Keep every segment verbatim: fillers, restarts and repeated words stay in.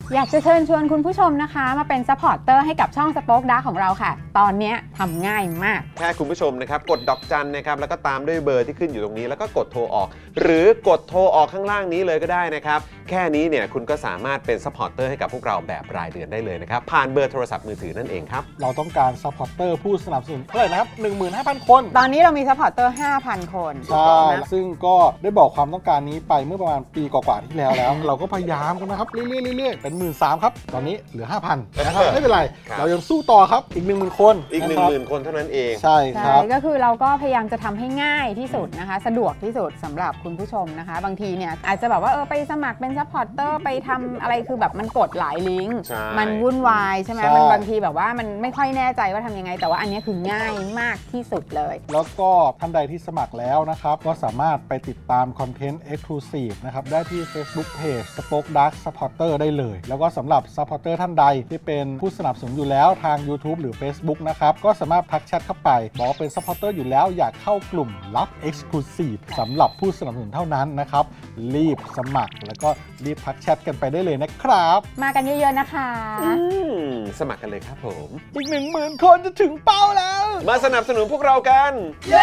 อยากจะเชิญชวนคุณผู้ชมนะคะมาเป็นซัพพอร์ตเตอร์ให้กับช่อง Spoke Dark ของเราค่ะตอนนี้ทำง่ายมากแค่คุณผู้ชมนะครับกดดอกจันนะครับแล้วก็ตามด้วยเบอร์ที่ขึ้นอยู่ตรงนี้แล้วก็กดโทรออกหรือกดโทรออกข้างล่างนี้เลยก็ได้นะครับแค่นี้เนี่ยคุณก็สามารถเป็นซัพพอร์ตเตอร์ให้กับพวกเราแบบรายเดือนได้เลยนะครับผ่านเบอร์โทรศัพท์มือถือนั่นเองครับเราต้องการซัพพอร์ตเตอร์ผู้สนับสนุนเท่าไหร่นะครับ หนึ่งหมื่นห้าพัน คนตอนนี้เรามีซัพพอร์ตเตอร์ ห้าพัน คนใช่ซึ่งก็ได้บอกความต้องการนี้ไปเมื่อประมาณปีกว่าๆที่แล้วแล้ว เราก็พยายามกันนะครับเรื่อยๆๆเป็นหมื่นสามพันครับตอนนี้เหลือ ห้าพัน นะครับไม่เป็นไรเรายังสู้ต่อครับอีก หนึ่งหมื่น คนอีก หนึ่งหมื่น คนเท่านั้นเองใช่ครับก็คือเราก็พยายามจะทำให้ง่ายที่สุดนะคะสะดวกที่สุดสำหรับคุณผู้ชมนะคะบางทีเนี่ยอาจจะแบบว่าเออไปสมัครเป็นซัพพอร์ตเตอร์ไปทำอะไรคือแบบมันกดหลายลิงก์มันวุ่นวายใช่ไหมมันบางทีแบบว่ามันไม่ค่อยแน่ใจว่าทำยังไงแต่ว่าอันนี้คือง่ายมากที่สุดเลยแล้วก็ท่านใดที่สมัครแล้วนะครับก็สามารถไปติดตามคอนเทนต์ Exclusive นะครับได้ที่ Facebook Page Spoke Dark Supporter ได้เลยแล้วก็สำหรับ Supporter ท่านใดที่เป็นผู้สนับสนุนอยู่แล้วทาง YouTube หรือ Facebook นะครับก็สามารถทักแชทเข้าไปบอกว่าเป็น Supporter อยู่แล้วอยากเข้ากลุ่มลับ Exclusive สำหรับผู้สนับสนุนเท่านั้นนะครับรีบสมัครแล้วก็รีบทักแชทกันไปได้เลยนะครับมากันเยอะๆนะคะสมัครกันเลยครับผมอีก หนึ่งหมื่น คนจะถึงเป้าแล้วมาสนับสนุนพวกเรากันเย้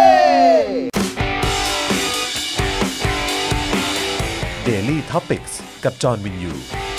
Daily Topics กับจอห์นวินยู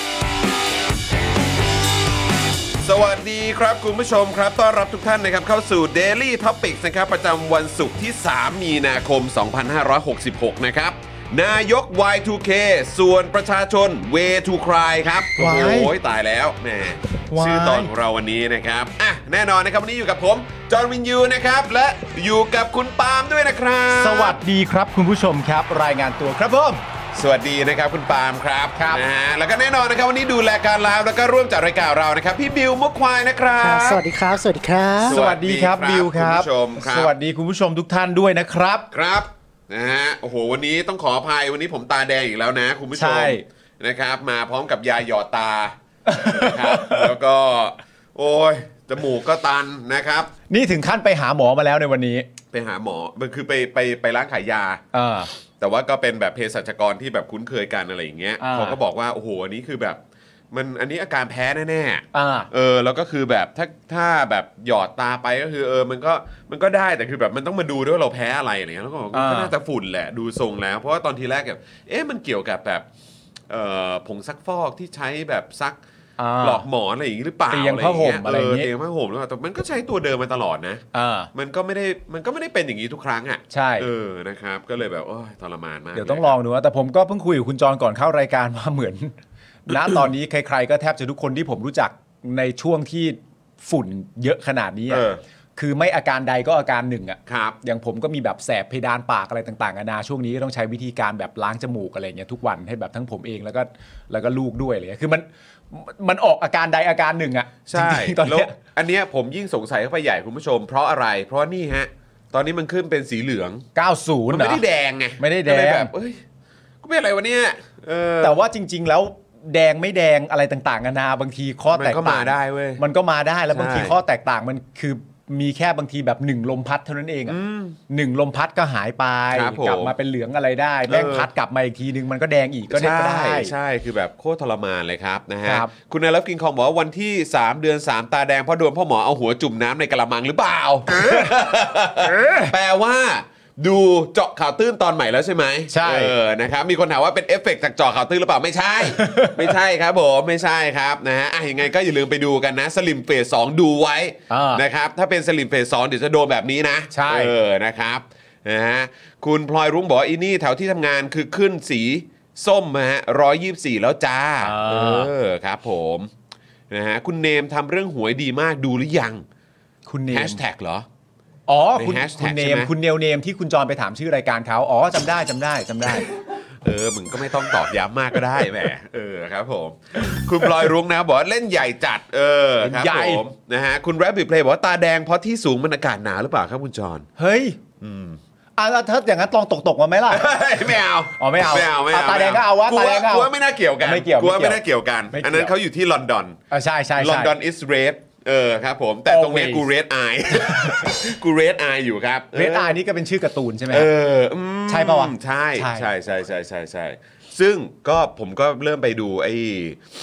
สวัสดีครับคุณผู้ชมครับต้อนรับทุกท่านนะครับเข้าสู่ Daily Topics นะครับประจำวันศุกร์ที่สามมีนาคมสองพันห้าร้อยหกสิบหกนะครับนายก วาย ทู เค ส่วนประชาชน Way to Cry ครับโอ้โหตายแล้วแหมชื่อตอนของเราวันนี้นะครับอ่ะแน่นอนนะครับวันนี้อยู่กับผมจอห์นวินยูนะครับและอยู่กับคุณปาล์มด้วยนะครับสวัสดีครับคุณผู้ชมครับรายงานตัวครับผมสวัสดีนะครับคุณปาล์มครับนะฮะแล้วก็แน่นอนนะครับวันนี้ดูแลการไลฟ์แล้วก็ร่วมจัดรายการเรานะครับพี่บิวมุกควายนะครับสวัสดีครับสวัสดีครับสวัสดีครับบิวครับสวัสดีคุณผู้ชมทุกท่านด้วยนะครับครับนะฮะโอ้โหวันนี้ต้องขออภัยวันนี้ผมตาแดงอีกแล้วนะคุณผู้ชมนะครับมาพร้อมกับยาหยอดตานะครับแล้วก็โอ้ยจมูกก็ตันนะครับนี่ถึงขั้นไปหาหมอมาแล้วในวันนี้ไปหาหมอมันคือไปไปไปร้านขายยาอ่าแต่ว่าก็เป็นแบบเภสัชกรที่แบบคุ้นเคยกันอะไรอย่างเงี้ยเขาก็บอกว่าโอ้โหอันนี้คือแบบมันอันนี้อาการแพ้แน่ๆเออแล้วก็คือแบบถ้าถ้าแบบหยอดตาไปก็คือเออมันก็มันก็ได้แต่คือแบบมันต้องมาดูด้วยว่าเราแพ้อะไรอะไรเงี้ยแล้วก็บอกก็น่าจะฝุ่นแหละดูทรงแล้วเพราะว่าตอนทีแรกแบบเอ๊ะมันเกี่ยวกับแบบเอ่อผงซักฟอกที่ใช้แบบซักหลอกหมอนอะไรอย่างงี้หรือเปล่าเตียงผ้าห่มอะไรอย่างเงี้ยเตียงผ้าห่มหรือเปล่าแต่มันก็ใช้ตัวเดิมมาตลอดนะมันก็ไม่ได้มันก็ไม่ได้เป็นอย่างนี้ทุกครั้งอ่ะใช่เออนะครับก็เลยแบบโอ้ยทรมานมากเดี๋ยวต้องลองดูว่าแต่ผมก็เพิ่งคุยกับคุณจรก่อนเข้ารายการว่าเหมือนณตอนนี้ใครๆก็แทบจะทุกคนที่ผมรู้จักในช่วงที่ฝุ่นเยอะขนาดนี้คือไม่อาการใดก็อาการหนึ่งอ่ะอย่างผมก็มีแบบแสบเพดานปากอะไรต่างๆนานาช่วงนี้ก็ต้องใช้วิธีการแบบล้างจมูกอะไรเงี้ยทุกวันให้แบบทั้งผมเองแล้วก็แล้วก็ลูกด้วยเลยคือมันมันออกอาการใดอาการหนึ่งอ่ะใช่ตอนนี้อันเนี้ยผมยิ่งสงสัยเข้าไปใหญ่คุณผู้ชมเพราะอะไรเพราะนี่ฮะตอนนี้มันขึ้นเป็นสีเหลืองเก้าสิบมันไม่ได้แดงไงไม่ได้แดงแบบเอ้ยก็เป็นอะไรวะเนี่ยแต่ว่าจริงๆแล้วแดงไม่แดงอะไรต่างๆนานาบางทีข้อแตกต่างมันก็มาได้เว้ยมันก็มาได้แล้วบางทีข้อแตกต่างมันคือมีแค่บางทีแบบหนึ่งลมพัดเท่านั้นเองอ่ะหนึ่งลมพัดก็หายไปกลับมาเป็นเหลืองอะไรได้แม่งพัดกลับมาอีกทีนึงมันก็แดงอีกก็ได้ใช่ใช่คือแบบโคตรทรมานเลยครับนะฮะคุณนายรับกินคองบอกว่าวันที่สามเดือนสามตาแดงเพราะโดนพ่อหมอเอาหัวจุ่มน้ำในกระมังหรือเปล่าแปลว่าดูเจาะข่าวตื้นตอนใหม่แล้วใช่ไหมใช่เออนะครับมีคนถามว่าเป็นเอฟเฟกต์จากเจาะข่าวตื้นหรือเปล่าไม่ใช่ไม่ใช่ครับผมไม่ใช่ครับนะฮะอ่ะยังไงก็อย่าลืมไปดูกันนะสลิมเฟสสองดูไว้นะครับถ้าเป็นสลิมเฟสสองเดี๋ยวจะโดนแบบนี้นะใช่เออนะครับนะฮะคุณพลอยรุ้งบอกอีนี่แถวที่ทำงานคือขึ้นสีส้มนะฮะร้อยยี่สิบสี่แล้วจ้าเออครับผมนะฮะคุณเนมทำเรื่องหวยดีมากดูหรือยังคุณเนมแฮชแท็กเหรออ๋อคุณคุณเนมคุณเนลเนมที่คุณจรไปถามชื่อรายการเขาอ๋อจำได้จำได้จำได้เออมึงก็ไม่ต้องตอบย้ำมากก็ได้แหมเออครับผมคุณพลอยรุ้งนะบอกว่าเล่นใหญ่จัดเออครับผมนะฮะคุณ Rabbit Play บอกว่าตาแดงเพราะที่สูงมันอากาศหนาวหรือเปล่าครับคุณจรเฮ้ยอืมอ่ะถ้าอย่างนั้นลองตกๆมาไหมล่ะไม่เอาอ๋อไม่เอาไม่เอาไม่เอาตาแดงก็เอาวะตาแดงก็เอากลัวไม่น่าเกี่ยวกันไม่เกี่ยวกลัวไม่น่าเกี่ยวกันอันนั้นเขาอยู่ที่ลอนดอนอ่าใช่ใช่ลอนดอน is redเออครับผมแต่ตรงนี้กูเรดไอกูเรดไออยู่ครับเรดไอนี่ก็เป็นชื่อการ์ตูนใช่ไหมเออใช่ป่าววะใช่ใช่ใช่ใช่ใช่ใช่ซึ่งก็ผมก็เริ่มไปดูไอ้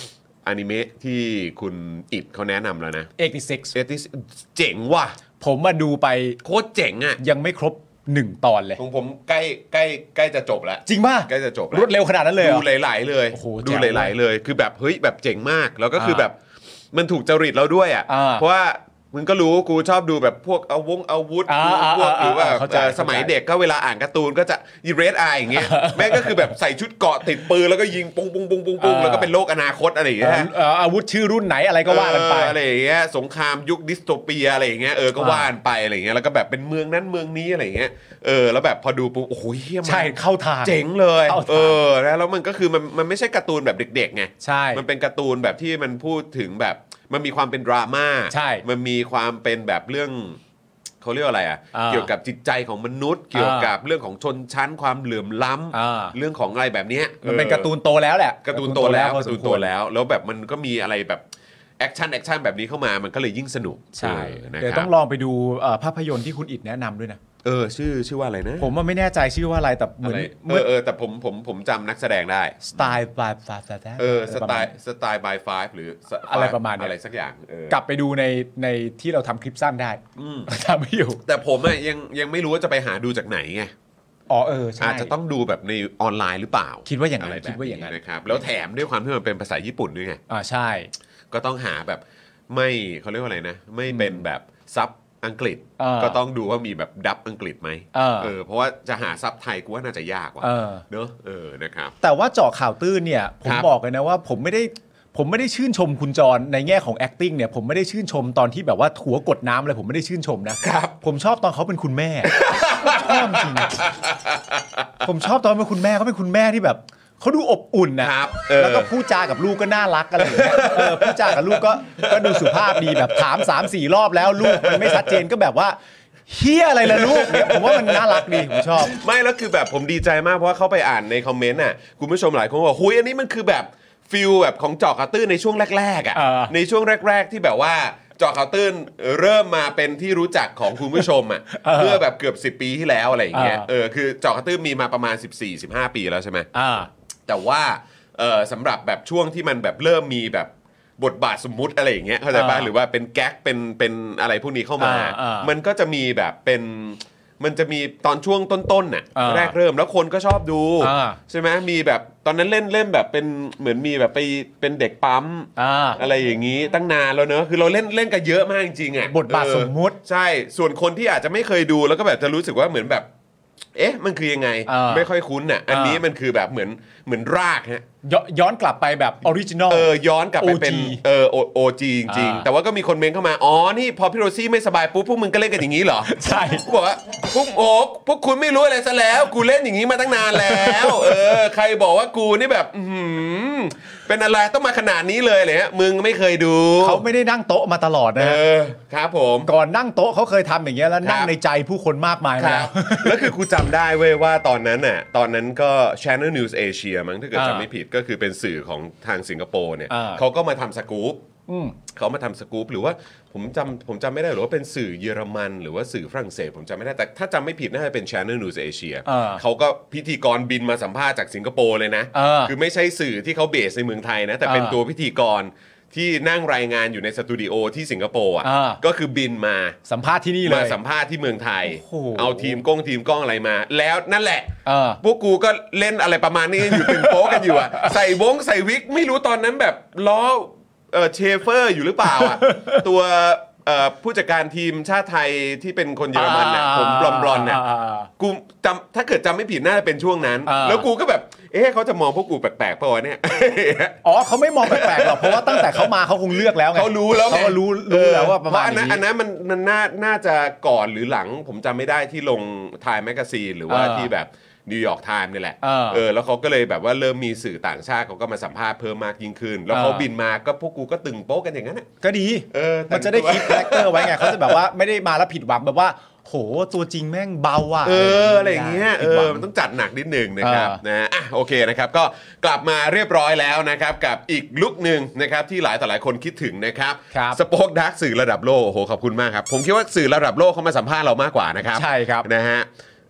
อนิเมะที่คุณอิดเขาแนะนำแล้วนะแปดสิบหกเอติเจ๋งว่ะผมมาดูไปโคตรเจ๋งอ่ะยังไม่ครบหนึ่งตอนเลยของผมใกล้ใกล้ใกล้จะจบแล้วจริงป่ะใกล้จะจบแล้วรวดเร็วขนาดนั้นเลยเหรอดูไหลๆเลยดูไหลๆเลยคือแบบเฮ้ยแบบเจ๋งมากแล้วก็คือแบบมันถูกจริตเราด้วยอ่ะเพราะว่ามึงก็รู้กูชอบดูแบบพวกเอาวงอาวุธพวกหรือว่าสมัยเด็กก็เวลาอ่านการ์ตูนก็จะอีเรดไออย่างเงี้ยแม่งก็คือแบบใส่ชุดเกราะติดปืนแล้วก็ยิงปุ้งปุ้งปุ้งปุ้งปุ้งแล้วก็เป็นโลกอนาคตอะไรอย่างเงี้ยอาวุธชื่อรุ่นไหนอะไรก็ว่ากันไปอะไรอย่างเงี้ยสงครามยุคดิสโทเปียอะไรอย่างเงี้ยเออก็ว่ากันไปอะไรอย่างเงี้ยแล้วก็แบบเป็นเมืองนั้นเมืองนี้อะไรอย่างเงี้ยเออแล้วแบบพอดูปุ๊บโอ้โหเฮี้ยมใช่เข้าทางเจ๋งเลยเออแล้วมันก็คือมันมันไม่ใช่การ์ตูนแบบเด็กๆไงใช่มันเป็นการ์ตูนแบบที่มันพูดถึงแบบมันมีความเป็นดราม่าใช่มันมีความเป็นแบบเรื่องเขาเรียกอะไรอ่ะเกี่ยวกับจิตใจของมนุษย์เกี่ยวกับเรื่องของชนชั้นความเหลื่อมล้ำเรื่องของอะไรแบบนี้มันเป็นการ์ตูนโตแล้วแหละการ์ตูนโตแล้วการ์ตูนโตแล้วแล้วแบบมันก็มีอะไรแบบแอคชั่นแอคชั่นแบบนี้เข้ามามันก็เลยยิ่งสนุกใช่เดี๋ยวต้องลองไปดูภาพยนตร์ที่คุณอิดแนะนำด้วยนะเออชื่อชื่อว่าอะไรนะผมมันไม่แน่ใจชื่อว่าอะไรแต่เหมือนเออเออแต่ผมผมผมจำนักแสดงได้สไตล์บายไฟเออสไตล์สไตล์บายไฟหรืออะไรประมาณอะไรสักอย่างกลับไปดูในในที่เราทำคลิปสั้นได้ทำไม่อยู่แต่ผมอ่ะยังยังไม่รู้ว่าจะไปหาดูจากไหนไงอ๋อเออใช่อาจจะต้องดูแบบในออนไลน์หรือเปล่าคิดว่าอย่างไรคิดว่าอย่างนั้นนะครับแล้วแถมด้วยความที่มันเป็นภาษาญี่ปุ่นด้วยไงอ่าใช่ก็ต้องหาแบบไม่เขาเรียกว่าอะไรนะไม่เป็นแบบซับอังกฤษก็ต้องดูว่ามีแบบดับอังกฤษไหมเออเพราะว่าจะหาซับไทยกูว่าน่าจะยากว่ะเนอะเออนะครับแต่ว่าเจาะข่าวตื้นเนี่ยผมบอกเลยนะว่าผมไม่ได้ผมไม่ได้ชื่นชมคุณจรในแง่ของ acting เนี่ยผมไม่ได้ชื่นชมตอนที่แบบว่าหัวกดน้ำอะไรผมไม่ได้ชื่นชมนะครับผมชอบตอนเขาเป็นคุณแม่ชอบจริงผมชอบตอนเป็นคุณแม่เขาเป็นคุณแม่ที่แบบเขาดูอบอุ่นนะแล้วก็พูดจากับลูกก็น่ารักอะไรอย่างเงี้ยเออพูดจากับลูกก็ก็ดูสุภาพดีแบบถาม สามสี่ รอบแล้วลูกมันไม่ชัดเจนก็แบบว่าเฮียอะไรล่ะลูกเนี่ยผมว่ามันน่ารักดีผมชอบไม่แล้วคือแบบผมดีใจมากเพราะว่าเขาไปอ่านในคอมเมนต์น่ะคุณผู้ชมหลายคนบอกหุยอันนี้มันคือแบบฟิลแบบของเจาะข่าวตื้นในช่วงแรกๆอ่ะในช่วงแรกๆที่แบบว่าเจาะข่าวตื้นเริ่มมาเป็นที่รู้จักของคุณผู้ชมอ่ะเมื่อแบบเกือบสิบปีที่แล้วอะไรอย่างเงี้ยเออคือเจาะข่าวตื้นมีมาประมาณ สิบสี่ สิบห้า ปีแล้วใช่ไหมแต่ว่าสำหรับแบบช่วงที่มันแบบเริ่มมีแบบบทบาทสมมุติอะไรอย่างเงี้ยเข้าใจป่ะหรือว่าเป็นแก๊กเป็นเป็นอะไรพวกนี้เข้ามามันก็จะมีแบบเป็นมันจะมีตอนช่วงต้นๆน่ะแรกเริ่มแล้วคนก็ชอบดูใช่ไหมมีแบบตอนนั้นเล่นเล่นแบบเป็นเหมือนมีแบบไปเป็นเด็กปั๊มอะไรอย่างงี้ตั้งนานแล้วเนอะคือเราเล่นเล่นกันเยอะมากจริงๆอ่ะบทบาทสมมุติใช่ส่วนคนที่อาจจะไม่เคยดูแล้วก็แบบจะรู้สึกว่าเหมือนแบบเอ๊ะมันคือยังไงไม่ค่อยคุ้นน่ะอันนี้มันคือแบบเหมือนเหมือนรากฮะย้อนกลับไปแบบออริจินอลเออย้อนกลับไปเป็นเออโอจีจริงๆแต่ว่าก็มีคนเมนเข้ามาอ๋อนี่พอพี่โรซี่ไม่สบายปุ๊บพวกมึงก็เล่นกันอย่างนี้เหรอใช่บอกว่าพวกโอ๊กพวกคุณไม่รู้อะไรซะแล้วกูเล่นอย่างนี้มาตั้งนานแล้วเออใครบอกว่ากูนี่แบบเป็นอะไรต้องมาขนาดนี้เลยเลยฮะมึงไม่เคยดูเขาไม่ได้นั่งโต๊ะมาตลอดนะเออครับผมก่อนนั่งโต๊ะเขาเคยทำอย่างเงี้ยแล้วนั่งในใจผู้คนมากมายแล้วแล้วคือกูจำได้เว้ยว่าตอนนั้นน่ะตอนนั้นก็ Channel News Asia มั้งถ้าเกิดจำไม่ผิดก็คือเป็นสื่อของทางสิงคโปร์เนี่ยเขาก็มาทำสกู๊ปเขามาทำสกู๊ปหรือว่าผมจำผมจำไม่ได้หรือว่าเป็นสื่อเยอรมันหรือว่าสื่อฝรั่งเศสผมจำไม่ได้แต่ถ้าจำไม่ผิดน่าจะเป็น Channel News Asia เขาก็พิธีกรบินมาสัมภาษณ์จากสิงคโปร์เลยนะคือไม่ใช่สื่อที่เขาเบสในเมืองไทยนะแต่เป็นตัวพิธีกรที่นั่งรายงานอยู่ในสตูดิโอที่สิงคโปร์อ่ะก็คือบินมาสัมภาษณ์ที่นี่เลยมาสัมภาษณ์ที่เมืองไทยเอาทีมกล้องทีมกล้องอะไรมาแล้วนั่นแหละพวกกูก็เล่นอะไรประมาณนี้อยู่ตึงโป๊กันอยู่อ่ะใส่วงใส่วิกไม่รู้ตอนนั้นแบบล้อเออเชฟเฟอร์อยู่หรือเปล่าอ่ะตัวผู้จัดการทีมชาติไทยที่เป็นคนเยอรมันน่ะผมบลอนๆน่ะกูจำถ้าเกิดจำไม่ผิดน่าจะเป็นช่วงนั้นแล้วกูก็แบบเอ๊ะเขาจะมองพวกกูแปลกๆป่าวเนี่ยอ๋อเขาไม่มองแปลกๆหรอกเพราะว่าตั้งแต่เขามาเขาคงเลือกแล้วไงเขารู้แล้วเขารู้รู้แล้วว่าประมาณนี้อันนั้นมันมันน่าน่าจะก่อนหรือหลังผมจำไม่ได้ที่ลงไทม์แมกกาซีนหรือว่าที่แบบนิวยอร์กไทม์นี่แหละเออแล้วเขาก็เลยแบบว่าเริ่มมีสื่อต่างชาติเขาก็มาสัมภาษณ์เพิ่มมากยิ่งขึ้นแล้วเขาบินมาก็พวกกูก็ตึงโป๊กกันอย่างนั้นก็ดีเออมันจะได้คิดคาแรคเตอร์ไว้ไงเขาจะแบบว่าไม่ได้มาแล้วผิดหวังแบบว่าโหตัวจริงแม่งเบาว่ะเอออะไรอย่างเงี้ยเออมันต้องจัดหนักนิดนึงนะครับนะอ่ะโอเคนะครับก็กลับมาเรียบร้อยแล้วนะครับกับอีกลุคนึงนะครับที่หลายต่อหลายคนคิดถึงนะครับสป็อคดักสื่อระดับโลกโอ้โหขอบคุณมากครับผมคิดว่าสื่อระดับโลกเขามาสัมภาษณ์เรามากกว่านะครับใช่ครับนะฮะ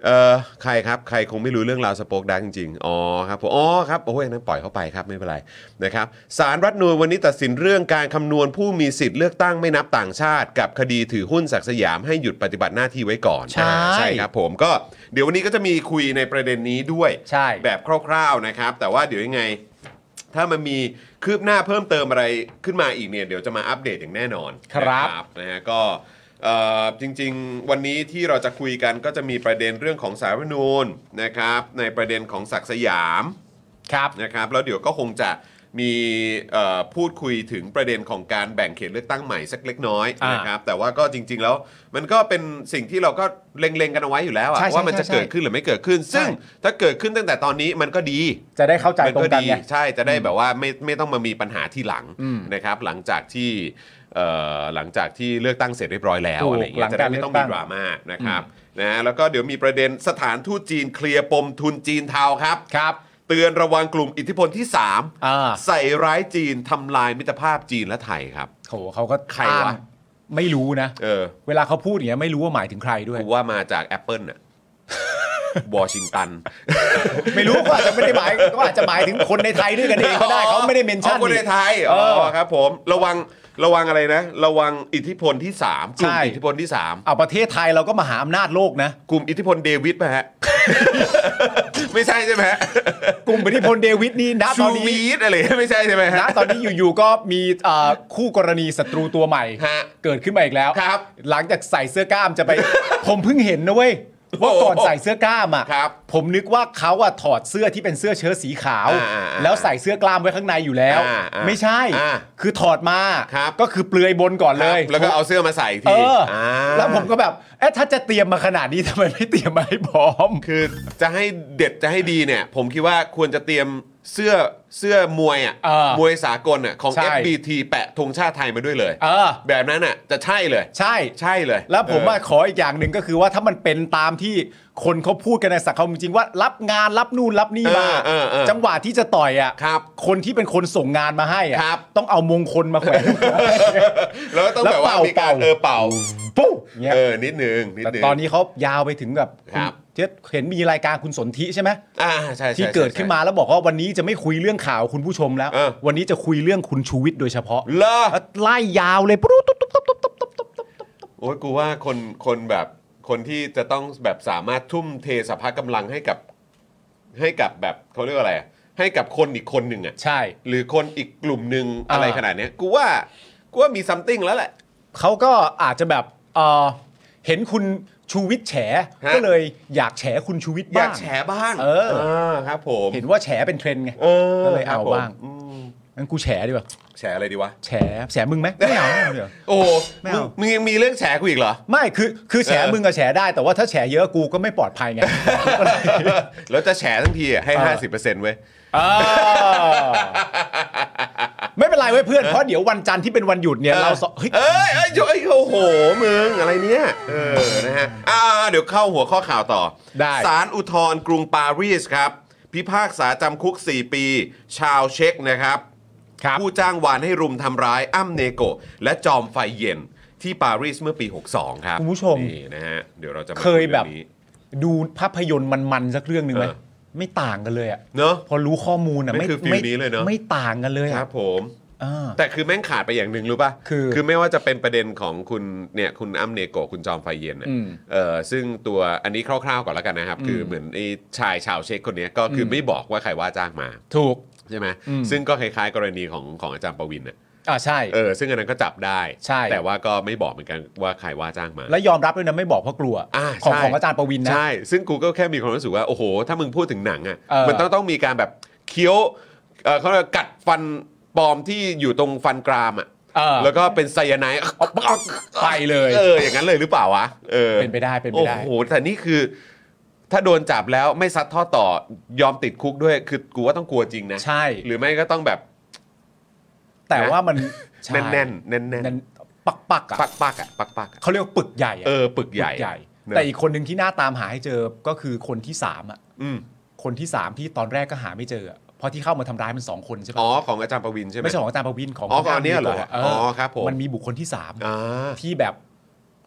เออใครครับใครคงไม่รู้เรื่องราวสโป๊กดาร์กจริงๆอ๋อครับผมอ๋อครับโอ้ยนั้นปล่อยเข้าไปครับไม่เป็นไรนะครับศาลรัฐธรรมนูญวันนี้ตัดสินเรื่องการคำนวณผู้มีสิทธิ์เลือกตั้งไม่นับต่างชาติกับคดีถือหุ้นศักดิ์สยามให้หยุดปฏิบัติหน้าที่ไว้ก่อนใช่ใช่ครับผมก็เดี๋ยววันนี้ก็จะมีคุยในประเด็นนี้ด้วยใช่แบบคร่าวๆนะครับแต่ว่าเดี๋ยวยังไงถ้ามันมีคืบหน้าเพิ่มเติมอะไรขึ้นมาอีกเนี่ยเดี๋ยวจะมาอัปเดตอย่างแน่นอนครับนะฮะก็เอ่อจริงๆวันนี้ที่เราจะคุยกันก็จะมีประเด็นเรื่องของสารรัฐธรรมนูญนะครับในประเด็นของศักดิ์สยามครับนะครับแล้วเดี๋ยวก็คงจะมีเอ่อพูดคุยถึงประเด็นของการแบ่งเขตเลือกตั้งใหม่สักเล็กน้อยอ่านนะครับแต่ว่าก็จริง ๆ แล้วมันก็เป็นสิ่งที่เราก็เล็งๆกันเอาไว้อยู่แล้วอะใช่ใช่ว่ามันจะใช่เกิดขึ้นหรือไม่เกิดขึ้น ซึ่งใช่ถ้าเกิดขึ้นตั้งแต่ตอนนี้มันก็ดีจะได้เข้าใจตรงกันดีไงใช่จะได้แบบว่าไม่ไม่ต้องมามีปัญหาที่หลังอืมนะครับหลังจากที่เอ่อหลังจากที่เลือกตั้งเสร็จเรียบร้อยแล้วถูกอะไรอย่างเงี้หลัยงจะได้การไม่ต้องเลืมีอกตั้งดราม่านะครับนะแล้วก็เดี๋ยวมีประเด็นสถานทูตจีนเคลียร์ปมทุนจีนเทาครับครับเตือนระวังกลุ่มอิทธิพลที่สามอ่าใส่ร้ายจีนทำลายมิตรภาพจีนและไทยครับโหเขาก็ใครวะอ้างไม่รู้นะเออเวลาเขาพูดอย่างเงี้ยไม่รู้ว่าหมายถึงใครด้วยกูว่ามาจาก Apple น่ะ วอชิงตันไม่รู้ก็อาจจะไม่ได้หมายก็อาจจะหมายถึงคนในไทยด้วยกันเองก็ได้เขาไม่ได้เมนชั่นอ๋อคนในไทยอ๋อครับผมระวังระวังอะไรนะ ระวังอิทธิพลที่สามกลุ่มใช่อิทธิพลที่สามเอาประเทศไทยเราก็มหาอำนาจโลกนะกลุ่มอิทธิพลเดวิดป่ะฮะ ไม่ใช่ใช่ไหมฮะกลุ่มอิทธิพลเดวิดนี่ณตชูอนนี้วีดอะไรไม่ใช่ใช่ไหมฮะณตอนนี้อยู่ๆก็มีเอ่อคู่กรณีศัตรูตัวใหม่ฮะเกิดขึ้นมาอีกแล้วครับหลังจากใส่เสื้อกล้ามจะไป ผมเพิ่งเห็นนะเว้ยว่าก่อนใส่เสื้อกล้ามอ่ะครับผมนึกว่าเขาอ่ะถอดเสื้อที่เป็นเสื้อเชิ้ตสีขาวอ่าอ่าอ่าแล้วใส่เสื้อกล้ามไว้ข้างในอยู่แล้วอ่าอ่าไม่ใช่อ่าคือถอดมาครับก็คือเปลือยบนก่อนเลยครับแล้วก็เอาเสื้อมาใส่อีกเอทีออ่าแล้วผมก็แบบเอ๊ะถ้าจะเตรียมมาขนาดนี้ทำไมไม่เตรียมมาให้พร้อมคือจะให้เด็ดจะให้ดีเนี่ย ผมคิดว่าควรจะเตรียมเสื้อเสื้อมวยอ่ะเออมวยสากลอ่ะของใช่เอฟ บี ที แปะธงชาติไทยมาด้วยเลยเออแบบนั้นอ่ะจะใช่เลยใช่ใช่เลยแล้วผมเออว่าขออีกอย่างหนึ่งก็คือว่าถ้ามันเป็นตามที่คนเขาพูดกันในสังคมจริงๆว่ารับงานรับนู่นรับนี่มาเออเออเออจังหวะที่จะต่อยอ่ะครับคนที่เป็นคนส่งงานมาให้อ่ะครับต้องเอามงคลมาแขวนแล้วต้องแบบว่ามีการเออเป่าปุ๊บเงี้ยเออนิดนึงนิดแต่นึงตอนนี้เขายาวไปถึงแบบครับเจ๊เห็นมีรายการคุณสนธิใช่ไหมอ่าใช่ใช่ที่เกิดขึ้นมาแล้วบอกว่าวันนี้จะไม่คุยเรื่องข่าวคุณผู้ชมแล้วเออวันนี้จะคุยเรื่องคุณชูวิทย์โดยเฉพาะเลอแล้วไล่ยาวเลยปุ๊บตุ๊บตุ๊บตุ๊บตุ๊บตุ๊บตุ๊บตุ๊บตุ๊บโอ้ยกูว่าคนคนแบบคนที่จะต้องแบบสามารถทุ่มเทสภากำลังให้กับให้กับแบบเขาเรียกว่าอะไรอะให้กับคนอีกคนหนึ่งอ่ะใช่หรือคนอีกกลุ่มหนึ่งอ่าอะไรขนาดเนี้ยกูว่ากูว่ามีซัมติงแล้วแหละเขาก็อาจจะแบบเอ่อเห็นคุณชูวิทย์แฉฮะก็เลยอยากแฉคุณชูวิทย์อยาบ้าก งแฉบ้างเออครับผมเห็นว่าแฉเป็นเทรนด์ไงเออก็เลยเอาครับผมบ้างอืมงั้นกูแฉดีกว่าแฉอะไรดีวะแฉแฉมึงไหมไม่เอาไม่เอาเดี๋ยวโอ้โหไม่มึงเอามึงยังมีเรื่องแฉกูอีกเหรอไม่คือคือแฉเออมึงก็แฉได้แต่ว่าถ้าแฉเยอะกูก็ไม่ปลอดภัยไงแล้วจะแฉทั้งทีอ่ะให้เออห้าสิบเปอร์เซ็นต์เว้ยเออไม่เป็นไรเว้ยเพื่อนเพราะเดี๋ยววันจันทร์ที่เป็นวันหยุดเนี่ยเราสองเฮ้ยเอ้ยเอ้ยเอ้ยโอ้โหมึงอะไรเนี่ยเออนะฮะอ่าเดี๋ยวเข้าหัวข้อข่าวต่อได้ศาลอุทธรณ์กรุงปารีสครับพิพากษาจำคุกสี่ปี ชาวเช็กนะครับครับผู้จ้างวานให้รุมทำร้ายอ้ำเนโกะและจอมไฟเย็นที่ปารีสเมื่อปีหกสิบสองครับคุณผู้ชมนี่นะฮะเดี๋ยวเราจะมาเคยแบบรื่องนี้ดูภาพยนตร์มันๆสักเรื่องหนึ่งไหมเออไม่ต่างกันเลยอ่ะเนอะพอรู้ข้อมูลอ่ะไม่คือฟีลนี้เลยเนอะไม่ต่างกันเลยคอ่ะรับผมอ่าแต่คือแม่งขาดไปอย่างหนึ่งรู้ป่ะคือคือไม่ว่าจะเป็นประเด็นของคุณเนี่ยคุณอ้ำเนโกะคุณจอมไฟเย็นน่ะอืมเออซึ่งตัวอันนี้คร่าวๆก่อนแล้วกันนะครับ คือเหมือนไอ้ชายชาวเช็กคนเนี้ยก็คืออมไม่บอกว่าใครว่าจ้างมาถูกใช่ไหมอืมซึ่งก็คล้ายๆ กรณีของของอาจารย์ประวินน่ะอ่าใช่เออซึ่งอันนั้นก็จับได้ใช่แต่ว่าก็ไม่บอกเหมือนกันว่าใครว่าจ้างมาและยอมรับด้วยนะไม่บอกเพราะกลัวอ่าของใช่ของอาจารย์ประวินนะใช่ ซึ่งกูก็แค่มีความรู้สึกว่าโอ้โหถ้ามึงพูดถึงหนังอ่ะเออมันต้องต้องมีการแบบเคี้ยวเออเขาเรียกว่ากัดฟันปลอมที่อยู่ตรงฟันกรามอ่ะเออแล้วก็เป็นไซยาไนด์ไปเลยเอออย่างนั้นเลยหรือเปล่าวะเออเป็นไปได้เป็นไปโอ้ได้โหแต่นี่คือ ถ้าโดนจับแล้วไม่ซัดทอดต่อยอมติดคุกด้วยคือกูว่าต้องกลัวจริงนะใช่หรือไม่ก็ต้องแบบแต่ว่ามันใช่แน่นแน่นแน่นแน่นแน่นปักปักๆอ่ะปักปักอ่ะปักปักอ่ะเขาเรียกว่าปึกใหญ่ะเออปึกใหญ่ เนอะแต่อีกคนหนึ่งที่น่าตามหาให้เจอก็คือคนที่สามอ่ะอืมคนที่สามที่ตอนแรกก็หาไม่เจออะเพราะที่เข้ามาทำร้ายมันสองคนใช่ปะอ๋อของอาจารย์ประวินใช่ไหมไม่ใช่ของอาจารย์ประวินของอ๋อของอันเนี้ยเหรอเออ๋ออครับผมมันมีบุคคลที่สามอ่าที่แบบ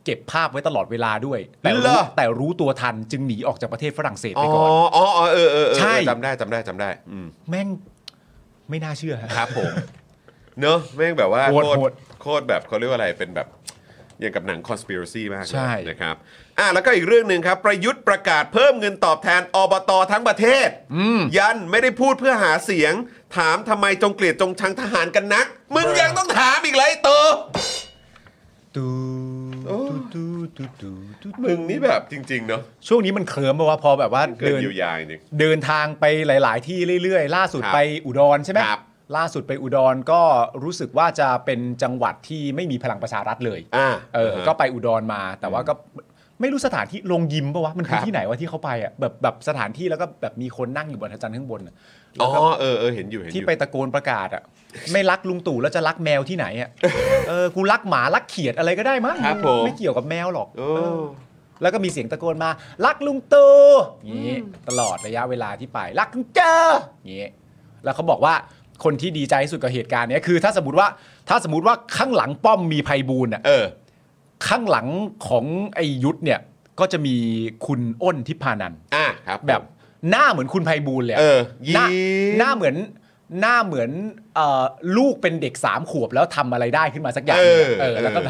เก็บภาพไว้ตลอดเวลาด้วยแต่เหรรู้อแต่รู้ตัวทันจึงหนีออกจากประเทศฝรั่งเศสอ๋ไปอก่อนอ๋ออ๋อเออเออเออใช่จำได้จำได้จำได้อืมแม่งไม่น่าเชื่อครับผม เนอะแม่งแบบว่าโหดโคตรโหดโคตรแบบเขาเรียกว่าอะไรเป็นแบบอย่างกับหนัง conspiracy มากเลยใช่นะครับอ่ะแล้วก็อีกเรื่องหนึ่งครับประยุทธ์ประกาศเพิ่มเงินตอบแทนอบตทั้งประเทศยันไม่ได้พูดเพื่อหาเสียง ถามทำไมจงเกลียดจงชังทหารกันนัก มึงยังต้องถามอีกเลยเตอตูโอ้ตูตูตูตูมึงนี่แบบจริงๆเนาะช่วงนี้มันเคลิ้มเพราะว่าพอแบบว่าเกินเดินเยียวยาจริงเดินทางไปหลาย ๆ ที่เรื่อย ๆ ล่าสุดครับไปอุดรใช่ไหมครับล่าสุดไปอุดรก็รู้สึกว่าจะเป็นจังหวัดที่ไม่มีพลังประชารัฐเลยอ่าเออก็ไปอุดรมา แต่ว่าก็ไม่รู้สถานที่ลงยิมปะวะมันคืคอรับที่ไหนวะที่เขาไปอ่ะแบบแบบสถานที่แล้วก็แบบมีคนนั่งอยู่บนอาจารย์ข้างบนอะอ๋แล้อวก็เออเออเห็นอยู่เห็นอที่ยู่ไปตะโกนประกาศอ่ะไม่รักลุงตู่แล้วจะรักแมวที่ไหนอ่ะเออกูรักหมารักเขียดอะไรก็ได้มั้งครับผมไม่เกี่ยวกับแมวหรอกโอ้เออแล้วก็มีเสียงตะโกนมารักลุงตู่อย่างนี้ตลอดระยะเวลาที่ไปรักลุงเจออย่างนี้แล้วเขาบอกว่าคนที่ดีใจที่สุดกับเหตุการณ์เนี้ยคือถ้าสมมติว่าถ้าสมมติว่าข้างหลังป้อมมีไพบูลย์อ่ะเออข้างหลังของไอยุทธเนี่ยก็จะมีคุณอ้นทิพานันท์อ่ะครับแบบหน้าเหมือนคุณไพบูลย์เลยอะเออหน้ายิ้มหน้าเหมือนหน้าเหมือนเอ่อลูกเป็นเด็กสามขวบแล้วทำอะไรได้ขึ้นมาสักอย่างเออเออแล้วก็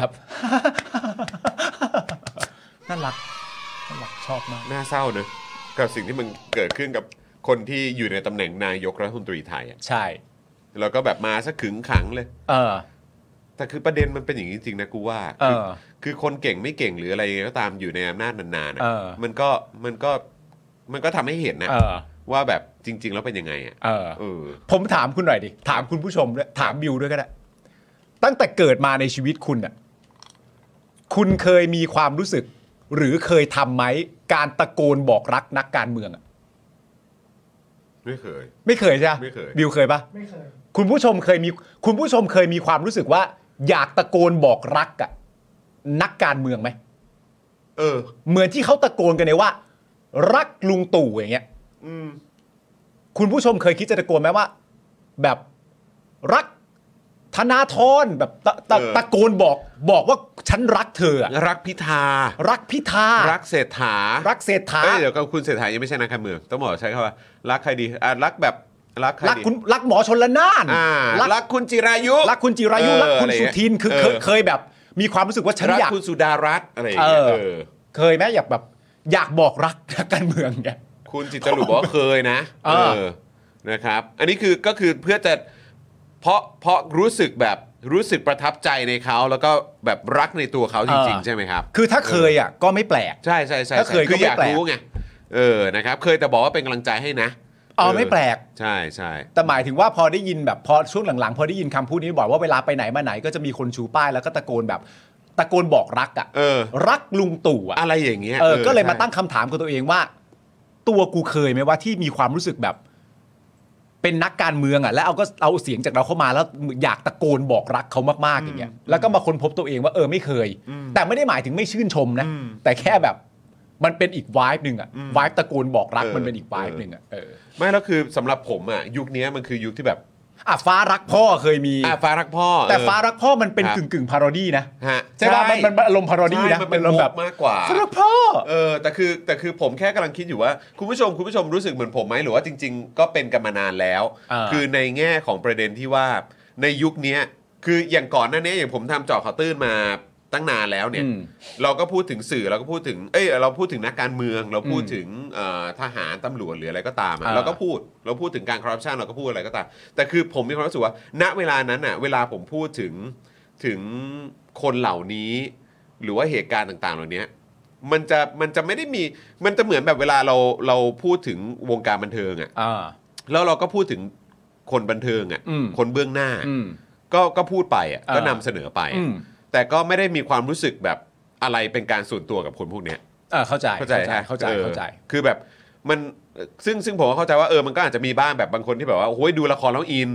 เออแบบ น่ารักน่ารักชอบมากน่าเศร้าเนอะกับสิ่งที่มันเกิดขึ้นกับคนที่อยู่ในตำแหน่งนายกรัฐมนตรีไทยอ่ะใช่แล้วก็แบบมาซะขึงขังเลยเออแต่คือประเด็นมันเป็นอย่างนี้จริงๆนะกูว่าเอคืออคือคนเก่งไม่เก่งหรืออะไรก็ตามอยู่ในอำนาจนานๆอะเออมันก็มันก็มันก็ทำให้เห็นนะเออว่าแบบจริง ๆ แล้วเป็นยังไงอ่ะเออเออผมถามคุณหน่อยดิ ถามคุณผู้ชมด้วยถามบิวด้วยก็ได้ ตั้งแต่เกิดมาในชีวิตคุณอ่ะ คุณเคยมีความรู้สึก หรือเคยทำไหมการตะโกนบอกรักนักการเมืองอ่ะไม่เคยไม่เคยใช่ไหมไม่เคยบิวเคยปะไม่เคยคุณผู้ชมเคยมีคุณผู้ชมเคยมีความรู้สึกว่า อยากตะโกนบอกรักอะนักการเมืองไหมเออเหมือนที่เขาตะโกนกันเลยว่า รักลุงตู่อย่างเงี้ยอืมคุณผู้ชมเคยคิดจะตะโกนไหมว่า แบบรักธนาธรแบบตะตะเออตะโกนบอกบอกว่าฉันรักเธออะรักพิธารักพิธารักเศรษฐารักเศรษฐาเอ้ยเดี๋ยวกับคุณเศรษฐายังไม่ใช่นักการเมืองต้องบอกใช้คำว่ารักใครดีอ่ะรักแบบรักใครรักดีคุณรักหมอชนละนานอ่ารักคุณจิรายุรักคุณจิรายุเออรักคุณอะไรสุเงี้ยทินคือเออเคยเคยแบบ มีความรู้สึกว่าฉันรักอยากคุณสุดารัตน์อะไรอย่างเอเงี้ยอเออเคยไหมอยากแบบอยากบอกรักนักการเมืองเนี่ยคุณจิตตลุบอกว่าเคยนะเออนะครับ อันนี้คือก็คือเพื่อจะเพราะเพราะรู้สึกแบบรู้สึกประทับใจในเขาแล้วก็แบบรักในตัวเขาจริงๆ ใช่ไหมครับคือถ้าเคยอ่ะก็ไม่แปลกใช่ใช่ใช่ถ้าเคยคือก็ไม่อยากแปลกรู้ไงเออนะครับ เคยแต่บอกว่าเป็นกำลังใจให้นะอ๋อไม่แปลกใช่ใช่แต่หมายถึงว่าพอได้ยินแบบพอช่วงหลังๆ พอได้ยินคำพูดนี้บ่อยว่าเวลาไปไหนมาไหนก็จะมีคนชูป้ายแล้วก็ตะโกนแบบตะโกนบอกรักอ่ะเออรักลุงตู่อ่ะอะไรอย่างเงี้ยเออก็เลยมาใช่ตั้งคำถามกับตัวเองว่า ตัวกูเคยไหมว่าที่มีความรู้สึกแบบ เป็นนักการเมืองอ่ะแล้วเอาก็เอาเสียงจากเราเข้ามาแล้วอยากตะโกนบอกรักเขามากๆอย่างเงี้ยแล้วก็มาค้นพบตัวเองว่าเออไม่เคย แต่ไม่ได้หมายถึงไม่ชื่นชมนะแต่แค่แบบมันเป็นอีกวายหนึ่งอ่ะวายตะโกนบอกรักมันเป็นอีกวายหนึ่งอ่ะเออไม่แล้วคือสำหรับผมอ่ะยุคนี้มันคือยุคที่แบบอ่ะฟ้ารักพ่อเคยมีอ่ะฟ้ารักพ่อแต่เออฟ้ารักพ่อมันเป็นครับกึ่งกึ่งพารอดี้นะฮะใช่ป่ะมันมันมันอารมณ์พารอดี้นะใช่มันเป็นอารมณ์มุแบกบมากกว่าฟ้ารักพ่อเออแต่คือแต่คือผมแค่กำลังคิดอยู่ว่าคุณผู้ชมคุณผู้ชมรู้สึกเหมือนผมไหมหรือว่าจริง ๆ ก็เป็นกันมานานแล้วอ่าคือในแง่ของประเด็นที่ว่าในยุคนี้คืออย่างก่อนหน้านี้อย่างผมทำเจาะข่าวตื้นมาตั้งนานแล้วเนี่ยอืมเราก็พูดถึงสื่อเราก็พูดถึงเอ้ยเราพูดถึงนักการเมือง เราพูดอืมถึงเอ่อทหารตำรวจหรืออะไรก็ตามอะอ่าเราก็พูดเราพูดถึงการคอร์รัปชันเราก็พูดอะไรก็ตามแต่คือผมมีความรู้สึกว่าณเวลานั้นอ่ะเวลาผมพูดถึงถึงคนเหล่านี้ หรือว่าเหตุการณ์ต่างๆ เหล่านี้มันจะมันจะไม่ได้มีมันจะเหมือนแบบเวลาเราเราพูดถึงวงการบันเทิงอ่ะอ่าแล้วเราก็พูดถึงคนบันเทิงอ่ะอืมคนเบื้องหน้าอืมก็ก็พูดไปอ่ะอ่าก็นำเสนอไปอือะมแต่ก็ไม่ได้มีความรู้สึกแบบอะไรเป็นการส่วนตัวกับคนพวกเนี้ยเออเข้าใจเข้าใจเข้าใจออเข้าใจคือแบบมันซึ่งซึ่งผมก็เข้าใจว่าเออมันก็อาจจะมีบ้างแบบบางคนที่แบบว่าโอ้ยดูละครแล้วอิน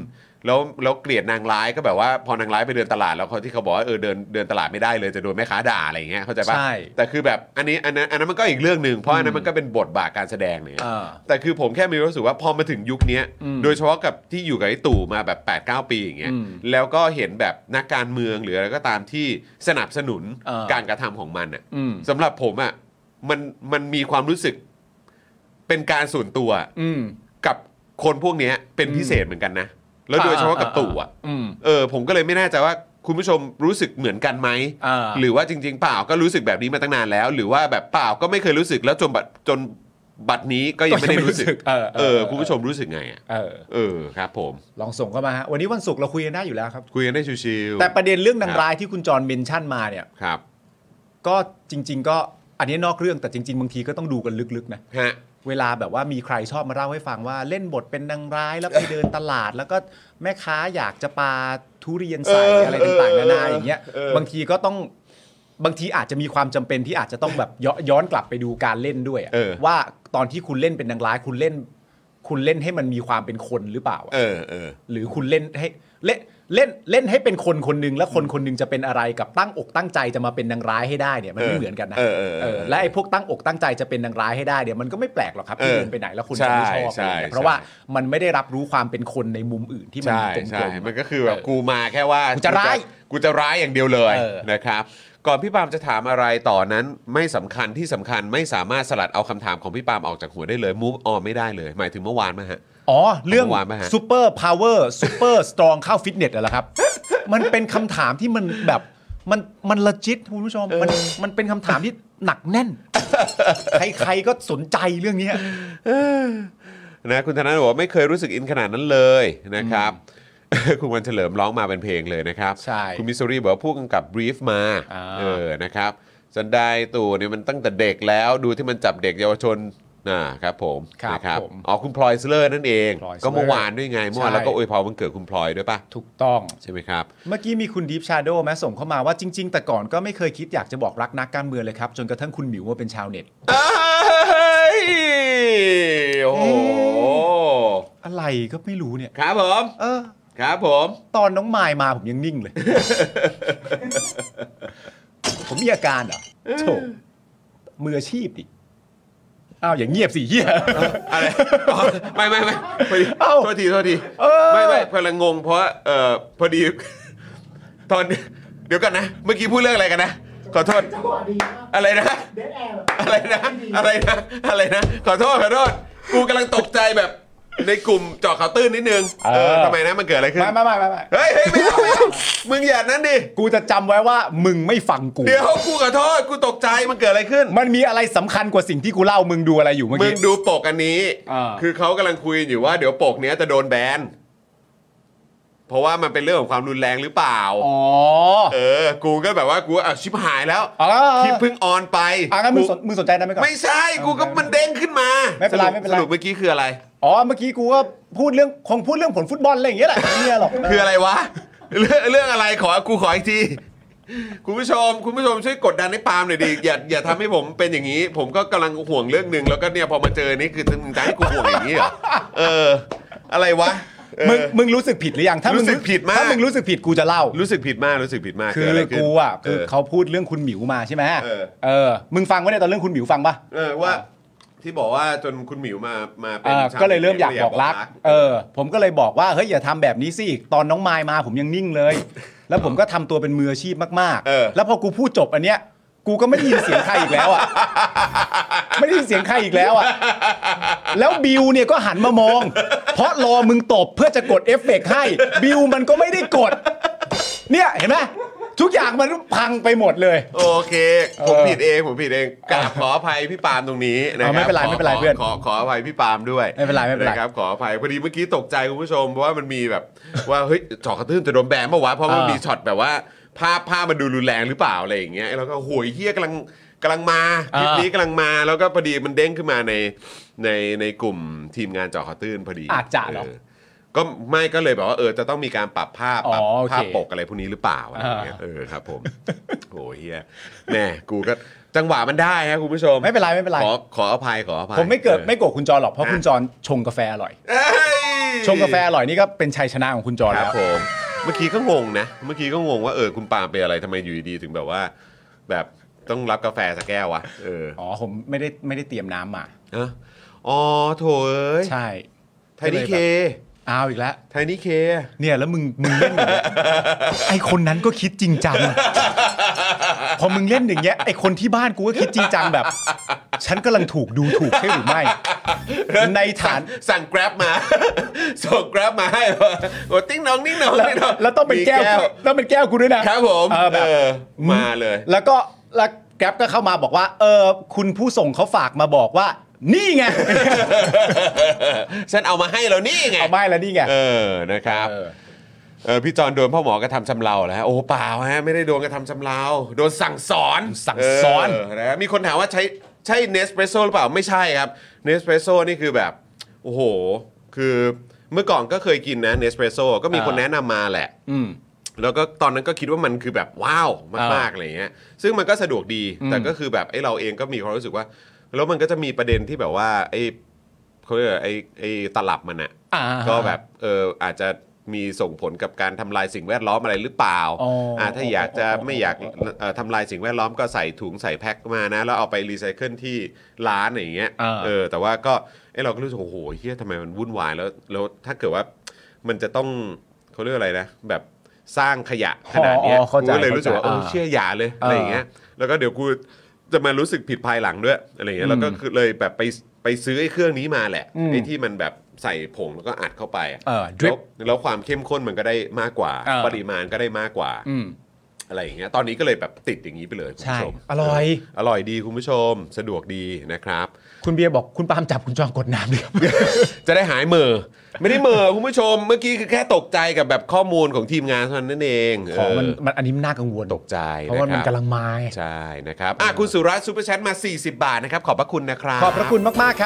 แล้วแล้วเกลียดนางร้ายก็แบบว่าพอนางร้ายไปเดินตลาดแล้วเขาที่เขาบอกว่าเออเดินเดินตลาดไม่ได้เลยจะโดนแม่ค้าด่าอะไรอย่างเงี้ยเข้าใจป่ะใช่แต่คือแบบอันนี้อันนั้นอันนั้นมันก็อีกเรื่องนึงเพราะอันนั้นมันก็เป็นบทบาทการแสดงเนี่ยอ่าแต่คือผมแค่มีรู้สึกว่าพอมาถึงยุคนี้อืมโดยเฉพาะกับที่อยู่กับไอ้ตู่มาแบบ แปดเก้า ปีอย่างเงี้ยอืมแล้วก็เห็นแบบนักการเมืองหรืออะไรก็ตามที่สนับสนุนเออการกระทำของมันอ่ะอืมสำหรับผมอ่ะมันมันมีความรู้สึกเป็นการส่วนตัวอืมกับคนพวกเนี้ยเป็นพิเศษเหมือนกันนะ แล้วโดยเฉพาะกับตู่อ่ะอืมเออผมก็เลยไม่แน่ใจว่าคุณผู้ชมรู้สึกเหมือนกันไหมอ่าหรือว่าจริง ๆ เปล่าก็รู้สึกแบบนี้มาตั้งนานแล้ว หรือว่าแบบเปล่าก็ไม่เคยรู้สึกแล้วจนบัดจนบัดนี้ก็ยังไม่ได้รู้สึกเออเออคุณผู้ชมรู้สึกไงอ่ะเออเออครับผมลองส่งเข้ามาฮะวันนี้วันศุกร์เราคุยกันได้อยู่แล้วครับคุยกันได้ชิวๆแต่ประเด็นเรื่องนางร้ายที่คุณจรเมนชั่นมาเนี่ยครับก็จริง ๆ ก็อันนี้นอกเรื่องแต่จริง ๆ บางทีก็ต้องดูกันลึกๆนะฮะเวลาแบบว่ามีใครชอบมาเล่าให้ฟังว่าเล่นบทเป็นนางร้ายแล้วไปเดินตลาด แล้วก็แม่ค้าอยากจะปาทุเรียนใส่เออออะไรต่างๆนานาอย่างเงี้ยเออบางทีก็ต้องบางทีอาจจะมีความจำเป็นที่อาจจะต้องแบบย้อนย้อนกลับไปดูการเล่นด้วยอะเออว่าตอนที่คุณเล่นเป็นนางร้ายคุณเล่น คุณเล่นให้มันมีความเป็นคนหรือเปล่าอะเออเออหรือคุณเล่นให้เล่นเล่นเล่นให้เป็นคนคนหนึ่งแล้วคนคนหนึ่งจะเป็นอะไรกับตั้งอกตั้งใจจะมาเป็นนางร้ายให้ได้เนี่ยมันไม่เออเหมือนกันนะเออเออเออและไอ้พวกตั้งอกตั้งใจจะเป็นนางร้ายให้ได้เนี่ยมันก็ไม่แปลกหรอกครับที่เออเดินไปไหนแล้วคุณจะไม่ชอบใช่อะไรเงี้ยใช่เพราะว่ามันไม่ได้รับรู้ความเป็นคนในมุมอื่นที่มันใช่กลใช่มๆมันก็คือแบบกูมาแค่ว่ากูจะร้ายกูจะร้ายอย่างเดียวเลยเออนะครับ ก่อนพี่ปาล์มจะถามอะไรต่อนั้นไม่สำคัญที่สำคัญไม่สามารถสลัดเอาคำถามของพี่ปาล์มออกจากหัวได้เลย move on ไม่ได้เลย หมายถึงเมื่อวานไหมฮะอ๋อเรื่องเมื่อวานปะฮะซูเปอร์พาวเวอร์ซูเปอร์สตรองเข้าฟิตเนสเหรอครับ มันเป็นคำถามที่มันแบบมันมันละจิตคุณผู้ชมมันมันเป็นคำถามที่หนักแน่น ใครๆก็สนใจเรื่องนี้นะคุณธนาบอกว่าไม่เคยรู้สึกอินขนาดนั้นเลยนะครับ คุณวันเฉลิมร้องมาเป็นเพลงเลยนะครับใช่คุณมิสซูรีบอกว่าผู้กำกับบรีฟมาอ่าเออนะครับสันได้ตู่เนี่ยมันตั้งแต่เด็กแล้วดูที่มันจับเด็กเยาวชนนะครับผมครับนะครับผมอ๋อคุณพลอยสเลอร์นั่นเองพลอยก็เมื่อ Sler วานด้วยไงเมื่อวานใช่แล้วก็อวยพรวันเกิดคุณพลอยด้วยป่ะถูกต้องใช่ไหมครับเมื่อกี้มีคุณดีฟชาโดว์แม้ส่งเข้ามาว่าจริง ๆ แต่ก่อนก็ไม่เคยคิดอยากจะบอกรักนักการเมืองเลยครับ จนกระทั่งคุณหมิวมาเป็นชาวเน็ตเอ้ยโอ้โหอะไรก็ไม่รู้เนี่ยครับผมเออครับผมตอนน้องมายมาผมยังนิ่งเลย ผมมีอาการเหรอโถมืออาชีพดิอ้าวอย่างเงียบสิเฮียอะไรอ๋อไม่ไม่ไม่พอดีเอ้าโทษทีโทษทีเออไม่ไม่พลังงงเพราะว่าเอ่อพอดี ตอนเดี๋ยวก่อนนะ เมื่อกี้พูดเรื่องอะไรกันนะ ขอโทษอะไรนะอะไรนะอะไรนะอะไรนะขอโทษขอโทษกูกำลังตกใจแบบในกลุ่มเจาะข่าวตื้นนิดนึงเออทำไมนะมันเกิดอะไรขึ้นไม่ไม่ไม่ไม่ไม่เฮ้ยเฮ้ยไม่เอาไม่เอามึงอย่านั้นดิกูจะจำไว้ว่ามึงไม่ฟังกูเดี๋ยวกูขอโทษกูตกใจมันเกิดอะไรขึ้นมันมีอะไรสำคัญกว่าสิ่งที่กูเล่ามึงดูอะไรอยู่เมื่อมึกี้งดูปกอันนี้อ่าคือเขากำลังคุยอยู่ว่าเดี๋ยวปกเนี้ยจะโดนแบนเพราะว่ามันเป็นเรื่องของความรุนแรงหรือเปล่าอ๋อเออ กูก็แบบว่ากูอ่ะชิบหายแล้วอ๋อคลิปเพิ่งออนไปอ่ะงั้นมึงสนมึงสนใจได้ไหมก่อนไม่ใช่กูก็มันเด้งขึ้นมาไม่เป็นไรสไม่เป็นไรสรุปเมื่อกี้คืออะไรอ๋อเมื่อกี้กูก็พูดเรื่องคงพูดเรื่องผลฟุตบอลอะไรอย่างเงี้ยแหละไม่มีอะไรหรอกคืออะไรวะ เรื่องเรื่องอะไรขอกูขออีกทีคุณผู้ชมคุณผู้ชมช่วยกดดันให้ปาล์มหน่อยดิอย่าอย่าทำให้ผมเป็นอย่างนี้ ผมก็กำลังห่วงเรื่องหนึ่งแล้วก็เนี่ยพอมาเจอนี่คือมึงจะให้กูห่วงอย่างนี้เหรอเออ อะไรวะเออมึงมึงรู้สึกผิดหรือยังถ้ามึงรู้สึกผิดมากถ้ามึงรู้สึกผิดกูจะเล่ารู้สึกผิดมากรู้สึกผิดมากคืเกิดออะไรขึ้นกูอ่ะคือเออเขาพูดเรื่องคุณหมิวมาใช่ไหมเออเออมึงฟังไว้ในตอนเรื่องคุณหมิวฟังปะเออว่าที่บอกว่าจนคุณหมิวมามาเป็เอน อชาวก็เลยเริ่มอยากน็ตบอกรัก เออ ผมก็เลยบอกว่าเฮ้ยอย่าทำแบบนี้สิตอนน้องมายมาผมยังนิ่งเลย แล้วผมก็ทำตัวเป็นมืออาชีพมากเออๆแล้วพอกูพูดจบอันเนี้ยกูก็ไม่ได้ยินเสียงใครอีกแล้วอ่ะไม่ได้ยินเสียงใครอีกแล้วอ่ะแล้วบิวเนี่ยก็หันมามอง เพราะรอมึงตบเพื่อจะกดเอฟเฟกต์ให้บิวมันก็ไม่ได้กด เนี่ยเห็นไหมทุกอย่างมันพังไปหมดเลยโอเคผมผิดเองผมผิดเองกราบขออภัยพี่ปาล์มตรงนี้นะคเอารับไม่เป็นไรขไม่เป็นไรเพื่อนขอขออภัยพี่ปาล์มด้วยไม่เป็นไรไม่เป็นไรนะครับขออภัยพอดีเมื่อกี้ตกใจคุณผู้ชมเพราะว่ามันมีแบบว่าเฮ้ยเจาะกระตื้นจะโดนแบนเมื่อวะเพราะมันอ่ามีมีช็อตแบบว่าภาพภาพมันดูรุนแรงหรือเปล่าอะไรอย่างเงี้ยแล้วก็โหยเฮียกำลังกำลังมาคลิปนี้กำลังมาแล้วก็พอดีมันเด้งขึ้นมาในในในกลุ่มทีมงานเจาะข่าวตื้นพอดีอาจจะเหรอเออก็ไม่ก็เลยแบบว่าเออจะต้องมีการปรับภาพปรับอ๋อโอเคภาพปกอะไรพวกนี้หรือเปล่าอะไรอย่างเงี้ยเออครับผมโอ้ยเฮียแม่กูก็จังหวะมันได้ครับคุณผู้ชมไม่เป็นไรไม่เป็นไรขอขออภัยขออภัยผมไม่เกิดออไม่โกรธคุณจรหรอกเพราะคุณจรชงกาแฟอร่อยเอ้ยชงกาแฟอร่อยนี่ก็เป็นชัยชนะของคุณจรครัแล้บวผมเมื่อกี้ก็งงนะเมื่อกี้ก็งงว่าเออคุณปาล์มเป็นอะไรทำไมอยู่ดีๆถึงแบบว่า แบบต้องรับกาแฟสักแก้ววะเอออ๋อผมไม่ได้ไม่ได้เตรียมน้ำมาเอออ๋อโถเอ้ยใช่ไทนี่เคเอาอีกแล้วไทนี่เคเนี่ยแล้วมึงมึงเล่นอย่างเงี้ยไอคนนั้นก็คิดจริงจังพอมึงเล่นอย่างเงี้ยไอคนที่บ้านกูก็คิดจริงจังแบบ ฉันกำลังถูกดูถูกใช่หรือไม่ ในฐานสั่ง Grab มา ส่ง Grab มาให้โอ้ติ้งน้องนิ่งน้องแล้วนิ่งน้องแล้วต้องเป็นแก้วต้องเป็นแก้วกูด้วยนะครับผมเออแบบเออมาเลยแล้วก็แล้วแกร็บก็เข้ามาบอกว่าเออคุณผู้ส่งเขาฝากมาบอกว่า นี่ไงฉันเอามาให้แล้วนี่ไงเอาไม่แล้วนี่ไงเออนะครับเออเออพี่จอนโดนพ่อหมอกระทำชำเราแล้วโอ้เปล่าฮะไม่ได้โดนกระทำชำเราโดนสั่งสอนสั่งสอนเนะมีคนถามว่าใช้ใช่เนสเปรสโซ่หรือเปล่าไม่ใช่ครับเนสเปรสโซ่นี่คือแบบโอ้โหคือเมื่อก่อนก็เคยกินนะเนสเปรสโซ่ก็มีคนแนะนำมาแหละอืมแล้วก็ตอนนั้นก็คิดว่ามันคือแบบว้าวมากๆอะไรเงี้ยซึ่งมันก็สะดวกดีอืมแต่ก็คือแบบไอ้เราเองก็มีความรู้สึกว่าแล้วมันก็จะมีประเด็นที่แบบว่าไอ้เขาเรียกว่าไอ้ไอ้ตลับมันอะอ่าก็แบบเอออาจจะมีส่งผลกับการทำลายสิ่งแวดล้อมอะไรหรือเปล่าอ๋ออ่าถ้าอยากจะไม่อยากเอ่อทำลายสิ่งแวดล้อมก็ใส่ถุงใส่แพ็คมานะแล้วเอาไปรีไซเคิลที่ร้านอย่างเงี้ยอ่าเออแต่ว่าก็ไอ้เราก็รู้สึกโอ้โหเฮียทำไมมันวุ่นวายแล้วแล้วถ้าเกิดว่ามันจะต้องเขาเรียกอะไรนะแบบสร้างขยะขนาดเนี้ยอ๋อเข้าใจกูก็เลยรู้สึกว่าเข้าเอใจอเชื่ออย่าเลยอะไรอย่างเงี้ยแล้วก็เดี๋ยวกูจะมารู้สึกผิดภายหลังด้วยอะไรอย่างเงี้ยแล้วก็คือเลยแบบไปไปซื้อไอ้เครื่องนี้มาแหละอืมไอ้ที่มันแบบใส่ผงแล้วก็อัดเข้าไปอะเออแล้ว drip แล้วความเข้มข้นมันก็ได้มากกว่าเออปริมาณก็ได้มากกว่าอืมอะไรอย่างเงี้ยตอนนี้ก็เลยแบบติดอย่างนี้ไปเลยคุณใช่ผู้ชมอร่อยอร่อยดีคุณผู้ชมสะดวกดีนะครับคุณเบียร์บอกคุณปาล์มจับคุณจองกดน้ำดิจะได้หายเหม่อไม่ได้เหม่อคุณผู้ชมเมื่อกี้คือแค่ตกใจกับแบบข้อมูลของทีมงานเท่านั้นนั่นเองของมันเออมันอันนี้มันน่ากังวลตกใจเพราะว่ามันคบกำลังมาไงใช่นะครับอ่ะคุณสุรัตน์ซูเปอร์แชทมาสี่สิบบาทนะครับขอบพระคุณนะครับขอบพระคุณมากๆครับ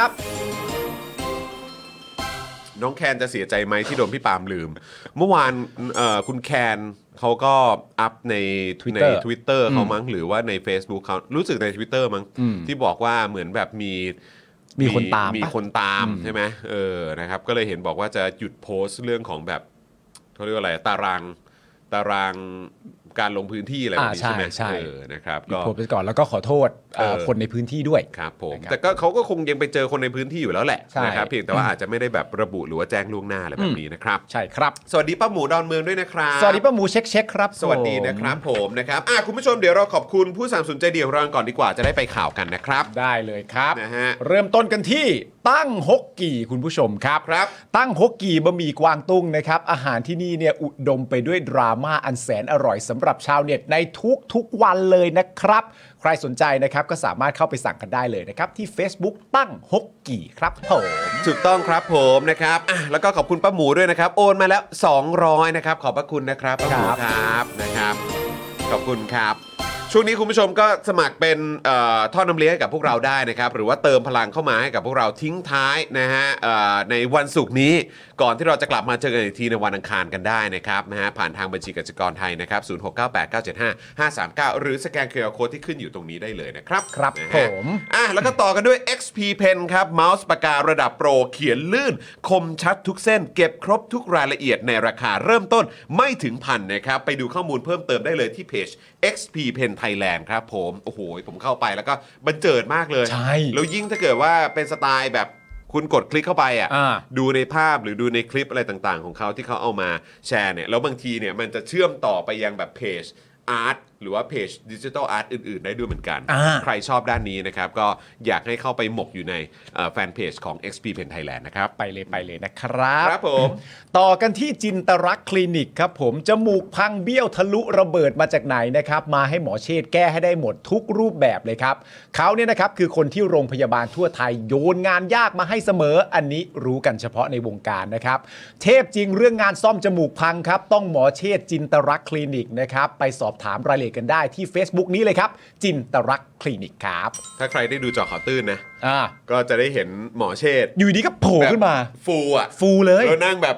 น้องแคนจะเสียใจไหมที่โดนพี่ปาล์มลืม เมื่อวานเอ่อคุณแคนเขาก็อัพใน Twitter ใน Twitter เขาอืมมั้งหรือว่าใน Facebook เขารู้สึกใน Twitter มั้งอืมที่บอกว่าเหมือนแบบมีมีคนตามมีปะคนตามอืมใช่ไหมเออนะครับก็เลยเห็นบอกว่าจะหยุดโพสต์เรื่องของแบบเขาเรียกว่าอะไรตารางตารางการลงพื้นที่อะไรแบบนี้อ่าใช่ไหมใช่ใช่เออนะครับหยุดก็โพสต์ไปก่อนแล้วก็ขอโทษเอ่อเออคนในพื้นที่ด้วยครับผมนะครับแต่ก็เขาก็คงยังไปเจอคนในพื้นที่อยู่แล้วแหละใช่นะครับเพียงแต่ว่าอาจจะไม่ได้แบบระบุหรือว่าแจ้งล่วงหน้าอะไรแบบนี้นะครับใช่ครับสวัสดีป้าหมูดอนเมืองด้วยนะครับสวัสดีป้าหมูเช็คเช็คครับสวัสดีนะครับผมนะครับอ่ะคุณผู้ชมเดี๋ยวเราขอบคุณผู้สนับสนุนใจเดียวเราก่อนดีกว่าจะได้ไปข่าวกันนะครับได้เลยครับนะฮะเริ่มต้นกันที่ตั้งฮกกี่คุณผู้ชมครับครับตั้งฮกกี่บะหมี่กวางตุ้งนะครับอาหารที่นี่เนี่ยอุดมไปด้วยดราม่าอันแสนอร่อยสำหรับชาวเน็ตในทุกทุกๆวันเลยนะครับ ใครสนใจนะครับก็สามารถเข้าไปสั่งกันได้เลยนะครับที่ Facebook ตั้งฮกกี่ครับผมถูกต้องครับผมนะครับอ่ะแล้วก็ขอบคุณป้าหมูด้วยนะครับ โอนมาแล้วสองร้อยนะครับขอบพระคุณนะครับป้าหมูครับนะครับขอบคุณครับ ช่วงนี้คุณผู้ชมก็สมัครเป็นเอ่อท่อน้ำเลี้ยงให้กับพวกเราได้นะครับหรือว่าเติมพลังเข้ามาให้กับพวกเราทิ้งท้ายนะฮะเอ่อในวันศุกร์นี้ก่อนที่เราจะกลับมาเจอกันอีกทีในวันอังคารกันได้นะครับนะฮะผ่านทางบัญชีกสิกรไทยนะครับศูนย์ หก เก้า แปด เก้า เจ็ด ห้า ห้า สาม เก้าหรือสแกน คิว อาร์ Code ที่ขึ้นอยู่ตรงนี้ได้เลยนะครับครับนะผฮะมอ่ะแล้วก็ต่อกันด้วย เอ็กซ์ พี Pen ครับเมาส์ปากการะดับโปรเขียนลื่น คมชัดทุกเส้น เก็บครบทุกรายละเอียดในราคาเริ่มต้นไม่ถึงพันนะครับไปดูข้อมูลเพิ่มเติมได้เลยที่เพจ เอ็กซ์ พี Pen Thailand ครับผมโอ้โหผมเข้าไปแล้วก็บันเจิดมากเลยใช่แล้วยิ่งถ้าเกิดว่าเป็นสไตล์แบบคุณกดคลิกเข้าไปอ่ะอ่าดูในภาพหรือดูในคลิปอะไรต่างๆ ของเขาที่เขาเอามาแชร์เนี่ยแล้วบางทีเนี่ยมันจะเชื่อมต่อไปยังแบบเพจอาร์ตหรือว่าเพจดิจิทัลอาร์ตอื่นๆ ได้ด้วยเหมือนกันอ่าใครชอบด้านนี้นะครับก็อยากให้เข้าไปหมกอยู่ในเอ่อแฟนเพจของ เอ็กซ์ พี Pen Thailand นะครับไปเลยไปเลยนะครับครับผมต่อกันที่จินตรักษณ์คลินิกครับผมจมูกพังเบี้ยวทะลุระเบิดมาจากไหนนะครับมาให้หมอเชษฐ์แก้ให้ได้หมดทุกรูปแบบเลยครับเขาเนี่ยนะครับคือคนที่โรงพยาบาลทั่วไทยโยนงานยากมาให้เสมออันนี้รู้กันเฉพาะในวงการนะครับเทพจริงเรื่องงานซ่อมจมูกพังครับต้องหมอเชษฐ์จินตรักษณ์คลินิกนะครับไปสอบถามรายละเอียดกันได้ที่ Facebook นี้เลยครับจินตรักษณ์คลินิกครับถ้าใครได้ดูเจอข่าวตื้นนะอ่าก็จะได้เห็นหมอเชษฐ์อยู่ดีก็โผล่ขึ้นมาฟูอ่ะฟูเลยแล้วนั่งแบบ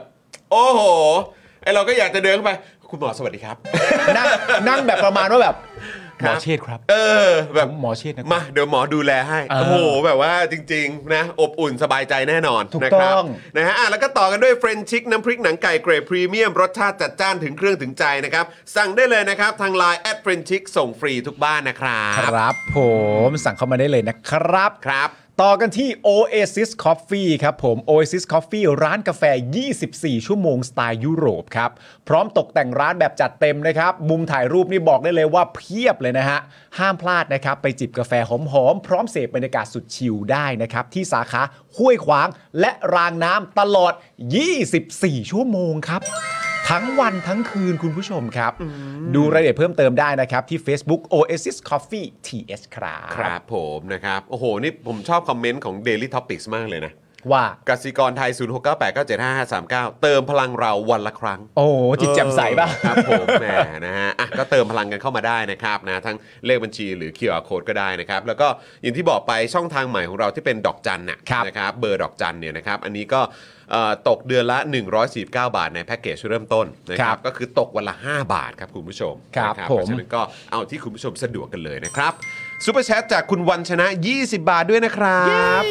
โอ้โหไอเราก็อยากจะเดินเข้าไปคุณหมอสวัสดีครับนั่งนั่งแบบประมาณว่าแบบหมอเชษครับเออแบบหมอเชษนะมาเดี๋ยวหมอดูแลให้โอ้โหแบบว่าจริงๆนะอบอุ่นสบายใจแน่นอนนะครับนะฮะแล้วก็ต่อกันด้วยเฟรนชิกน้ำพริกหนังไก่เกรดพรีเมียมรสชาติจัดจ้านถึงเครื่องถึงใจนะครับสั่งได้เลยนะครับทาง ไลน์ แอท เฟรนชิกส่งฟรีทุกบ้านนะครับครับผมสั่งเข้ามาได้เลยนะครับครับต่อกันที่ Oasis Coffee ครับผม Oasis Coffee ร้านกาแฟยี่สิบสี่ชั่วโมงสไตล์ยุโรปครับพร้อมตกแต่งร้านแบบจัดเต็มนะครับมุมถ่ายรูปนี่บอกได้เลยว่าเพียบเลยนะฮะห้ามพลาดนะครับไปจิบกาแฟหอมๆพร้อมเสพบรรยากาศสุดชิลได้นะครับที่สาขาห้วยขวางและรางน้ำตลอดยี่สิบสี่ชั่วโมงครับทั้งวันทั้งคืนคุณผู้ชมครับดูรายละเอียดเพิ่มเติมได้นะครับที่ Facebook Oasis Coffee ที เอส ครับครับผมนะครับโอ้โหนี่ผมชอบคอมเมนต์ของ Daily Topics มากเลยนะว่ากสิกรไทยศูนย์ หก เก้า แปด เก้า เจ็ด ห้า ห้า สาม เก้าเติมพลังเราวันละครั้งโอ้จิตแจ่มใสป่ะครับผมแหมนะฮะอ่ะก็เติมพลังกันเข้ามาได้นะครับนะทั้งเลขบัญชีหรือ คิว อาร์ Code ก็ได้นะครับแล้วก็อย่างที่บอกไปช่องทางใหม่ของเราที่เป็นดอกจันน่ะนะครับเบอร์ดอกจันเนี่ยนะครับอันนี้ก็ตกเดือนละหนึ่งร้อยสี่สิบเก้าบาทในแพ็กเกจเริ่มต้นนะครับก็คือตกวันละห้าบาทครับคุณผู้ชมครับเพราะฉะนั้นก็เอาที่คุณผู้ชมสะดวกกันเลยนะครับซุปเปอร์แชทจากคุณวันชนะยี่สิบบาทด้วยนะครับ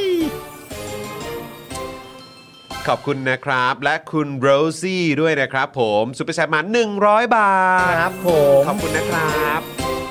ขอบคุณนะครับและคุณโรซี่ด้วยนะครับผมซุปเปอร์แชทมาหนึ่งร้อยบาทครับผมขอบคุณนะครับ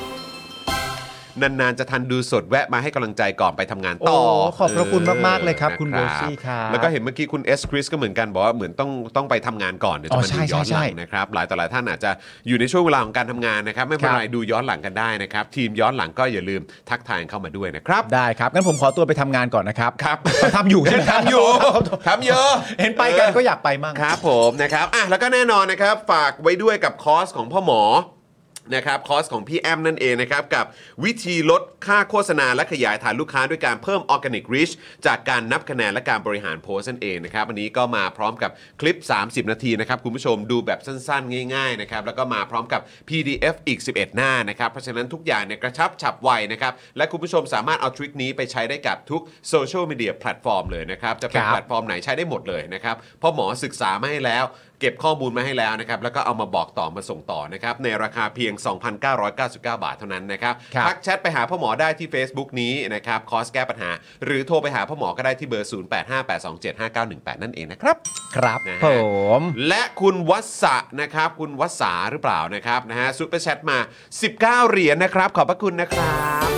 นานๆจะทันดูสดแวะมาให้กำลังใจก่อนไปทำงานต่อขอบพระคุณมากๆเลยครับคุณโรซี่ครับแล้วก็เห็นเมื่อกี้คุณเอสคริสก็เหมือนกันบอกว่าเหมือนต้องต้องไปทำงานก่อนเดี๋ยวจะมาดูย้อนหลังนะครับหลายต่อหลายท่านอาจจะอยู่ในช่วงเวลาของการทำงานนะครับไม่เป็นไรดูย้อนหลังกันได้นะครับทีมย้อนหลังก็อย่าลืมทักทายเข้ามาด้วยนะครับได้ครับงั้นผมขอตัวไปทำงานก่อนนะครับครับทำอยู่ใช่ไหมทำอยู่ทำเยอะเห็นไปกันก็อยากไปมั่งครับผมนะครับอ่ะแล้วก็แน่นอนนะครับฝากไว้ด้วยกับคอร์สของพ่อหมอนะครับคอร์สของพี่แอมนั่นเองนะครับกับวิธีลดค่าโฆษณาและขยายฐานลูกค้าด้วยการเพิ่ม Organic Reach จากการนับคะแนนและการบริหารโพสต์นั่นเองนะครับอันนี้ก็มาพร้อมกับคลิปสามสิบนาทีนะครับคุณผู้ชมดูแบบสั้นๆง่ายๆนะครับแล้วก็มาพร้อมกับ พี ดี เอฟ อีกสิบเอ็ดหน้านะครับเพราะฉะนั้นทุกอย่างเนี่ยกระชับฉับไวนะครับและคุณผู้ชมสามารถเอาทริคนี้ไปใช้ได้กับทุกโซเชียลมีเดียแพลตฟอร์มเลยนะครับจะเป็นแพลตฟอร์มไหนใช้ได้หมดเลยนะครับเพราะหมอศึกษามาให้แล้วเก็บข้อมูลมาให้แล้วนะครับแล้วก็เอามาบอกต่อมาส่งต่อนะครับในราคาเพียง สองพันเก้าร้อยเก้าสิบเก้า บาทเท่านั้นนะครับทักแชทไปหาพ่อหมอได้ที่ Facebook นี้นะครับคอร์สแก้ปัญหาหรือโทรไปหาพ่อหมอก็ได้ที่เบอร์ศูนย์ แปด ห้า แปด สอง เจ็ด ห้า เก้า หนึ่ง แปดนั่นเองนะครับครับผมและคุณวัศะนะครับคุณวัศาหรือเปล่านะครับนะฮะซุปเปอร์แชทมาสิบเก้าเหรียญนะครับขอบพระคุณนะครับ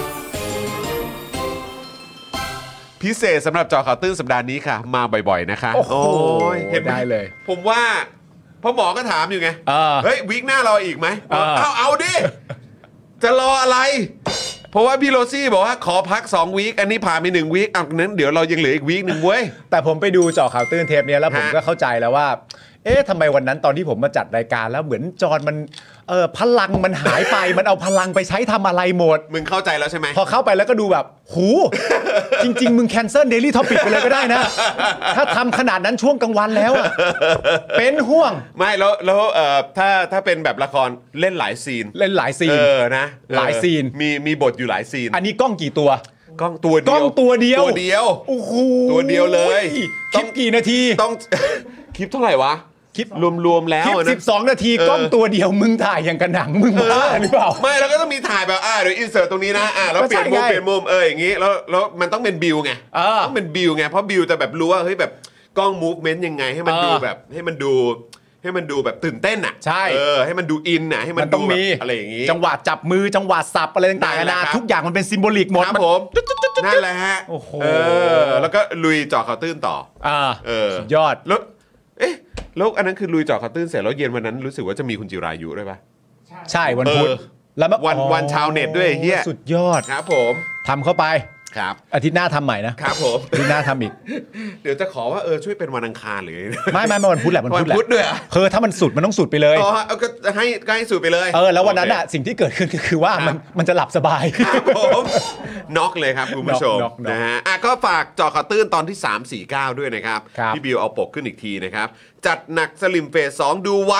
พิเศษสำหรับจอข่าวตื้นสัปดาห์นี้ค่ะมาบ่อยๆนะคะโอ้โหเห็นได้เลยผมว่าพ่อหมอก็ถามอยู่ไงเฮ้ยวีคหน้ารออีกไหมเอาเอาดิจะรออะไรเพราะว่าพี่โรซี่บอกว่าขอพักสองวีคอันนี้ผ่านไปหนึ่งวีคอ่ะนั้นเดี๋ยวเรายังเหลืออีกวีคนึงเว้ยแต่ผมไปดูจอข่าวตื้นเทปนี้แล้วผมก็เข้าใจแล้วว่าเอ๊ะทำไมวันนั้นตอนที่ผมมาจัดรายการแล้วเหมือนจอนมันเออพลังมันหายไปมันเอาพลังไปใช้ทำอะไรหมดมึงเข้าใจแล้วใช่ไหมพอเข้าไปแล้วก็ดูแบบหูจริงๆมึงแคนเซิล Daily Topic ไปเลยก็ได้นะถ้าทำขนาดนั้นช่วงกลางวันแล้วเป็นห่วงไม่แล้วแล้วเอ่อถ้าถ้าเป็นแบบละครเล่นหลายซีนเล่นหลายซีนเออนะหลายซีนมีมีบทอยู่หลายซีนอันนี้กล้องกี่ตัวกล้องตัวเดียวกล้องตัวเดียวตัวเดียวโอ้โหตัวเดียวเลยคลิปกี่นาทีต้องคลิปเท่าไหร่วะคลิปรวมๆแล้วคลิปสิบสองนาทีกล้องตัวเดียวมึงถ่ายอย่างกระหนังมึงบ้าหรือเปล่าไม่แล้วก็ต้องมีถ่ายแบบอ่าเดี๋ยวอินเสิร์ตตรงนี้นะอ่าแล้วเปลี่ยนมุมเปลี่ยนมุมเอออย่างงี้แล้วแล้วมันต้องเป็นบิลไงต้องเป็นบิลไงเพราะบิลจะแบบรู้ว่าเฮ้ยแบบกล้องมูฟเมนต์ยังไงให้มันดูแบบให้มันดูให้มันดูแบบตื่นเต้นอ่ะใช่เออให้มันดูอินอ่ะให้มันต้องมีอะไรอย่างงี้จังหวะจับมือจังหวะสับอะไรต่างๆนะทุกอย่างมันเป็นซิมโบลิกหมดครับผมนั่นแหละฮะโอ้โหแล้วก็ลุยจ่อข่าวตื้นต่ออ่าเออยอดแล้วเอ๊ะแล้วอันนั้นคือลุยจ่อข่าวตื้นเสร็จแล้วเย็นวันนั้นรู้สึกว่าจะมีคุณจิรายุด้วยป่ะใช่วันพุธแล้ววันวันชาวเน็ตด้วยเฮียสุดยอดครับผมทำเข้าไปครับอาทิตย์หน้าทำใหม่นะครับผมอาทิตย์หน้าทำอีกเดี๋ยวจะขอว่าเออช่วยเป็นวันอังคารหรือไม่ไม่วันพุธแหละวันพุธแหละด้วยเออถ้ามันสุดมันต้องสุดไปเลยอ๋อก็ให้ก็ให้สุดไปเลยเออแล้ววันนั้นอ่ะสิ่งที่เกิดขึ้นก็คือว่ามันมันจะหลับสบายครับผมน็อกเลยครับคุณผู้ชมนะฮะอ่ะก็ฝากจอข่าวตื้นตอนที่สาม สี่ เก้าด้วยนะครับพี่บิวเอาปกขึ้นอีกทีนะครับจัดหนักสลิมเฟสสองดูไว้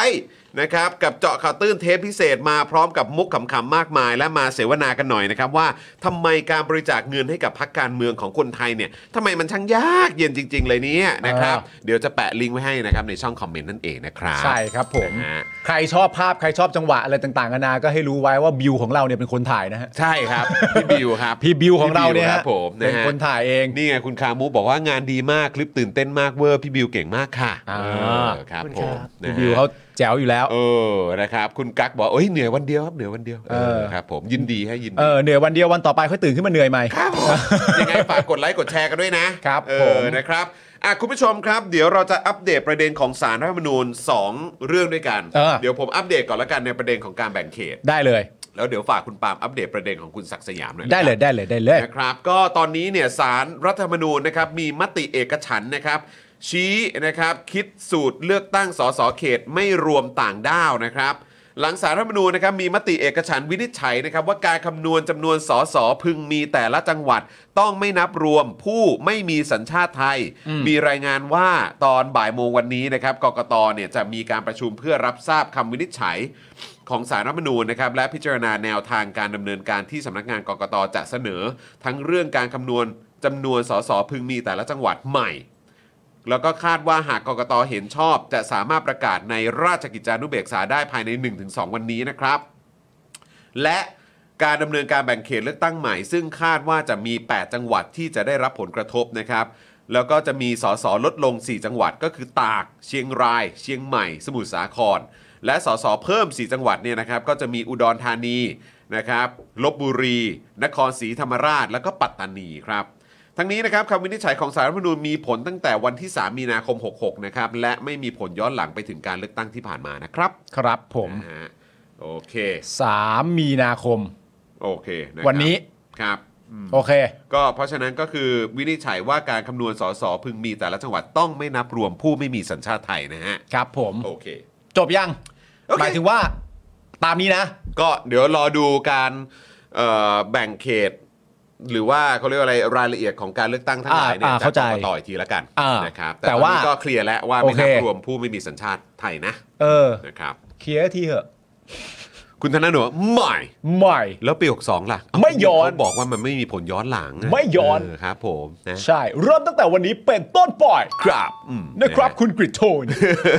นะครับกับเจาะข่าวตื้นเทปพิเศษมาพร้อมกับมุกขำๆมากมายและมาเสวนากันหน่อยนะครับว่าทำไมการบริจาคเงินให้กับพรรคการเมืองของคนไทยเนี่ยทำไมมันช่างยากเย็นจริงๆเลยเนี่ยนะครับเดี๋ยวจะแปะลิงก์ไว้ให้นะครับในช่องคอมเมนต์นั่นเองนะครับใช่ครับผมนะฮะใครชอบภาพใครชอบจังหวะอะไรต่างๆนานาก็ให้รู้ไว้ว่าบิวของเราเนี่ยเป็นคนถ่ายนะฮะใช่ครับพี่บิวครับพี่บิวของเราเนี่ยครับผมเป็นคนถ่ายเองนี่ไงคุณคามูบอกว่างานดีมากคลิปตื่นเต้นมากเวอร์พี่บิวเก่งมากค่ะอ่าเออครับผมนะพี่ฮะบิวเขาแจ๋วอยู่แล้วเออนะครับคุณกั๊กบอกเอ้ยเหนื่อยวันเดียวครับเหนื่อยวันเดียวเออครับผมยินดีให้ยินดีเออเหนื่อยวันเดียววันต่อไปค่อยตื่นขึ้นมาเหนื่อยใหม่ครับผมยังไงฝากกดไลค์กดแชร์กันด้วยนะครับ เอผอมนะครับอ่ะคุณผู้ชมครับเดี๋ยวเราจะอัปเดตประเด็นของศาลรัฐธรรมนูญสองเรื่องด้วยกันเออเดี๋ยวผมอัปเดตก่อนแล้วกันในประเด็นของการแบ่งเขตได้เลยแล้วเดี๋ยวฝากคุณปาล์มอัปเดตประเด็นของคุณศักดิ์สยามหน่อยได้เลยได้เลยได้เลยนะครับก็ตอนนี้เนี่ยศาลรัฐธรรมนูญนะครับมีมติเอกฉันท์นะครับชี้นะครับคิดสูตรเลือกตั้งสสเขตไม่รวมต่างด้าวนะครับหลังศาลรัฐธรรมนูญนะครับมีมติเอกฉันท์วินิจฉัยนะครับว่าการคำนวณจำนวนสสพึงมีแต่ละจังหวัดต้องไม่นับรวมผู้ไม่มีสัญชาติไทย มีรายงานว่าตอนบ่ายโมงวันนี้นะครับกกตเนี่ยจะมีการประชุมเพื่อรับทราบคำวินิจฉัยของศาลรัฐธรรมนูญนะครับและพิจารณาแนวทางการดำเนินการที่สำนักงานกกตจะเสนอ ทั้งเรื่องการคำนวณจำนวนสสพึงมีแต่ละจังหวัดใหม่แล้วก็คาดว่าหากกกตเห็นชอบจะสามารถประกาศในราชกิจจานุเบกษาได้ภายใน หนึ่งถึงสอง วันนี้นะครับและการดำเนินการแบ่งเขตเลือกตั้งใหม่ซึ่งคาดว่าจะมีแปดจังหวัดที่จะได้รับผลกระทบนะครับแล้วก็จะมีสสลดลงสี่จังหวัดก็คือตากเชียงรายเชียงใหม่สมุทรสาครและสสเพิ่มสี่จังหวัดเนี่ยนะครับก็จะมีอุดรธานีนะครับลพบุรีนครศรีธรรมราชแล้วก็ปัตตานีครับทั้งนี้นะครับคำวินิจฉัยของศาลรัฐธรรมนูญมีผลตั้งแต่วันที่สามมีนาคมหกสิบหกนะครับและไม่มีผลย้อนหลังไปถึงการเลือกตั้งที่ผ่านมานะครับครับผมนะฮะโอเคสามมีนาคมโอเคนะครับวันนี้ครับโอเคก็เพราะฉะนั้นก็คือวินิจฉัยว่าการคำนวณสสพึงมีแต่ละจังหวัดต้องไม่นับรวมผู้ไม่มีสัญชาติไทยนะฮะครับผมโอเคจบยัง okay. หมายถึงว่าตามนี้นะก็เดี๋ยวรอดูการเอ่อแบ่งเขตหรือว่าเขาเรียกอะไรรายละเอียดของการเลือกตั้งทั้งหลายเนี่ยจะต่ออีกทีละกันนะครับแต่ว่าก็เคลียร์แล้วว่าไม่นับรวมผู้ไม่มีสัญชาติไทยนะเออนะครับเคลียร์ทีเหอะคุณธนาหนูใหม่ใหม่แล้วปีหกสิบสองล่ะไม่ย้อนเขาบอกว่ามันไม่มีผลย้อนหลังไม่ย้อนครับผมนะใช่เริ่มตั้งแต่วันนี้เป็นต้นไปครับนะครับคุณกริชโทน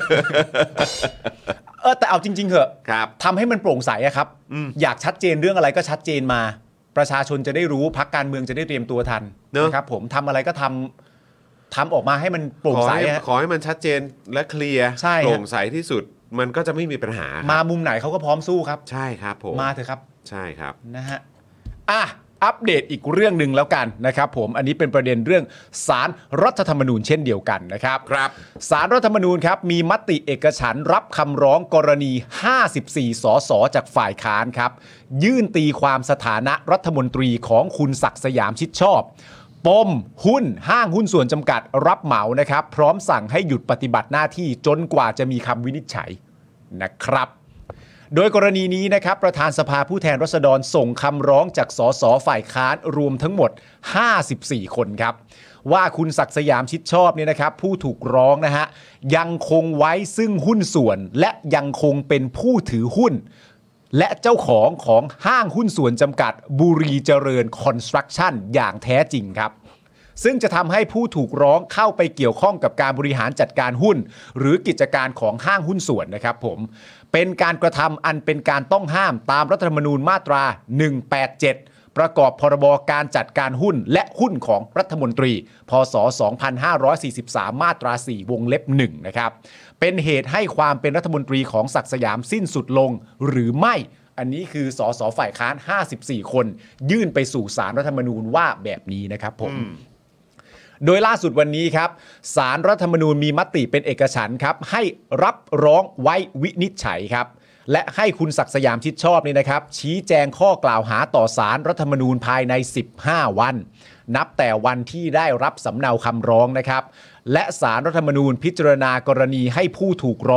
เออแต่เอาจริงๆเหอะทำให้มันโปร่งใสอะครับอยากชัดเจนเรื่องอะไรก็ชัดเจนมาประชาชนจะได้รู้พรรคการเมืองจะได้เตรียมตัวทันนะครับผมทำอะไรก็ทำทำออกมาให้มันโปร่งใสขอให้มันชัดเจนและเคลียร์โปร่งใสที่สุดมันก็จะไม่มีปัญหามามุมไหนเขาก็พร้อมสู้ครับใช่ครับผมมาเถอะครับใช่ครับนะฮะอ่ะอัปเดตอีกเรื่องหนึ่งแล้วกันนะครับผมอันนี้เป็นประเด็นเรื่องศาลรัฐธรรมนูญเช่นเดียวกันนะครับครับศาลรัฐธรรมนูญครับมีมติเอกฉันท์รับคำร้องกรณีห้าสิบสี่สสจากฝ่ายค้านครับยื่นตีความสถานะรัฐมนตรีของคุณศักดิ์สยามชิดชอบปมหุ้นห้างหุ้นส่วนจำกัดรับเหมานะครับพร้อมสั่งให้หยุดปฏิบัติหน้าที่จนกว่าจะมีคำวินิจฉัยนะครับโดยกรณีนี้นะครับประธานสภาผู้แทนราษฎรส่งคำร้องจากสสฝ่ายค้านรวมทั้งหมดห้าสิบสี่คนครับว่าคุณศักดิ์สยามชิดชอบเนี่ยนะครับผู้ถูกร้องนะฮะยังคงไว้ซึ่งหุ้นส่วนและยังคงเป็นผู้ถือหุ้นและเจ้าของของห้างหุ้นส่วนจำกัดบุรีเจริญคอนสตรักชั่นอย่างแท้จริงครับซึ่งจะทำให้ผู้ถูกร้องเข้าไปเกี่ยวข้องกับการบริหารจัดการหุ้นหรือกิจการของห้างหุ้นส่วนนะครับผมเป็นการกระทำอันเป็นการต้องห้ามตามรัฐธรรมนูญมาตราหนึ่งแปดเจ็ดประกอบพรบการจัดการหุ้นและหุ้นของรัฐมนตรีพ.ศ. สองพันห้าร้อยสี่สิบสามมาตราสี่วงเล็บหนึ่งนะครับเป็นเหตุให้ความเป็นรัฐมนตรีของศักดิ์สยามสิ้นสุดลงหรือไม่อันนี้คือสสฝ่ายค้านห้าสิบสี่คนยื่นไปสู่ศาลรัฐธรรมนูญว่าแบบนี้นะครับผมโดยล่าสุดวันนี้ครับศาลรัฐธรรมนูญมีมติเป็นเอกฉันท์ครับให้รับร้องไว้วินิจฉัยครับและให้คุณศักดิ์สยามชิดชอบนี่นะครับชี้แจงข้อกล่าวหาต่อศาลรัฐธรรมนูญภายในสิบห้าวันนับแต่วันที่ได้รับสำเนาคำร้องนะครับและศาลรัฐธรรมนูญพิจารณากรณีให้ผู้ถูกร้อง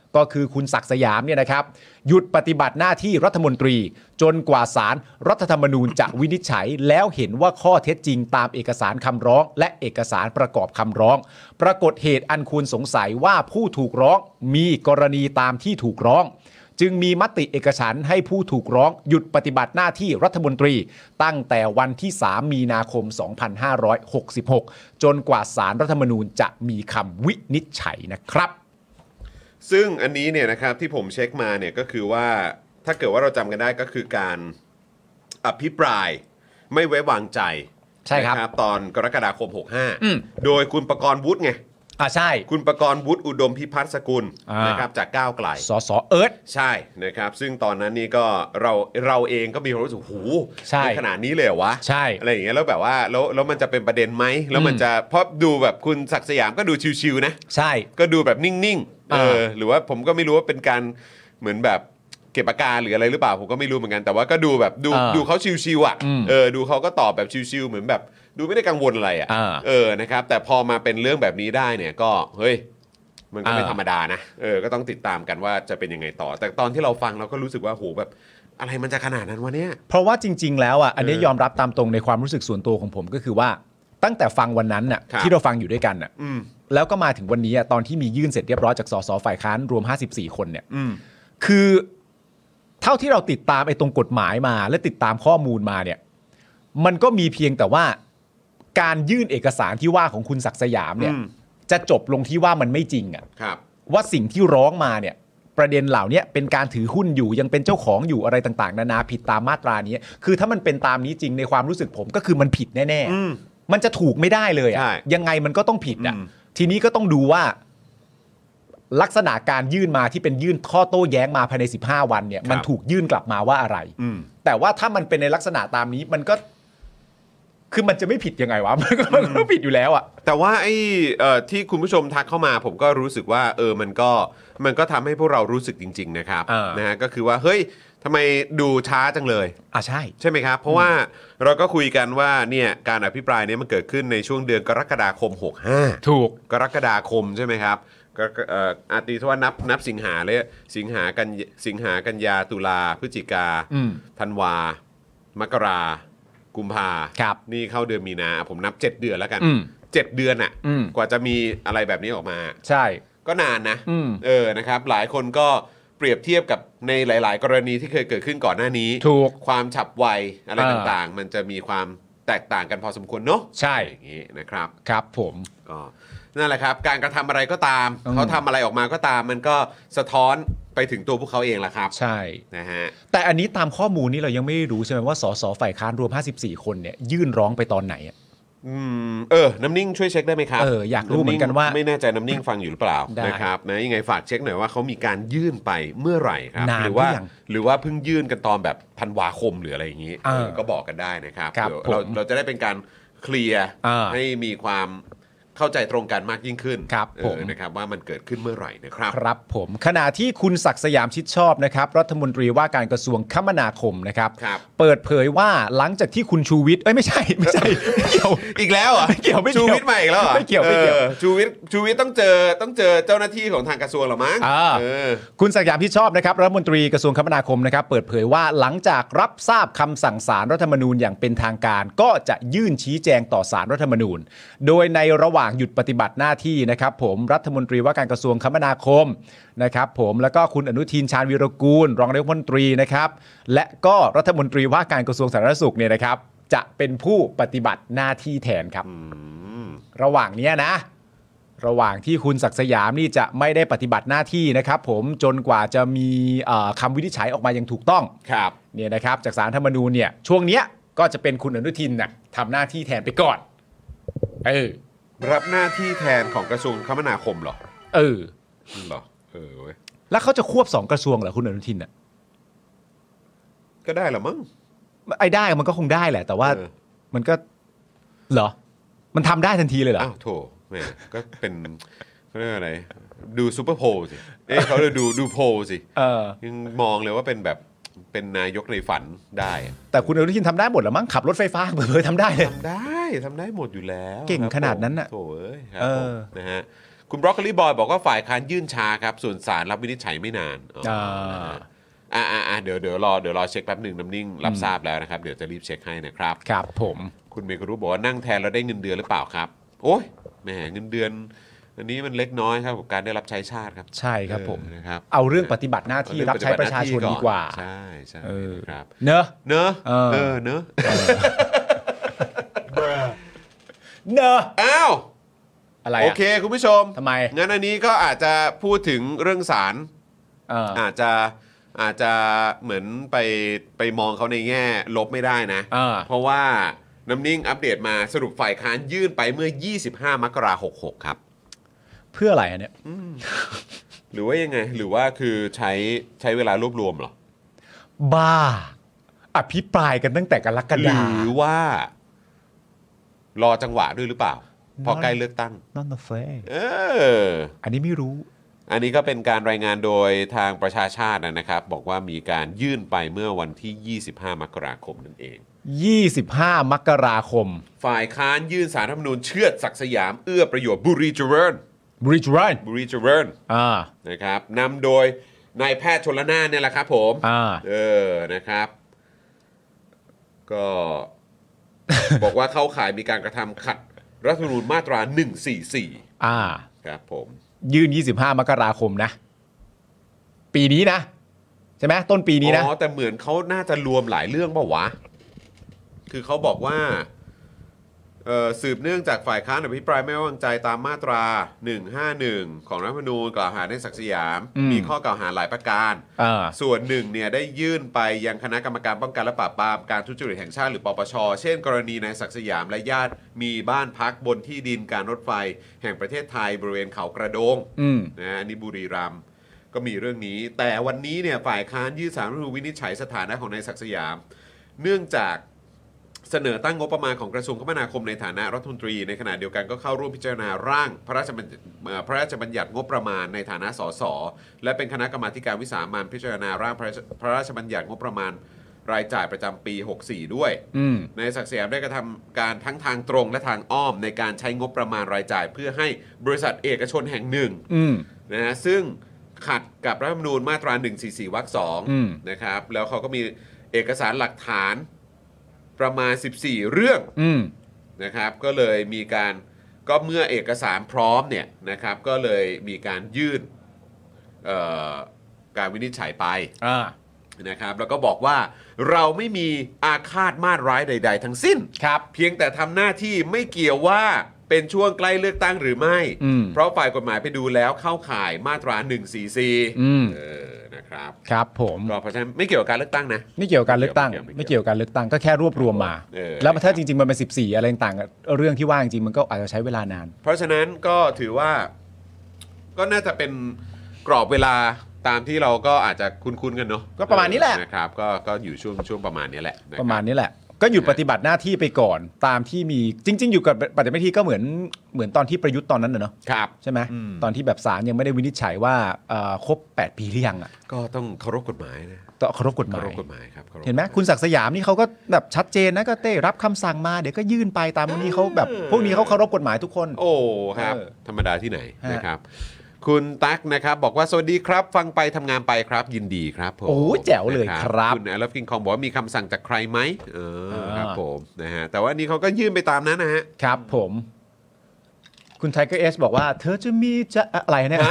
ก็คือคุณศักดิ์สยามเนี่ยนะครับหยุดปฏิบัติหน้าที่รัฐมนตรีจนกว่าศาลรัฐธรรมนูญจะวินิจฉัยแล้วเห็นว่าข้อเท็จจริงตามเอกสารคำร้องและเอกสารประกอบคำร้องปรากฏเหตุอันควรสงสัยว่าผู้ถูกร้องมีกรณีตามที่ถูกร้องจึงมีมติเอกฉันท์ให้ผู้ถูกร้องหยุดปฏิบัติหน้าที่รัฐมนตรีตั้งแต่วันที่สามมีนาคมสองพันห้าร้อยหกสิบหกจนกว่าศาลรัฐธรรมนูญจะมีคำวินิจฉัยนะครับซึ่งอันนี้เนี่ยนะครับที่ผมเช็คมาเนี่ยก็คือว่าถ้าเกิดว่าเราจำกันได้ก็คือการอภิปรายไม่ไว้วางใจใช่ครับนะตอนกรกฎาคมหกสิบห้าโดยคุณประกรณ์วุฒิไงอ่าใช่คุณประกรณ์วุฒิอุดมพิพัฒน์สกุลนะครับจากก้าวไกลสสเอิร์ธใช่นะครับซึ่งตอนนั้นนี่ก็เราเราเองก็มีความรู้สึกหูในขนาดนี้เลยเหรอวะใช่อะไรอย่างเงี้ยแล้วแบบว่าแล้วแล้วมันจะเป็นประเด็นไหมแล้วมันจะเพราะดูแบบคุณศักดิ์สยามก็ดูชิวๆนะใช่ก็ดูแบบนิ่งๆเออหรือว่าผมก็ไม่รู้ว่าเป็นการเหมือนแบบเก็บอาการหรืออะไรหรือเปล่าผมก็ไม่รู้เหมือนกันแต่ว่าก็ดูแบบดูดูเขาชิวๆอ่ะเออดูเขาก็ตอบแบบชิวๆเหมือนแบบดูไม่ได้กังวลอะไรอ่ะเออนะครับแต่พอมาเป็นเรื่องแบบนี้ได้เนี่ยก็เฮ้ยมันก็ไม่ธรรมดานะเออก็ต้องติดตามกันว่าจะเป็นยังไงต่อแต่ตอนที่เราฟังเราก็รู้สึกว่าโหแบบอะไรมันจะขนาดนั้นวะเนี่ยเพราะว่าจริงๆแล้วอ่ะอันนี้ยอมรับตามตรงในความรู้สึกส่วนตัวของผมก็คือว่าตั้งแต่ฟังวันนั้นน่ะที่เราฟังอยู่ด้วยกันน่ะแล้วก็มาถึงวันนี้ตอนที่มียื่นเสร็จเรียบร้อยจากสสฝ่ายค้านรวมห้าสิบสี่คนเนี่ยคือเท่าที่เราติดตามไอ้ตรงกฎหมายมาและติดตามข้อมูลมาเนี่ยมันก็มีเพียงแต่ว่าการยื่นเอกสารที่ว่าของคุณศักดิ์สยามเนี่ยจะจบลงที่ว่ามันไม่จริงอ่ะว่าสิ่งที่ร้องมาเนี่ยประเด็นเหล่านี้เป็นการถือหุ้นอยู่ยังเป็นเจ้าของอยู่อะไรต่างๆนานาผิดตามมาตรานี้คือถ้ามันเป็นตามนี้จริงในความรู้สึกผมก็คือมันผิดแน่ๆมันจะถูกไม่ได้เลยอ่ะยังไงมันก็ต้องผิดอ่ะทีนี้ก็ต้องดูว่าลักษณะการยื่นมาที่เป็นยื่นข้อโต้แย้งมาภายในสิบห้าวันเนี่ยมันถูกยื่นกลับมาว่าอะไรแต่ว่าถ้ามันเป็นในลักษณะตามนี้มันก็คือมันจะไม่ผิดยังไงวะมันก็มันก็ผิดอยู่แล้วอะแต่ว่าไอ้ที่คุณผู้ชมทักเข้ามาผมก็รู้สึกว่าเออมันก็มันก็ทำให้พวกเรารู้สึกจริงๆนะครับนะฮะก็คือว่าเฮ้ยทำไมดูช้าจังเลยอ่ะใช่ใช่ไหมครับเพราะว่าเราก็คุยกันว่าเนี่ยการอภิปรายนี้มันเกิดขึ้นในช่วงเดือนกรกฎาคมหกสิบห้าถูกกรกฎาคมใช่ไหมครับก็เอ่ออาตีทว่านับนับสิงหาเลยสิงหากันสิงหากันยาตุลาพฤศจิกาธันวามกรากุมภานี่เข้าเดือนมีนาผมนับเจ็ดเดือนแล้วกันเจ็ดเดือนอ่ะกว่าจะมีอะไรแบบนี้ออกมาใช่ก็นานนะเออนะครับหลายคนก็เปรียบเทียบกับในหลายๆกรณีที่เคยเกิดขึ้นก่อนหน้านี้ถูกความฉับไวอะไรต่างๆมันจะมีความแตกต่างกันพอสมควรเนาะใช่อย่างนี้นะครับครับผมก็นั่นแหละครับการกระทำอะไรก็ตามเขาทำอะไรออกมาก็ตามมันก็สะท้อนไปถึงตัวพวกเขาเองแหละครับใช่นะฮะแต่อันนี้ตามข้อมูลนี้เรายังไม่รู้ใช่ไหมว่าสสฝ่ายค้านรวมห้าสิบสี่คนเนี่ยยื่นร้องไปตอนไหนอ่ะอืมเออน้ำนิ่งช่วยเช็คได้ไหมครับเอออยากรู้เหมือนกันว่าไม่แน่ใจน้ำนิ่งฟังอยู่หรือเปล่านะครับนะยังไงฝากเช็คหน่อยว่าเขามีการยื่นไปเมื่อไหร่ครับหรือว่าหรือว่าเพิ่งยื่นกันตอนแบบธันวาคมหรืออะไรอย่างนี้ก็บอกกันได้นะครับเดี๋ยวเราเราจะได้เป็นการเคลียร์ให้มีความเข้าใจตรงกันมากยิ่งขึ้นครับผมนะครับว่ามันเกิดขึ้นเมื่อไหร่นะครับครับผมขณะที่คุณศักดิ์สยามชิดชอบนะครับรัฐมนตรีว่าการกระทรวงคมนาคมนะครับเปิดเผยว่าหลังจากที่คุณชูวิทย์เอ้ยไม่ใช่ไม่ใช่ไม่เกี่ยวอีกแล้วเหรอไม่เกี่ยวไม่ชูวิทย์ใหม่อีกแล้วเหรอไม่เกี่ยวไม่เกี่ยวชูวิทย์ชูวิทย์ต้องเจอต้องเจอเจ้าหน้าที่ของทางกระทรวงหรอมั้งคุณศักดิ์สยามชิดชอบนะครับรัฐมนตรีกระทรวงคมนาคมนะครับเปิดเผยว่าหลังจากรับทราบคำสั่งศาลรัฐธรรมนูญอย่างเป็นทางการก็จะยื่นชี้แจงต่อศาลรัฐธรรมนูญโดยในระหว่างหยุดปฏิบัติหน้าที่นะครับผมรัฐมนตรีว่าการกระทรวงคมนาคมนะครับผมแล้วก็คุณอนุทินชาญวีรกูลรองนายกรัฐมนตรีนะครับและก็รัฐมนตรีว่าการกระทรวงสาธารณสุขเนี่ยนะครับจะเป็นผู้ปฏิบัติหน้าที่แทนครับระหว่างนี้นะระหว่างที่คุณศักดิ์สยามนี่จะไม่ได้ปฏิบัติหน้าที่นะครับผมจนกว่าจะมีคำวินิจฉัยออกมาอย่างถูกต้องครับเนี่ยนะครับจากศาลรัฐธรรมนูญเนี่ยช่วงเนี้ยก็จะเป็นคุณอนุทินน่ะทำหน้าที่แทนไปก่อนเออรับหน้าที่แทนของกระทรวงคมนาคมเหรอเออเหรอเออเว้ยแล้วเขาจะควบสองกระทรวงเหรอคุณอนุทินอ่ะก็ได้เหรอมั้งไอ้ได้มันก็คงได้แหละแต่ว่ามันก็เหรอมันทำได้ทันทีเลยเหรออ้าวโถแหมก็เป็นเขาเรียกอะไรดูซูเปอร์โพลสิเอ้เขาเลยดูดูโพลสิเออยังมองเลยว่าเป็นแบบเป็นนายกในฝันได้แต่คุณอนุทินทำได้หมดหรอมั้งขับรถไฟฟ้าเผยทำได้เลยทำได้ทำได้หมดอยู่แล้วเก่งขนาดนั้นน่ะโถ่เอ้ยครับนะฮะคุณบรอกโคลีบอยบอกว่าฝ่ายค้านยื่นช้าครับส่วนศาลรับวินิจฉัยไม่นานอ๋ออ่าอ่าอ่าเดี๋ยวเดี๋ยวรอเดี๋ยวรอเช็คแป๊บหนึ่งน้ำนิ่งรับทราบแล้วนะครับเดี๋ยวจะรีบเช็คให้นะครับครับผมคุณเมกรู้บอกว่านั่งแทนแล้วได้เงินเดือนหรือเปล่าครับโอ้ยแหมเงินเดือนอันนี้มันเล็กน้อยครับกับการได้รับใช้ชาติครับใช่ครับผมนะครับเอาเรื่องปฏิบัติหน้าที่รับใช้ประชาชนดีกว่าใช่ใช่ครับเนอะเนอะเออเนอะเนอะอ้าวอะไรโอเคคุณผู้ชมทำไมงั้นอันนี้ก็อาจจะพูดถึงเรื่องศาลอาจจะอาจจะเหมือนไปไปมองเขาในแง่ลบไม่ได้นะเพราะว่าน้ำนิ่งอัปเดตมาสรุปฝ่ายค้านยื่นไปเมื่อยี่สิบห้ามกราคมหกสิบหกครับเพื่ออะไรอันเนี้ยหรือว่ายังไงหรือว่าคือใช้ใช้เวลารวบรวมเหรอบ้าอภิปรายกันตั้งแต่กรกฎาคมหรือว่ารอจังหวะด้วยหรือเปล่าพอใกล้เลือกตั้ง Not the fair เอออันนี้ไม่รู้อันนี้ก็เป็นการรายงานโดยทางประชาชาตินะครับบอกว่ามีการยื่นไปเมื่อวันที่ยี่สิบห้ามกราคมนั่นเองยี่สิบห้ามกราคมฝ่ายค้านยื่นศาลรัฐธรรมนูญเชือดศักดิ์สยามเอื้อประโยชน์บุรีเจริญบุรีเจริญบุรีเจริญอ่านะครับนำโดยนายแพทย์ชลนานเนี่ยแหละครับผมอ่าเออนะครับก็ บอกว่าเข้าข่ายมีการกระทำขัดรัฐธรรมนูญมาตราหนึ่งสี่สี่อ่าครับผมยื่นยี่สิบห้ามกราคมนะปีนี้นะใช่ไหมต้นปีนี้นะอ๋อแต่เหมือนเขาน่าจะรวมหลายเรื่องป่าววะคือเขาบอกว่าสืบเนื่องจากฝ่ายค้านอภิปรายไม่ไว้วางใจตามมาตราหนึ่งห้าหนึ่งของรัฐธรรมนูญกล่าวหาในศักดิ์สยามมีข้อกล่าวหาหลายประการส่วนหนึ่งเนี่ยได้ยื่นไปยังคณะกรรมการป้องกันและปราบปรามการทุจริตแห่งชาติหรือปปช.เช่นกรณีนายศักดิ์สยามและญาติมีบ้านพักบนที่ดินการรถไฟแห่งประเทศไทยบริเวณเขากระโดงนะอันนี้บุรีรัมย์ก็มีเรื่องนี้แต่วันนี้เนี่ยฝ่ายค้านยื่นศาลรัฐธรรมนูญวินิจฉัยสถานะของนายศักดิ์สยามเนื่องจากเสนอตั้งงบประมาณของกระทรวงคมนาคมในฐานะรัฐมนตรีในขณะเดียวกันก็เข้าร่วมพิจารณาร่างพระราชบัญญัติพระราชบัญญัติงบประมาณในฐานะสสและเป็นคณะกรรมาธิการวิสามัญพิจารณาร่างพระราชบัญญัติงบประมาณรายจ่ายประจำปีหกสิบสี่ด้วยนายศักดิ์สยามได้กระทำการทั้งทางตรงและทางอ้อมในการใช้งบประมาณรายจ่ายเพื่อให้บริษัทเอกชนแห่งหนึ่งนะฮะซึ่งขัดกับรัฐธรรมนูญมาตราหนึ่งสี่สี่วรรคสองนะครับแล้วเขาก็มีเอกสารหลักฐานประมาณสิบสี่เรื่องนะครับก็เลยมีการก็เมื่อเอกสารพร้อมเนี่ยนะครับก็เลยมีการยื่นการวินิจฉัยไปนะครับแล้วก็บอกว่าเราไม่มีอาฆาตมาตร้ายใดๆทั้งสิ้นครับเพียงแต่ทำหน้าที่ไม่เกี่ยวว่าเป็นช่วงใกล้เลือกตั้งหรือไม่เพราะฝ่ายกฎหมายไปดูแล้วเข้าข่ายมาตราหนึ่งสี่สี่เออนะครับครับผมก็เพราะฉะนั้นไม่เกี่ยวกับการเลือกตั้งนะไม่เกี่ยวกับการเลือกตั้งไม่เกี่ยวกับการเลือกตั้งก็แค่รวบรวมมาแล้วถ้าจริงๆมันเป็นสิบสี่อะไรต่างๆเรื่องที่ว่าจริงๆมันก็อาจจะใช้เวลานานเพราะฉะนั้นก็ถือว่าก็น่าจะเป็นกรอบเวลาตามที่เราก็อาจจะคุ้นๆกันเนาะก็ประมาณนี้แหละนะครับก็ก็อยู่ช่วงช่วงประมาณนี้แหละประมาณนี้แหละก็หยุดปฏิบัติหน้าที่ไปก่อนตามที่มีจริงๆอยู่กับปฏิบัติหน้าที่ก็เหมือนเหมือนตอนที่ประยุทธ์ตอนนั้นเนอะครับใช่ไหมตอนที่แบบศาลยังไม่ได้วินิจฉัยว่าครบแปดปีหรือยังอ่ะก็ต้องเคารพกฎหมายนะต้องเคารพกฎหมายเคารพกฎหมายครับเห็นไหมคุณศักดิ์สยามนี่เขาก็แบบชัดเจนนะก็เต้รับคำสั่งมาเดี๋ยวก็ยื่นไปตามพวกนี้เขาแบบพวกนี้เขาเคารพกฎหมายทุกคนโอ้ครับธรรมดาที่ไหนนะครับคุณตั๊กนะครับบอกว่าสวัสดีครับฟังไปทำงานไปครับยินดีครับผมโอ้แจ๋วเลยครับคุณแอลฟิงคองบอกว่ามีคำสั่งจากใครไหมเออครับผมนะฮะแต่ว่านี่เขาก็ยื่นไปตามนั้นนะฮะครับผมคุณไทเกอร์เอสบอกว่าเธอจะมีจะอะไรเนี่ย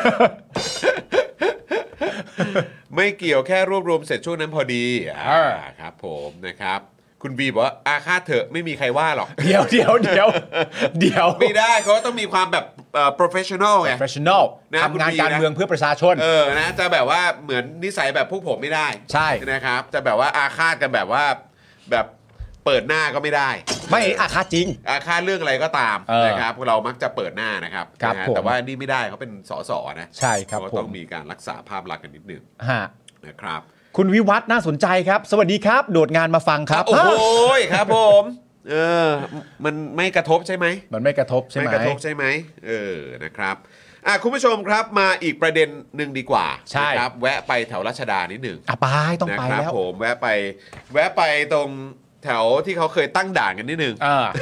ไม่เกี่ยวแค่รวบรวมเสร็จช่วงนั้นพอดีอ่าครับผมนะครับคุณบีบอกว่าอาฆาตเถอะไม่มีใครว่าหรอกเดี๋ยวเดี๋ยวเดี๋ยวเดี๋ยวไม่ได้เขาต้องมีความแบบเอ่อ professional ไง professional ทำงานการเมืองเพื่อประชาชนเออนะจะแบบว่าเหมือนนิสัยแบบพวกผมไม่ได้ใช่นะครับจะแบบว่าอาฆาตกันแบบว่าแบบเปิดหน้าก็ไม่ได้ไม่อาฆาตจริงอาฆาตเรื่องอะไรก็ตามนะครับเรามักจะเปิดหน้านะครับแต่ว่านี่ไม่ได้เขาเป็นสสนะใช่ครับก็ต้องมีการรักษาภาพลักษณ์กันนิดนึงนะครับคุณวิวัฒน์น่าสนใจครับสวัสดีครับโดดงานมาฟังครับโอ้โหครับผมเออมันไม่กระทบใช่ไหมมันไม่กระทบใช่ไหมไม่กระทบใช่ไหมเออนะครับอ่ะคุณผู้ชมครับมาอีกประเด็นหนึ่งดีกว่าใช่ครับแวะไปแถวรัชดานิดหนึ่งอ่ะไปต้องไปแล้วผมแวะไปแวะไปตรงแถวที่เขาเคยตั้งด่านกันนิดนึงอ่า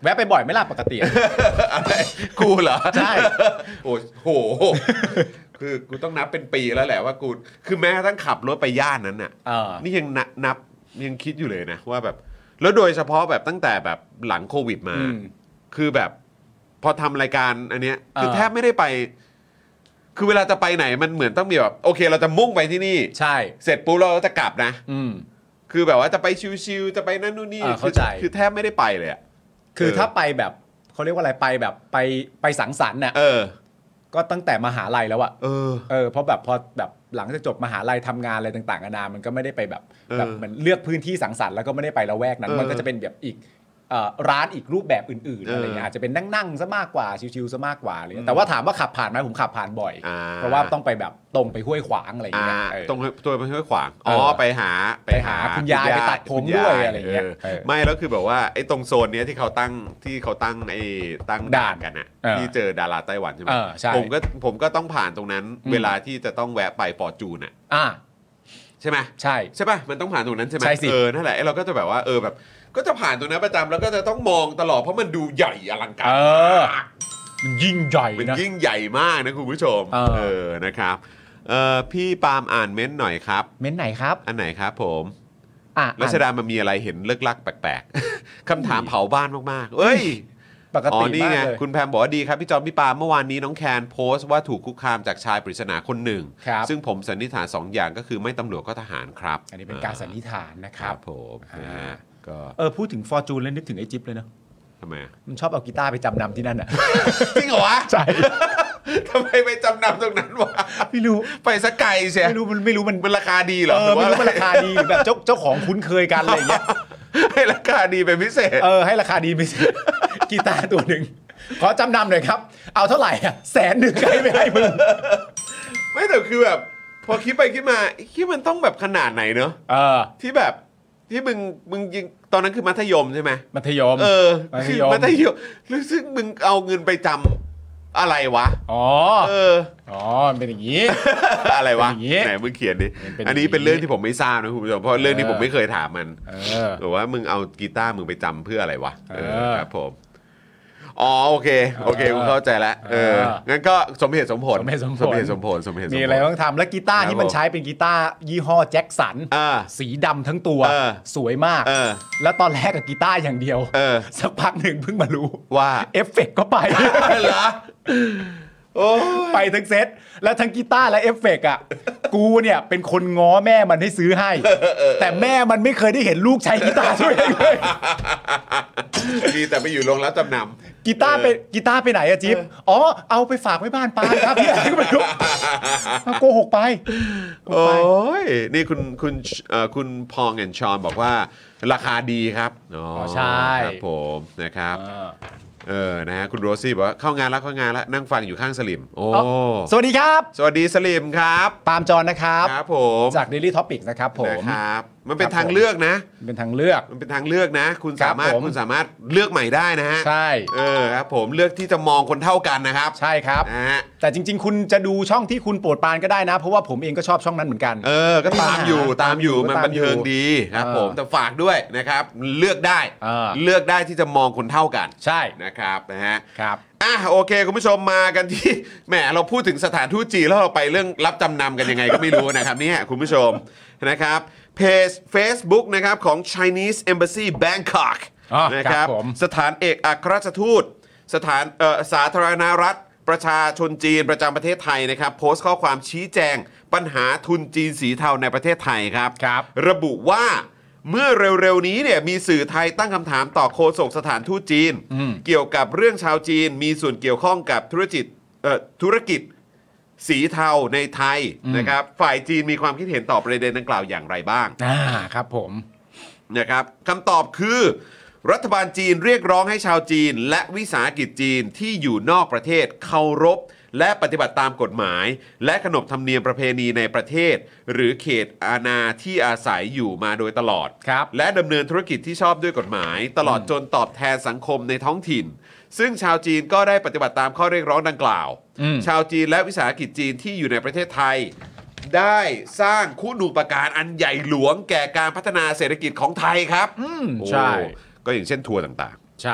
แวะไปบ่อยไหม่ล่ะปกติอะไรกูเหรอใช่โอ้โหคือกูต้องนับเป็นปีแล้วแหละว่ากูคือแม้กระทั่งขับรถไปย่านนั้นน่ะเออนี่ยังนับนับยังคิดอยู่เลยนะว่าแบบแล้วโดยเฉพาะแบบตั้งแต่แบบหลังโควิดมาอืมคือแบบพอทำรายการอันเนี้ยคือเออแทบไม่ได้ไป คือเวลาจะไปไหนมันเหมือนต้องมีแบบโอเคเราจะมุ่งไปที่นี่ใช่เสร็จปุ๊บเราจะกลับนะอืมคือแบบว่าจะไปชิวๆจะไปนั่นนู่นนี่อ่าเข้าใจคือคือแทบไม่ได้ไปเลยอะคือเออถ้าไปแบบเขาเรียกว่าอะไรไปแบบไปไปสังสรรค์น่ะเออก็ตั้งแต่มหาลัยแล้วอะเออเออเพราะแบบพอแบบหลังจากจบมหาลัยทำงานอะไรต่างๆนานามันก็ไม่ได้ไปแบบเออแบบเหมือนเลือกพื้นที่สังสรรค์แล้วก็ไม่ได้ไปละแวกนั้นเออมันก็จะเป็นแบบอีกเอ่อร้านอีกรูปแบบอื่นๆเออออะไรเงี้ยอาจจะเป็นนั่งๆซะมากกว่าชิวๆซะมากกว่าอะไรเงี้ยแต่ว่าถามว่าขับผ่านไหมผมขับผ่านบ่อยอ่าเพราะว่าต้องไปแบบตรงไปห้วยขวางอะไรอ่าเงี้ยเออตรงตัวไปห้วยขวางอ๋อเออไปหาไปหาคุณยายไปตัดผมคุณด้วยอะไรเงี้ยออเออไม่แล้วคือแบบว่าไอ้ตรงโซนเนี้ยที่เขาตั้งที่เขาตั้งไอ้ตั้งด่านกันน่ะเออที่เจอดาราไต้หวันใช่ไหมเออใช่ผมก็ผมก็ต้องผ่านตรงนั้นอืมเวลาที่จะต้องแวะไปฟอร์จูนอ่ะอ่าใช่ไหมใช่ใช่ป่ะมันต้องผ่านตรงนั้นใช่ไหมใช่สิเออนั่นแหละไอ้เราก็จะแบบว่าเออแบบก็จะผ่านตรงนั้นประจำแล้วก็จะต้องมองตลอดเพราะมันดูใหญ่อลังการเออ มันยิ่งใหญ่มันนะยิ่งใหญ่มากนะคุณผู้ชมเออเออนะครับเออพี่ปาล์มอ่านเม้นต์หน่อยครับเม้นไหนครับอันไหนครับผมอ่ะรัชดามันมีอะไรเห็นเลิกลักแปลกๆ คำถามเผาบ้านมากๆเอ้ยปกอ๋อตินี่มากไงเลยคุณแพมบอกว่าดีครับ พี่จอมพี่ปาล์มเมื่อวานนี้น้องแคนโพสต์ว่าถูกคุกคามจากชายปริศนาคนหนึ่งครับซึ่งผมสันนิษฐานสองอย่างก็คือไม่ตำรวจก็ทหารครับอันนี้เป็นการสันนิษฐานนะคครัรับบผมอ่านะฮะก็เออพูดถึงฟอร์จูนแล้วนึกถึงไอ้จิ๊บเลยเนาะทำไมอะมันชอบเอากีตาร์ไปจำนำที่นั่นอ่ะจริงเหรอวะใช่ทำไมไปจำนำตรงนั้นวะไม่รู้ไปสักไกลเชียไม่รู้มันไม่รู้มันมันราคาดีเหรอเออหไม่อรู้ว่ามันราคาดีหรือแบบเจ้าเจ้าของคุ้นเคยกันอะไรอย่างเงี้ยให้ราคาดีเป็นพิเศษเออให้ราคาดีไปสิ กีตาร์ตัวหนึ่งขอจำนำหน่อยครับ เอาเท่าไหร่อ่ะแสนหนึ่งใครไม่ให้มึงไม่แต่คือแบบ พอคิดไปคิดมาคิดมันต้องแบบขนาดไหนเนอะเออที่แบบที่มึงมึงยิงตอนนั้นคือมัธยมใช่ไหมมัธยมเออมัธคือยมมัธยมแล้วซึ่งมึงเอาเงินไปจำอะไรวะอ๋อเอออ๋อมันเป็นอย่างนี้อะไรวะเป็นอย่างงี้ไหนมึงเขียนดิเป็นอย่างงี้อันนี้เป็นเรื่องที่ผมไม่ทราบนะคุณผู้ชมเพราะเรื่องนี้เออผมไม่เคยถามมันเออหรือว่ามึงเอากีตาร์มึงไปจำเพื่ออะไรวะเออครับผมอ๋อโอเคโอเคเออกูเข้าใจแล้วเออเอองั้นก็สมเหตุสมผลสมเหตุสมผลสมเหตุสมผลสมเหตุสมผลมีอะไรต้องทำแล้วกีตาร์ครับที่มันผมใช้เป็นกีตาร์ยี่ห้อแจ็คสันอ่าสีดำทั้งตัวเออสวยมากเออแล้วตอนแรกกับกีตาร์อย่างเดียวเออสักพักหนึ่งเพิ่งมารู้ว่าเอฟเฟกต์ก็ไปเหรอโอ้ยไปทั้งเซตแล้วทั้งกีตาร์และเอฟเฟกต์อ่ะ กูเนี่ยเป็นคนง้อแม่มันให้ซื้อให้ แต่แม่มันไม่เคยได้เห็นลูกใช้กีตาร์ช่วยเลยดีแต่ไปอยู่โรงรับจำนำกีตาร์ไปกีตาร์ไปไหนอะจิ๊บอ๋อเอาไปฝากไว้บ้านปานครับพี่อะไรก็ไม่รู้เอาโกหกไปโกหโอ้กไปยนี่คุณคุณเอ่อคุณพองแอนชอนบอกว่าราคาดีครับอ๋อใช่ครับผมนะครับเออเออนะฮะคุณโรซี่บอกว่าเข้างานแล้วเข้างานแล้วนั่งฟังอยู่ข้างสลิมโอ้อ๋อ สวัสดีครับสวัสดีสลิมครับปาล์มจอนนะครับครับผมจาก Daily Topics นะครับผมนะครับมันเป็นครับทางเลือกนะเป็นทางเลือกมันเป็นทางเลือกนะ คุณครับสามารถผมคุณสามารถเลือกใหม่ได้นะฮะใช่เออครับผมเลือกที่จะมองคนเท่ากันนะครับใช่ครับนะฮะแต่จริง ๆ คุณจะดูช่องที่คุณโปรดปรานก็ได้นะ เพราะว่าผมเองก็ชอบช่องนั้นเหมือนกันเออ ก็ตามอยู่ตาตาม มออยู่ ยู่มันตามบันเทิงอยู่ดีครับเออผมแต่ฝากด้วยนะครับ เลือกได้เออเลือกได้ที่จะมองคนเท่ากันใช่นะครับนะฮะครับอ่ะโอเค คุณผู้ชมมากันที่ แหมเราพูดถึงสถานทูตจีนแล้วเราไปเรื่องรับจำนำกันยังไงก็ไม่รู้นะครับเนี่ยคุณผู้ชมนะครับเพจ Facebook นะครับของ Chinese Embassy Bangkok อ๋อนะครับครับผมสถานเอกอัครราชทูตสถานเอ่อสาธารณรัฐประชาชนจีนประจำประเทศไทยนะครับโพสต์ข้อความชี้แจงปัญหาทุนจีนสีเทาในประเทศไทยครับครับระบุว่าเมื่อเร็วๆนี้เนี่ยมีสื่อไทยตั้งคำถามต่อโฆษกสถานทูตจีน เกี่ยวกับเรื่องชาวจีนมีส่วนเกี่ยวข้องกับธุรกิจเอ่อธุรกิจสีเทาในไทยนะครับฝ่ายจีนมีความคิดเห็นต่อประเด็นดังกล่าวอย่างไรบ้างอ่าครับผมนะครับคำตอบคือรัฐบาลจีนเรียกร้องให้ชาวจีน และวิสาหกิจจีนที่อยู่นอกประเทศเคารพและปฏิบัติตามกฎหมาย และขนบธรรมเนียมประเพณีในประเทศ หรือเขตอาณาที่อาศัยอยู่มาโดยตลอดครับและดำเนินธุรกิจที่ชอบด้วยกฎหมาย ตลอดจนตอบแทนสังคมในท้องถิ่น ซึ่งชาวจีนก็ได้ปฏิบัติตามข้อเรียกร้องดังกล่าวอืมชาวจีนและวิสาหกิจจีนที่อยู่ในประเทศไทย ได้สร้างคุณูปการอันใหญ่หลวงแก่การพัฒนาเศรษฐกิจของไทยครับอืมโอ้ใช่ก็อย่างเช่นทัวร์ต่างใช่ๆ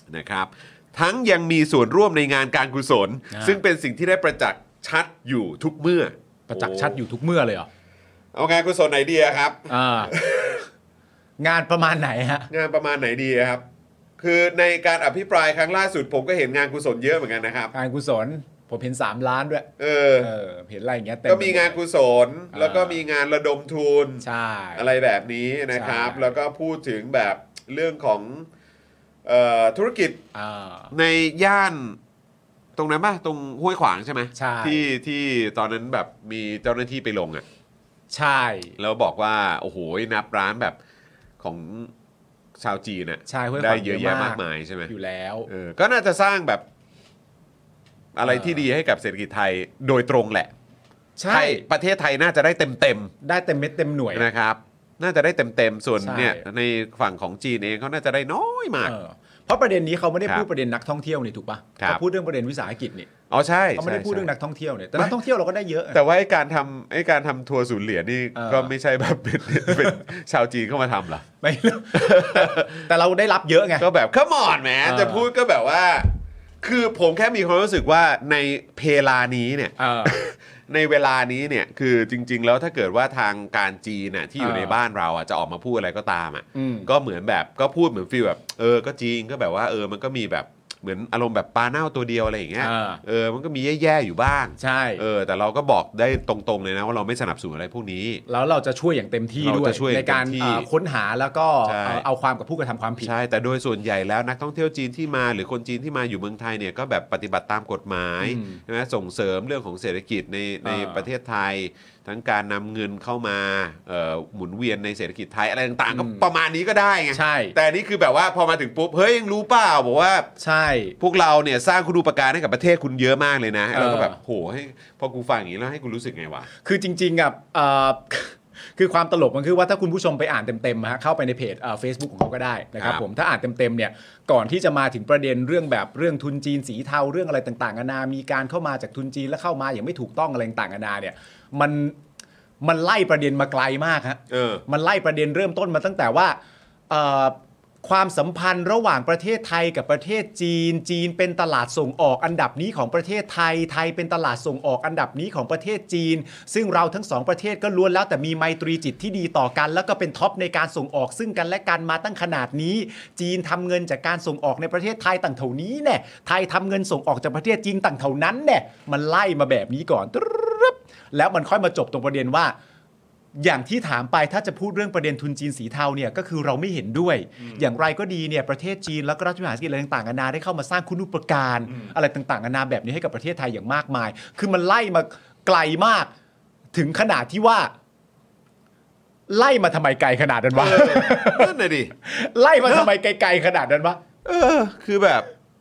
นะครับทั้งยังมีส่วนร่วมในงานการกุศลอ่าซึ่งเป็นสิ่งที่ได้ประจักษ์ชัดอยู่ทุกเมื่อประจักษ์ชัดอยู่ทุกเมื่อเลยเหรอเอางานกุศลไหนดีอะครับอ่างานประมาณไหนฮะงานประมาณไหนดีอะครับ คือในการอภิปรายครั้งล่าสุดผมก็เห็นงานกุศลเยอะเหมือนกันนะครับงานกุศลผมเห็นสามล้านด้วยเออเออเห็นอะไรอย่างเงี้ยเต็มก็มีงานกุศลอ่าแล้วก็มีงานระดมทุนใช่อะไรแบบนี้นะครับใช่แล้วก็พูดถึงแบบเรื่องของเอ่อธุรกิจอ่าในย่านตรงนั้นป่ะตรงห้วยขวางใช่ไหมใช่ที่ที่ตอนนั้นแบบมีเจ้าหน้าที่ไปลงอ่ะใช่แล้วบอกว่าโอ้โหนับร้านแบบของชาวจีนน่ะใช่ห้วยขวางได้เยอะแยะเยอะมากมากมายใช่ไหมอยู่แล้วเออก็น่าจะสร้างแบบอะไรที่ดีให้กับเศรษฐกิจไทยโดยตรงแหละใช่ไทยประเทศไทยน่าจะได้เต็มเต็มได้เต็มเม็ดเต็มหน่วยๆนะครับ น่าจะได้เต็มเต็มๆส่วนใช่เนี่ยในฝั่งของจีนเองเขาน่าจะได้น้อยมากเออเพราะประเด็นนี้เขาไม่ได้ครับพูดประเด็นนักท่องเที่ยวนี่ถูกปะครับเขาพูดเรื่องประเด็นวิสาหกิจนี่อ๋อใช่เขาไม่ได้ใช่พูดเรื่องใช่นักท่องเที่ยวเนี่ยแต่นักท่องเที่ยวเราก็ได้เยอะแต่ว่าไอ้การทำไอ้การทำทัวร์ศูนย์เหรียญนี่เออก็ไม่ใช่แบบเป็นเป็นชาวจีนเข้ามาทำเหรอไม่รู้แต่แต่เราได้รับเยอะไงก็แบบขมอนแหมเออจะพูดก็แบบว่า คือผมแค่มีความรู้สึกว่าในเพลานี้เนี่ยเออในเวลานี้เนี่ยคือจริง ๆ แล้วถ้าเกิดว่าทางการจีนน่ะที่อยู่เออในบ้านเราอ่ะจะออกมาพูดอะไรก็ตามอ่ะอืมก็เหมือนแบบก็พูดเหมือนฟีลแบบเออก็จริงก็แบบว่าเออมันก็มีแบบเหมือนอารมณ์แบบปลาเน่าตัวเดียวอะไรอย่างเงี้ยเออเออมันก็มีแย่ๆอยู่บ้างใช่เออแต่เราก็บอกได้ตรงๆเลยนะว่าเราไม่สนับสนุนอะไรพวกนี้แล้วเราจะช่วยอย่างเต็มที่เราด้วยจะช่วยอในย่างเต็มการที่เอ่อค้นหาแล้วก็ใช่เอ่อเอาความกับผู้กระทำความผิดใช่แต่โดยส่วนใหญ่แล้วนักท่องเที่ยวจีนที่มาหรือคนจีนที่มาอยู่เมืองไทยเนี่ยก็แบบปฏิบัติตามกฎหมายอืมใช่ไหมส่งเสริมเรื่องของเศรษฐกิจในในเออประเทศไทย ทั้งการนำเงินเข้ามาเอ่อหมุนเวียนในเศรษฐกิจไทยอะไรต่างๆก็ประมาณนี้ก็ได้ไงใช่แต่นี่คือแบบว่าพอมาถึงปุ๊บเฮ้ยยังรู้เปล่าบอกว่าใช่พวกเราเนี่ยสร้างคุณูปการให้กับประเทศคุณเยอะมากเลยนะเราก็เออแบบโหให้พอกูฟังอย่างนี้แล้วให้กูรู้สึกไงวะคือจริงๆอ่ะเอ่อ คือความตลกมันคือว่าถ้าคุณผู้ชมไปอ่านเต็มๆฮะเข้าไปในเพจเฟซบุ๊กของเขาก็ได้นะครับครับผมถ้าอ่านเต็มๆเนี่ยก่อนที่จะมาถึงประเด็นเรื่องแบบเรื่องทุนจีนสีเทาเรื่องอะไรต่างๆนานามีการเข้ามาจากทุนจีนแล้วเข้ามาอย่างไม่ถูกต้องอะไรต่างๆนานาเนี่ยมันมันไล่ประเด็นมาไกลมากฮะเออมันไล่ประเด็นเริ่มต้นมาตั้งแต่ว่าเอ่อความสัมพันธ์ระหว่างประเทศไทยกับประเทศจีน จีนเป็นตลาดส่งออกอันดับนี้ของประเทศไทย ไทยเป็นตลาดส่งออกอันดับนี้ของประเทศจีน ซึ่งเราทั้งสองประเทศก็ล้วนแล้วแต่มีไมตรีจิตที่ดีต่อกัน แล้วก็เป็นท็อปในการส่งออกซึ่งกันและกันมาตั้งขนาดนี้ จีนทำเงินจากการส่งออกในประเทศไทยต่างเท่านี้แน่ไทยทำเงินส่งออกจากประเทศจีนต่างเท่านั้นแน่มันไล่มาแบบนี้ก่อนแล้วมันค่อยมาจบตรงประเด็นว่า อย่างที่ถามไปถ้าจะพูดเรื่องประเด็นทุนจีนสีเทาเนี่ยก็คือเราไม่เห็นด้วย อย่างไรก็ดีเนี่ยประเทศจีนแล้วก็รัฐวิสาหกิจอะไรต่างๆนานาได้เข้ามาสร้างคุณูปการอะไรต่างๆนานาแบบนี้ให้กับประเทศไทยอย่างมากมาย คือมันไล่มาไกลมากถึงขนาดที่ว่า ไล่มาทำไมไกลขนาดนั้นวะนั่นน่ะดิไล่มาทำไมไกลๆขนาดนั้นวะเออคือแบบ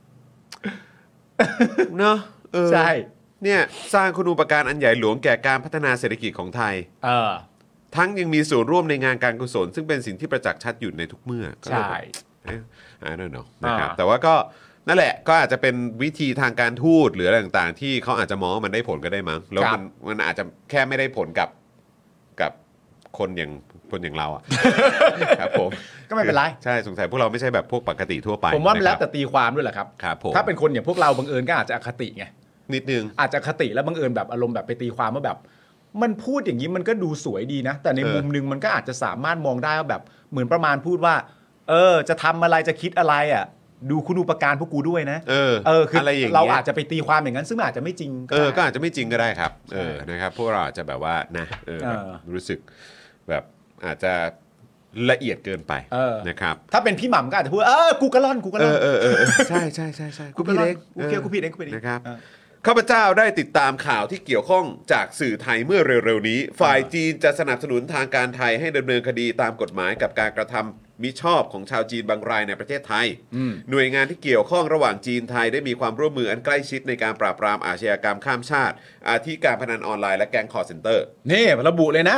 เนอะเออใช่เนี่ยสร้างคุณูปการอันใหญ่หลวงแก่การพัฒนาเศรษฐกิจของไทยเออทั้งยังมีส่วนร่วมในงานการกุศลซึ่งเป็นสิ่งที่ประจักษ์ชัดอยู่ในทุกเมื่อก็เลยใช่แบบเอ๊ะ I don't know นะครับอ่าแต่ว่าก็นั่นแหละก็อาจจะเป็นวิธีทางการทูตหรืออะไรต่างๆ ที่เขาอาจจะมองว่ามันได้ผลก็ได้มั้งแล้วมันมันอาจจะแค่ไม่ได้ผลกับกับคนอย่างคนอย่างเราอ่ะ ครับผมก็ไม่เป็นไรใช่สงสัยพวกเราไม่ใช่แบบพวกปกติทั่วไปผมว่ามันแล้วะคแต่รับตีความด้วยแหละครับครับผมถ้าเป็นคนอย่างพวกเราบังเอิญก็อาจจะอคติไงนิดนึงอาจจะคติแล้วบังเอิญแบบอารมณ์แบบไปตีความว่าแบบ มันพูดอย่างนี้มันก็ดูสวยดีนะ แต่ในเออมุมนึงมันก็อาจจะสามารถมองได้ว่าแบบเหมือนประมาณพูดว่า เออ จะทำอะไรจะคิดอะไรอ่ะ ดูคุณูปการพวกกูด้วยนะเออเออคืออะไรอย่างเราเงี้ยอาจจะไปตีความอย่างนั้นซึ่งมันอาจจะไม่จริงเออ ก็ได้อาจจะไม่จริงก็ได้ครับ เออ นะครับ พวกเราอาจจะแบบว่านะ เออแบบเออรู้สึกแบบอาจจะละเอียดเกินไปเออนะครับถ้าเป็นพี่หม่ำก็อาจจะพูดเออกูกระล่อนกูกระเอล่อนอเออเออเออใช่ใช่ใช่ใช่กูผิดเองกูเคียวกูผิดเองกูผิดเองนะครับเออข้าพเจ้าได้ติดตามข่าวที่เกี่ยวข้องจากสื่อไทยเมื่อเร็วๆนี้ ฝ่ายจีนจะสนับสนุนทางการไทยให้ดำเนินคดีตามกฎหมายกับการกระทำมิชอบของชาวจีนบางรายในประเทศไทย หน่วยงานที่เกี่ยวข้องระหว่างจีนไทยได้มีความร่วมมืออันใกล้ชิดในการปราบปรามอาชญากรรมข้ามชาติ อาทิการพนันออนไลน์และแก๊งคอร์เซ็นเตอร์นี่ระบุเลยนะ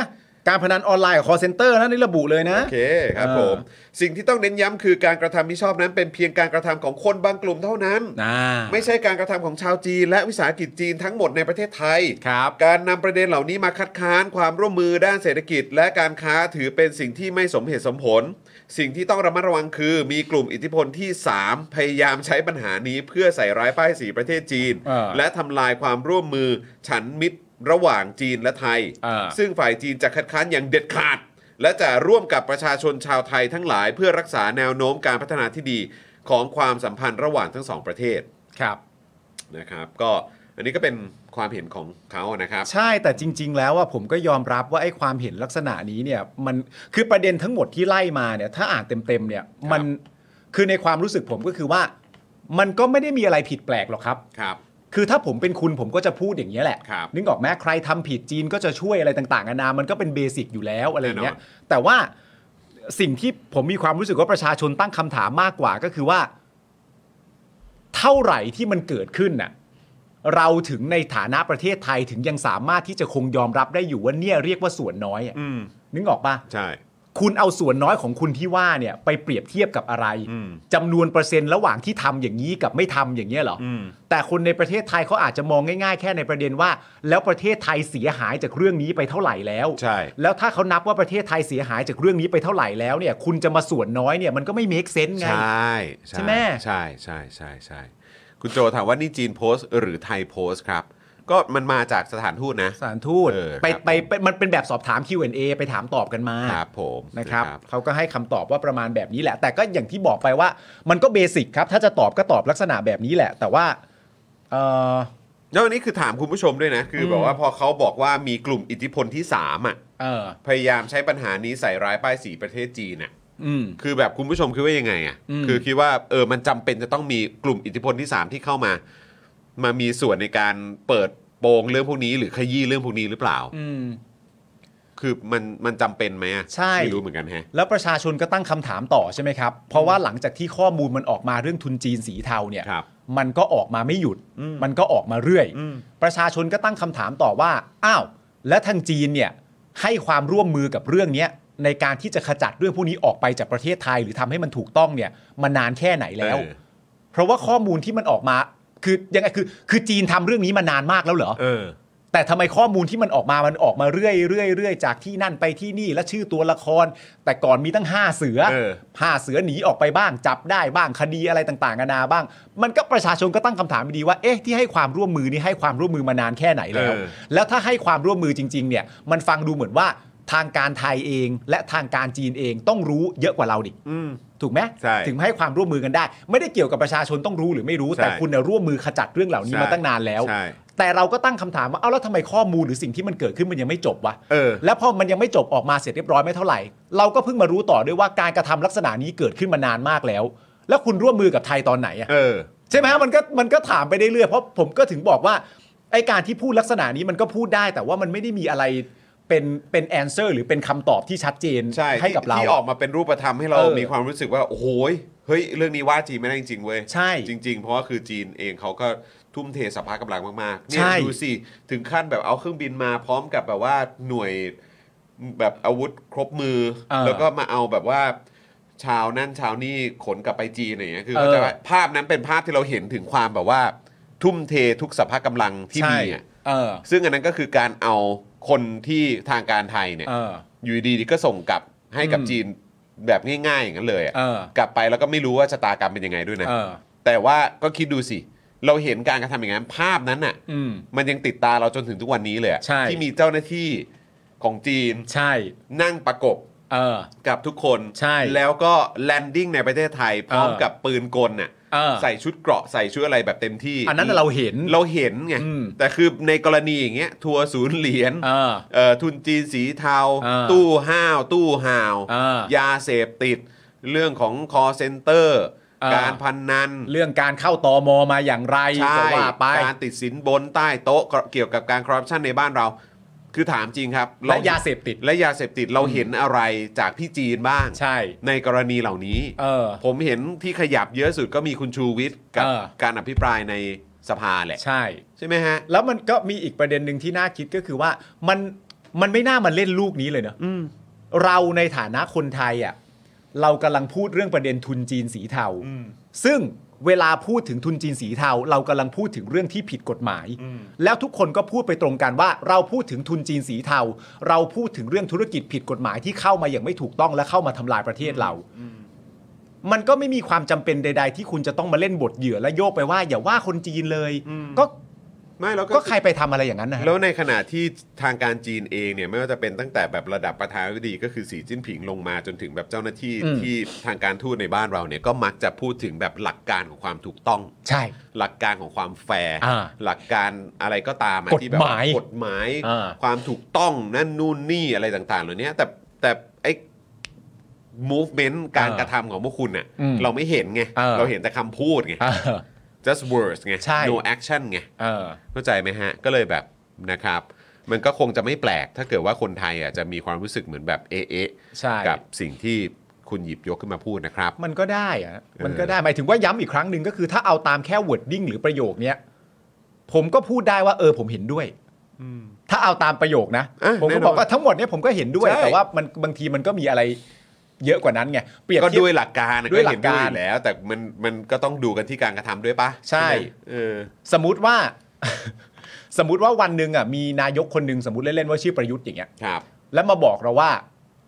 การพนันออนไลน์กับ call center นะนี่ระบุเลยนะโอเคครับผมสิ่งที่ต้องเน้นย้ำคือการกระทำมิชอบนั้นเป็นเพียงการกระทำของคนบางกลุ่มเท่านั้นไม่ใช่การกระทำของชาวจีนและวิสาหกิจจีนทั้งหมดในประเทศไทยครับการนำประเด็นเหล่านี้มาคัดค้านความร่วมมือด้านเศรษฐกิจและการค้าถือเป็นสิ่งที่ไม่สมเหตุสมผลสิ่งที่ต้องระมัดระวังคือมีกลุ่มอิทธิพลที่สามพยายามใช้ปัญหานี้เพื่อใส่ร้ายป้ายสีประเทศจีนและทำลายความร่วมมือฉันมิตรระหว่างจีนและไทยซึ่งฝ่ายจีนจะคัดค้านอย่างเด็ดขาดและจะร่วมกับประชาชนชาวไทยทั้งหลายเพื่อรักษาแนวโน้มการพัฒนาที่ดีของความสัมพันธ์ระหว่างทั้งสองประเทศครับนะครับก็อันนี้ก็เป็นความเห็นของเขานะครับใช่แต่จริงๆแล้วว่าผมก็ยอมรับว่าไอ้ความเห็นลักษณะนี้เนี่ยมันคือประเด็นทั้งหมดที่ไล่มาเนี่ยถ้าอ่านเต็มๆเนี่ยมันคือในความรู้สึกผมก็คือว่ามันก็ไม่ได้มีอะไรผิดแปลกหรอกครับครับคือถ้าผมเป็นคุณผมก็จะพูดอย่างนี้แหละนึกออกไหมใครทำผิดจีนก็จะช่วยอะไรต่างๆนานามันก็เป็นเบสิกอยู่แล้วอะไรอย่างเงี้ยแต่ว่าสิ่งที่ผมมีความรู้สึกว่าประชาชนตั้งคำถามมากกว่าก็คือว่าเท่าไหร่ที่มันเกิดขึ้นน่ะเราถึงในฐานะประเทศไทยถึงยังสามารถที่จะคงยอมรับได้อยู่ว่าเนี่ยเรียกว่าส่วนน้อยอ่ะนึกออกปะใช่คุณเอาส่วนน้อยของคุณที่ว่าเนี่ยไปเปรียบเทียบกับอะไรจำนวนเปอร์เซ็นต์ระหว่างที่ทำอย่างนี้กับไม่ทำอย่างเงี้ยเหรอแต่คนในประเทศไทยเขาอาจจะมองง่ายๆแค่ในประเด็นว่าแล้วประเทศไทยเสียหายจากเรื่องนี้ไปเท่าไหร่แล้วใช่แล้วถ้าเขานับว่าประเทศไทยเสียหายจากเรื่องนี้ไปเท่าไหร่แล้วเนี่ยคุณจะมาส่วนน้อยเนี่ยมันก็ไม่เมคเซนส์ไงใช่ใช่ไหมใช่ใช่ใช่ใช่คุณโจถามว่านี่จีนโพสต์หรือไทยโพสต์ครับก็มันมาจากสถานทูตนะสถานทูตไปไปมันเป็นแบบสอบถาม คิว แอนด์ เอ ไปถามตอบกันมาครับผมนะครับเขาก็ให้คำตอบว่าประมาณแบบนี้แหละแต่ก็อย่างที่บอกไปว่ามันก็เบสิกครับถ้าจะตอบก็ตอบลักษณะแบบนี้แหละแต่ว่าเออแล้วอันนี้คือถามคุณผู้ชมด้วยนะคือแบบว่าพอเขาบอกว่ามีกลุ่มอิทธิพลที่สามอ่ะพยายามใช้ปัญหานี้ใส่ร้ายป้ายสีประเทศจีนอ่ะคือแบบคุณผู้ชมคิดว่ายังไงอ่ะคือคิดว่าเออมันจำเป็นจะต้องมีกลุ่มอิทธิพลที่สามที่เข้ามามามีส่วนในการเปิดโปงเรื่องพวกนี้หรือขยี้เรื่องพวกนี้หรือเปล่าคือมันมันจำเป็นไหมใช่ไม่รู้เหมือนกันฮะแล้วประชาชนก็ตั้งคำถามต่อใช่ไหมครับเพราะว่าหลังจากที่ข้อมูลมันออกมาเรื่องทุนจีนสีเทาเนี่ยมันก็ออกมาไม่หยุดมันก็ออกมาเรื่อยประชาชนก็ตั้งคำถามต่อว่าอ้าวและทางจีนเนี่ยให้ความร่วมมือกับเรื่องนี้ในการที่จะขจัดเรื่องพวกนี้ออกไปจากประเทศไทยหรือทำให้มันถูกต้องเนี่ยมานานแค่ไหนแล้วเพราะว่าข้อมูลที่มันออกมาคือยังไงคือคือจีนทำเรื่องนี้มานานมากแล้วเหรอเออแต่ทำไมข้อมูลที่มันออกมามันออกมาเรื่อยเรื่อยเรื่อยจากที่นั่นไปที่นี่และชื่อตัวละครแต่ก่อนมีตั้งห้าเสือห้าเสือหนีออกไปบ้างจับได้บ้างคดีอะไรต่างๆนานาบ้างมันก็ประชาชนก็ตั้งคำถามดีว่าเอ๊ะที่ให้ความร่วมมือนี่ให้ความร่วมมือมานานแค่ไหนแล้วแล้วถ้าให้ความร่วมมือจริงๆเนี่ยมันฟังดูเหมือนว่าทางการไทยเองและทางการจีนเองต้องรู้เยอะกว่าเราดิถูกไหมถึงให้ความร่วมมือกันได้ไม่ได้เกี่ยวกับประชาชนต้องรู้หรือไม่รู้แต่คุณร่วมมือขจัดเรื่องเหล่านี้มาตั้งนานแล้วแต่เราก็ตั้งคำถามว่าเอ้าแล้วทำไมข้อมูลหรือสิ่งที่มันเกิดขึ้นมันยังไม่จบวะแล้วพอมันยังไม่จบออกมาเสร็จเรียบร้อยไม่เท่าไหร่เราก็เพิ่งมารู้ต่อด้วยว่าการกระทำลักษณะนี้เกิดขึ้นมานานมากแล้วแล้วคุณร่วมมือกับไทยตอนไหนอ่ะใช่ไหมมันก็มันก็ถามไปได้เรื่อยเพราะผมก็ถึงบอกว่าไอ้การที่พูดลักษณะนี้มันก็พูดได้แต่ว่ามันไม่ได้มีอะไรเป็นเป็น answer หรือเป็นคำตอบที่ชัดเจน ใ, ให้กับเราที่ออกมาเป็นรูปธรรมให้เรามีความรู้สึกว่าโอ้โหเฮ้ยเรื่องนี้ว่าจีนไม่ได้จริงๆเว้ยใช่จริงๆเพราะว่าคือจีนเองเขาก็ทุ่มเทสภาพกำลังมากๆเนี่ยดูสิถึงขั้นแบบเอาเครื่องบินมาพร้อมกับแบบว่าหน่วยแบบอาวุธครบมือแล้วก็มาเอาแบบว่าชาวนั่นชาวนี่ขนกลับไปจีนอะไรอย่างเงี้ยคือเขาจะภาพนั้นเป็นภาพที่เราเห็นถึงความแบบว่าทุ่มเททุกสภาพกำลังที่มีอ่ะซึ่งอันนั้นก็คือการเอาคนที่ทางการไทยเนี่ยอยู่ดีๆก็ส่งกลับให้กับจีนแบบง่ายๆอย่างนั้นเลยกลับไปแล้วก็ไม่รู้ว่าชะตากรรมเป็นยังไงด้วยนะแต่ว่าก็คิดดูสิเราเห็นการกระทำอย่างนั้นภาพนั้นน่ะมันยังติดตาเราจนถึงทุกวันนี้เลยที่มีเจ้าหน้าที่ของจีนนั่งประกบกับทุกคนแล้วก็แลนดิ้งในประเทศไทยพร้อมกับปืนกลน่ะใส่ชุดเกราะใส่ชุดอะไรแบบเต็มที่อันนั้นเราเห็นเราเห็นไงแต่คือในกรณีอย่างเงี้ยทัวร์ศูนย์เหรียญทุนจีนสีเทาตู้ห้าวตู้ห่าวยาเสพติดเรื่องของ call center การพนันเรื่องการเข้าตมมาอย่างไรก็ว่าไปการติดสินบนใต้โต๊ะเกี่ยวกับการคอร์รัปชันในบ้านเราคือถามจริงครับและยาเสพติดและยาเสพติดเราเห็นอะไรจากพี่จีนบ้างใช่ในกรณีเหล่านี้ผมเห็นที่ขยับเยอะสุดก็มีคุณชูวิทย์กับการอภิปรายในสภาแหละใช่ใช่ไหมฮะแล้วมันก็มีอีกประเด็นหนึ่งที่น่าคิดก็คือว่ามันมันไม่น่ามาเล่นลูกนี้เลยเนอะเราในฐานะคนไทยอ่ะเรากำลังพูดเรื่องประเด็นทุนจีนสีเทาซึ่งเวลาพูดถึงทุนจีนสีเทาเรากำลังพูดถึงเรื่องที่ผิดกฎหมายแล้วทุกคนก็พูดไปตรงกันว่าเราพูดถึงทุนจีนสีเทาเราพูดถึงเรื่องธุรกิจผิดกฎหมายที่เข้ามาอย่างไม่ถูกต้องและเข้ามาทำลายประเทศเรามันก็ไม่มีความจำเป็นใดๆที่คุณจะต้องมาเล่นบทเหยื่อและโยกไปว่าอย่าว่าคนจีนเลยก็ไม่แล้วก็ใครไปทำอะไรอย่างนั้นนะแล้วในขณะที่ทางการจีนเองเนี่ยไม่ว่าจะเป็นตั้งแต่แบบระดับประธานาธิบดีก็คือสีจิ้นผิงลงมาจนถึงแบบเจ้าหน้าที่ที่ทางการทูตในบ้านเราเนี่ยก็มักจะพูดถึงแบบหลักการของความถูกต้องใช่หลักการของความแฟร์หลักการอะไรก็ตามที่แบบกฎหมายความถูกต้องนั่นนู่นนี่อะไรต่างๆเหล่านี้แต่แต่ไอ้ movement การกระทำของพวกคุณเนี่ยเราไม่เห็นไงเราเห็นแต่คำพูดไงjust words ไง no action ไงเข้าใจไหมฮะก็เลยแบบนะครับมันก็คงจะไม่แปลกถ้าเกิดว่าคนไทยอ่ะจะมีความรู้สึกเหมือนแบบเอ๊ะๆกับสิ่งที่คุณหยิบยกขึ้นมาพูดนะครับมันก็ได้อะมันก็ได้หมายถึงว่าย้ำอีกครั้งหนึ่งก็คือถ้าเอาตามแค่ wording หรือประโยคเนี้ยผมก็พูดได้ว่าเออผมเห็นด้วยถ้าเอาตามประโยคนะผมก็บอกว่าทั้งหมดเนี้ยผมก็เห็นด้วยแต่ว่ามันบางทีมันก็มีอะไรเยอะกว่านั้นไงเปรียบก็ด้วยหลักการด้วยหลักการแล้วแต่มันมันก็ต้องดูกันที่การกระทำด้วยปะใช่เออสมมุติว่าสมมุติว่าวันหนึ่งอ่ะมีนายกคนหนึ่งสมมุติเล่นๆว่าชื่อประยุทธ์อย่างเงี้ยครับแล้วมาบอกเราว่า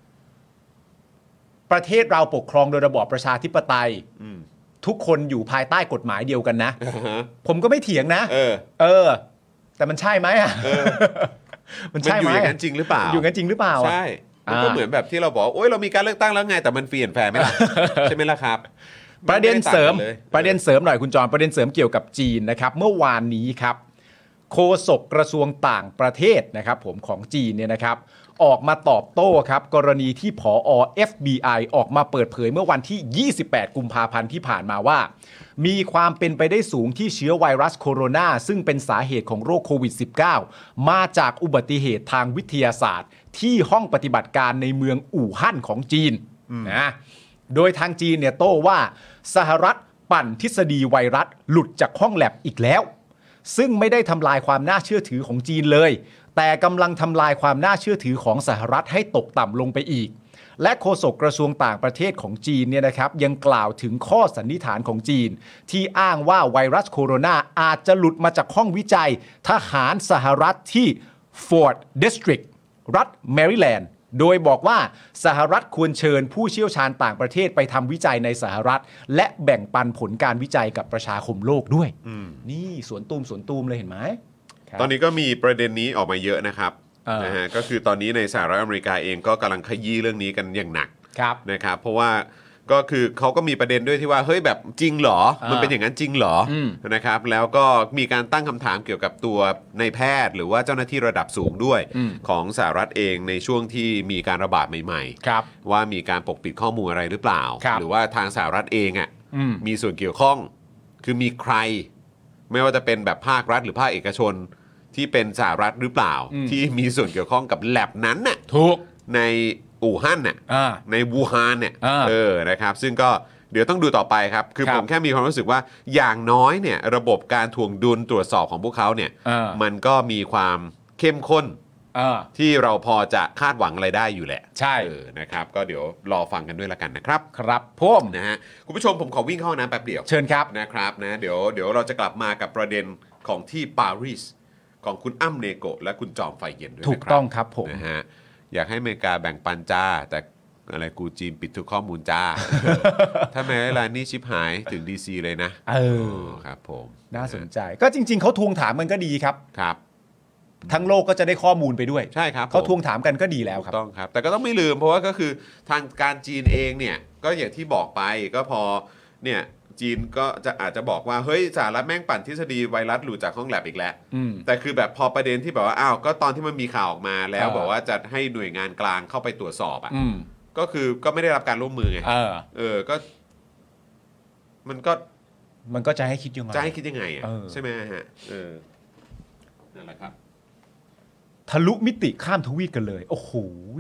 ประเทศเราปกครองโดยระบอบประชาธิปไตยทุกคนอยู่ภายใต้กฎหมายเดียวกันนะผมก็ไม่เถียงนะเออเออแต่มันใช่ไหมอ่ะมันใช่ไหมอยู่อย่างนั้นจริงหรือเปล่าอยู่งั้นจริงหรือเปล่าใช่มันก็เหมือนแบบที่เราบอกโอ๊ยเรามีการเลือกตั้งแล้วไงแต่มันเปลี่ยนแปลงไม่ล่ะใช่ไหมล่ะครับประเด็นเสริมประเด็นเสริมหน่อยคุณจรประเด็นเสริมเกี่ยวกับจีนนะครับเมื่อวานนี้ครับโฆษกกระทรวงต่างประเทศนะครับผมของจีนเนี่ยนะครับออกมาตอบโต้ครับกรณีที่ผอ เอฟ บี ไอ ออกมาเปิดเผยเมื่อวันที่ยี่สิบแปดกุมภาพันธ์ที่ผ่านมาว่ามีความเป็นไปได้สูงที่เชื้อไวรัสโคโรนาซึ่งเป็นสาเหตุของโรคโควิด สิบเก้า มาจากอุบัติเหตุทางวิทยาศาสตร์ที่ห้องปฏิบัติการในเมืองอู่ฮั่นของจีนนะโดยทางจีนเนี่ยโต้ว่าสหรัฐปั่นทฤษฎีไวรัสหลุดจากห้องแลบอีกแล้วซึ่งไม่ได้ทำลายความน่าเชื่อถือของจีนเลยแต่กำลังทำลายความน่าเชื่อถือของสหรัฐให้ตกต่ำลงไปอีกและโฆษกกระทรวงต่างประเทศของจีนเนี่ยนะครับยังกล่าวถึงข้อสันนิษฐานของจีนที่อ้างว่าไวรัสโคโรนาอาจจะหลุดมาจากห้องวิจัยทหารสหรัฐที่ Fort District รัฐแมริแลนด์โดยบอกว่าสหรัฐควรเชิญผู้เชี่ยวชาญต่างประเทศไปทำวิจัยในสหรัฐและแบ่งปันผลการวิจัยกับประชาคมโลกด้วยนี่สวนตูมสวนตูมเลยเห็นไหมตอนนี้ก็มีประเด็นนี้ออกมาเยอะนะครับนะฮะก็คือตอนนี้ในสหรัฐอเมริกาเองก็กำลังขยี้เรื่องนี้กันอย่างหนักนะครับเพราะว่าก็คือเขาก็มีประเด็นด้วยที่ว่าเฮ้ยแบบจริงเหรอมันเป็นอย่างนั้นจริงเหรอนะครับแล้วก็มีการตั้งคำถามเกี่ยวกับตัวในแพทย์หรือว่าเจ้าหน้าที่ระดับสูงด้วยของสหรัฐเองในช่วงที่มีการระบาดใหม่ๆว่ามีการปกปิดข้อมูลอะไรหรือเปล่าหรือว่าทางสหรัฐเองอ่ะมีส่วนเกี่ยวข้องคือมีใครไม่ว่าจะเป็นแบบภาครัฐหรือภาคเอกชนที่เป็นสหรัฐหรือเปล่าที่มีส่วนเกี่ยวข้องกับแลบนั้นน่ะถูกในอู่ฮั่นน่ะในวูฮานเนี่ยเออนะครับซึ่งก็เดี๋ยวต้องดูต่อไปครับคือผมแค่มีความรู้สึกว่าอย่างน้อยเนี่ยระบบการทวงดุลตรวจสอบของพวกเขาเนี่ยมันก็มีความเข้มข้นที่เราพอจะคาดหวังอะไรได้อยู่แหละใช่นะครับก็เดี๋ยวรอฟังกันด้วยละกันนะครับครับผมนะฮะคุณผู้ชมผมขอวิ่งเข้าน้ำแป๊บเดียวเชิญครับนะครับนะเดี๋ยวเดี๋ยวเราจะกลับมากับประเด็นของที่ปารีสของคุณอ้ำเนโกะและคุณจอมไฟเย็นด้วยถูกต้องครับผมนะฮะอยากให้อเมริกาแบ่งปันจ้าแต่อะไรกูจีนปิดทุกข้อมูลจ้า ถ้าแม้เวลานี้ชิปหายถึง ดี ซี เลยนะเออครับผมน่าสนใจก็จริงๆเขาทวงถามมันก็ดีครับครับทั้งโลกก็จะได้ข้อมูลไปด้วยใช่ครับเขาทวงถามกันก็ดีแล้วครับต้องครับแต่ก็ต้องไม่ลืมเพราะว่าก็คือทางการจีนเองเนี่ยก็อย่างที่บอกไปก็พอเนี่ยจีนก็จะอาจจะบอกว่าเฮ้ยสหรัฐแม่งปั่นทฤษฎีไวรัสหลุดจากห้องแลบอีกแล้วแต่คือแบบพอประเด็นที่แบบว่าอ้าวก็ตอนที่มันมีข่าวออกมาแล้วบอกว่าจะให้หน่วยงานกลางเข้าไปตรวจสอบอ่ะก็คือก็ไม่ได้รับการร่วมมือไงเออก็มันก็มันก็จะให้คิดยังไงจะให้คิดยังไงอ่ะใช่ไหมฮะเออนั่นแหละครับทะลุมิติข้ามทวีปกันเลยโอ้โห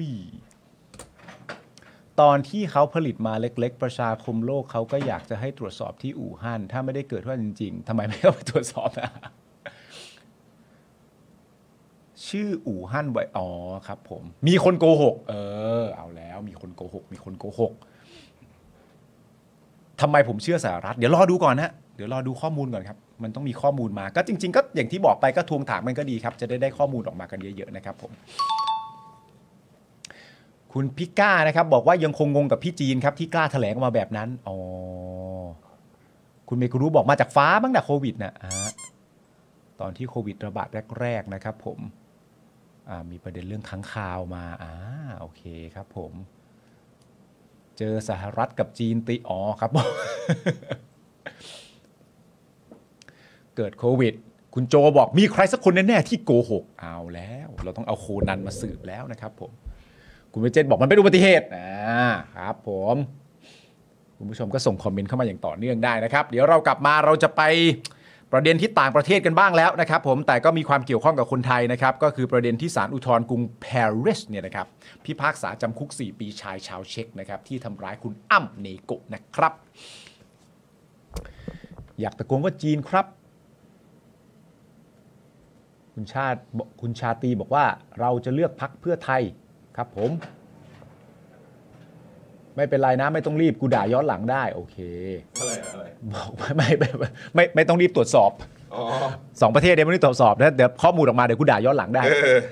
ตอนที่เขาผลิตมาเล็กๆประชาคมโลกเขาก็อยากจะให้ตรวจสอบที่อู่ฮั่นถ้าไม่ได้เกิดว่าจริงๆทำไมไม่เข้าไปตรวจสอบนะชื่ออู่ฮั่นไว้อ๋อครับผมมีคนโกหกเออเอาแล้วมีคนโกหกมีคนโกหกทำไมผมเชื่อสหรัฐเดี๋ยวรอดูก่อนนะเดี๋ยวรอดูข้อมูลก่อนครับมันต้องมีข้อมูลมาก็จริงๆก็อย่างที่บอกไปก็ทวงถามมันก็ดีครับจะได้ได้ข้อมูลออกมากันเยอะๆนะครับผมคุณพิก้านะครับบอกว่ายังคงงงกับพี่จีนครับที่กล้าแถลงออกมาแบบนั้นอ๋อคุณเมกุรุบอกมาจากฟ้าบ้างนะโควิดนะอ่าตอนที่โควิดระบาดแรกๆนะครับผมอ่ามีประเด็นเรื่องค้างคาวมาอ่าโอเคครับผมเจอสหรัฐกับจีนติอ๋อครับ เกิดโควิดคุณโจบอกมีใครสักคนแน่ๆที่โกหกเอาแล้วเราต้องเอาโคนันมาสืบแล้วนะครับผมคุณเวเจนบอกมันเป็นอุบัติเหตุอ่าครับผมคุณผู้ชมก็ส่งคอมเมนต์เข้ามาอย่างต่อเนื่องได้นะครับเดี๋ยวเรากลับมาเราจะไปประเด็นที่ต่างประเทศกันบ้างแล้วนะครับผมแต่ก็มีความเกี่ยวข้องกับคนไทยนะครับก็คือประเด็นที่ศาลอุทธรณ์กรุงปารีสเนี่ยนะครับพิพากษาจำคุกสี่ปีชายชาวเช็กนะครับที่ทำร้ายคุณอ้ำเนโกะนะครับอยากตะโกนว่าจีนครับคุณชาติคุณชาตรีบอกว่าเราจะเลือกพรรคเพื่อไทยครับผมไม่เป็นไรนะไม่ต้องรีบกูด่าย้อนหลังได้โอเคอะไรอะไรบอกไม่ไม่ไม่ไม่ไม่ต้องรีบตรวจสอบสองประเทศเดี๋ยวไม่ได้ตรวจสอบนะเดี๋ยวข้อมูลออกมาเดี๋ยวกูด่าย้อนหลังได้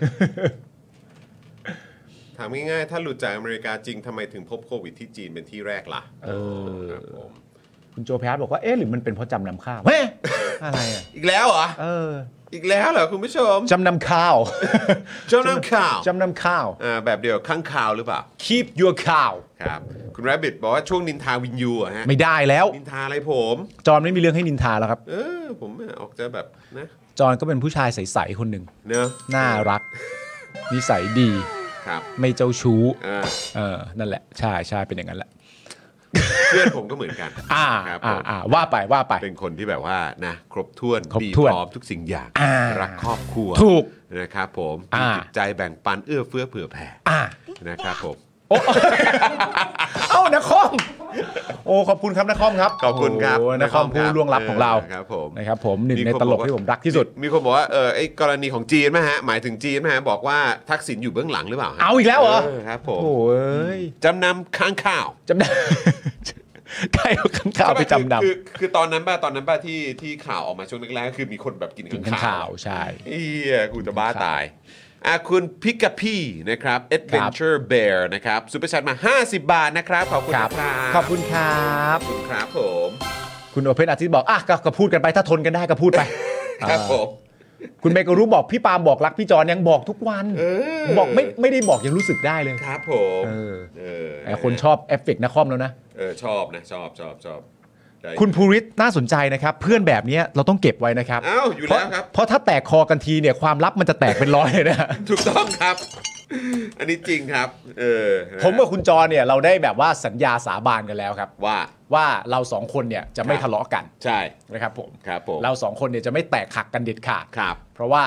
ถามง่ายๆถ้าหลุดจากอเมริกาจริงทำไมถึงพบโควิดที่จีนเป็นที่แรกล่ะเออคุณโจแพทบอกว่าเอ๊ะหรือมันเป็นเพราะจำนำข้าวเฮ้ยอะไรอ่ะอีกแล้วเหรอเอออีกแล้วเหรอคุณผู้ชมจำนำข้าวจำนำข้าวจำนำข้าวอ่าแบบเดียวข้างข่าวหรือเปล่า keep your cow ครับคุณ Rabbit บอกว่าช่วงนินทาวินยูอ่ะฮะไม่ได้แล้วนินทาอะไรผมจอนไม่มีเรื่องให้นินทาแล้วครับเออผมออกจะแบบนะจอนก็เป็นผู้ชายใสๆคนหนึ่งเนอะน่ารักนิสัยดีครับไม่เจ้าชู้เออนั่นแหละใช่ใช่เป็นอย่างนั้นแหละเพื่อนผมก็เหมือนกันอ่าอ่าอ่าว่าไปว่าไปเป็นคนที่แบบว่านะครบถ้วนดีพร้อมทุกสิ่งอย่างรักครอบครัวถูกนะครับผมมีจิตใจแบ่งปันเอื้อเฟื้อเผื่อแผ่นะครับผมเอ้านะคอมโอ้ขอบคุณครับนะคอมครับขอบคุณครับนะคอมผู้ล่วงลับของเราครับผมนะครับผมหนึ่งในตลกที่ผมรักที่สุดมีคนบอกว่าเออไอ้กรณีของจีนมั้ยฮะหมายถึงจีนมั้ยฮะบอกว่าทักษิณอยู่เบื้องหลังหรือเปล่าเอาอีกแล้วเหรอครับผมโอ้ยจำนำค้างข่าวจำนำใครเอาข้างข่าวไปจำนำคือคือตอนนั้นป่ะตอนนั้นป่ะที่ที่ข่าวออกมาช่วงแรกๆคือมีคนแบบกินข้างข่าวใช่เฮียกูจะบ้าตายอ่ะคุณพิกาพี่นะครับ Adventure Bear นะครับซุปเปอร์แชทมาห้าสิบบาทนะครับขอบคุณครับขอบคุณครับขอบคุณครับผมคุณโอเพนอาร์ติสบอกอ่ะก็พูดกันไปถ้าทนกันได้ก็พูดไปครับผมคุณเมกรู้บอกพี่ปาล์มบอกรักพี่จอนยังบอกทุกวันบอกไม่ไม่ได้บอกยังรู้สึกได้เลยครับผมเออเออคนชอบเอฟเฟกต์นะคอมแล้วนะเออชอบนะชอบชอบชอบคุณภูริศน่าสนใจนะครับเพื่อนแบบนี้เราต้องเก็บไว้นะครับอ้าวอยู่แล้วครับเพราะถ้าแตกคอกันทีเนี่ยความลับมันจะแตกเป็นร้อยเลยนะถูกต้องครับอันนี้จริงครับเออผมกับคุณจอเนี่ยเราได้แบบว่าสัญญาสาบานกันแล้วครับว่าว่าเราสองคนเนี่ยจะไม่ทะเลาะกันใช่นะครับผมครับผมเราสองคนเนี่ยจะไม่แตกหักกันเด็ดขาดครับเพราะว่า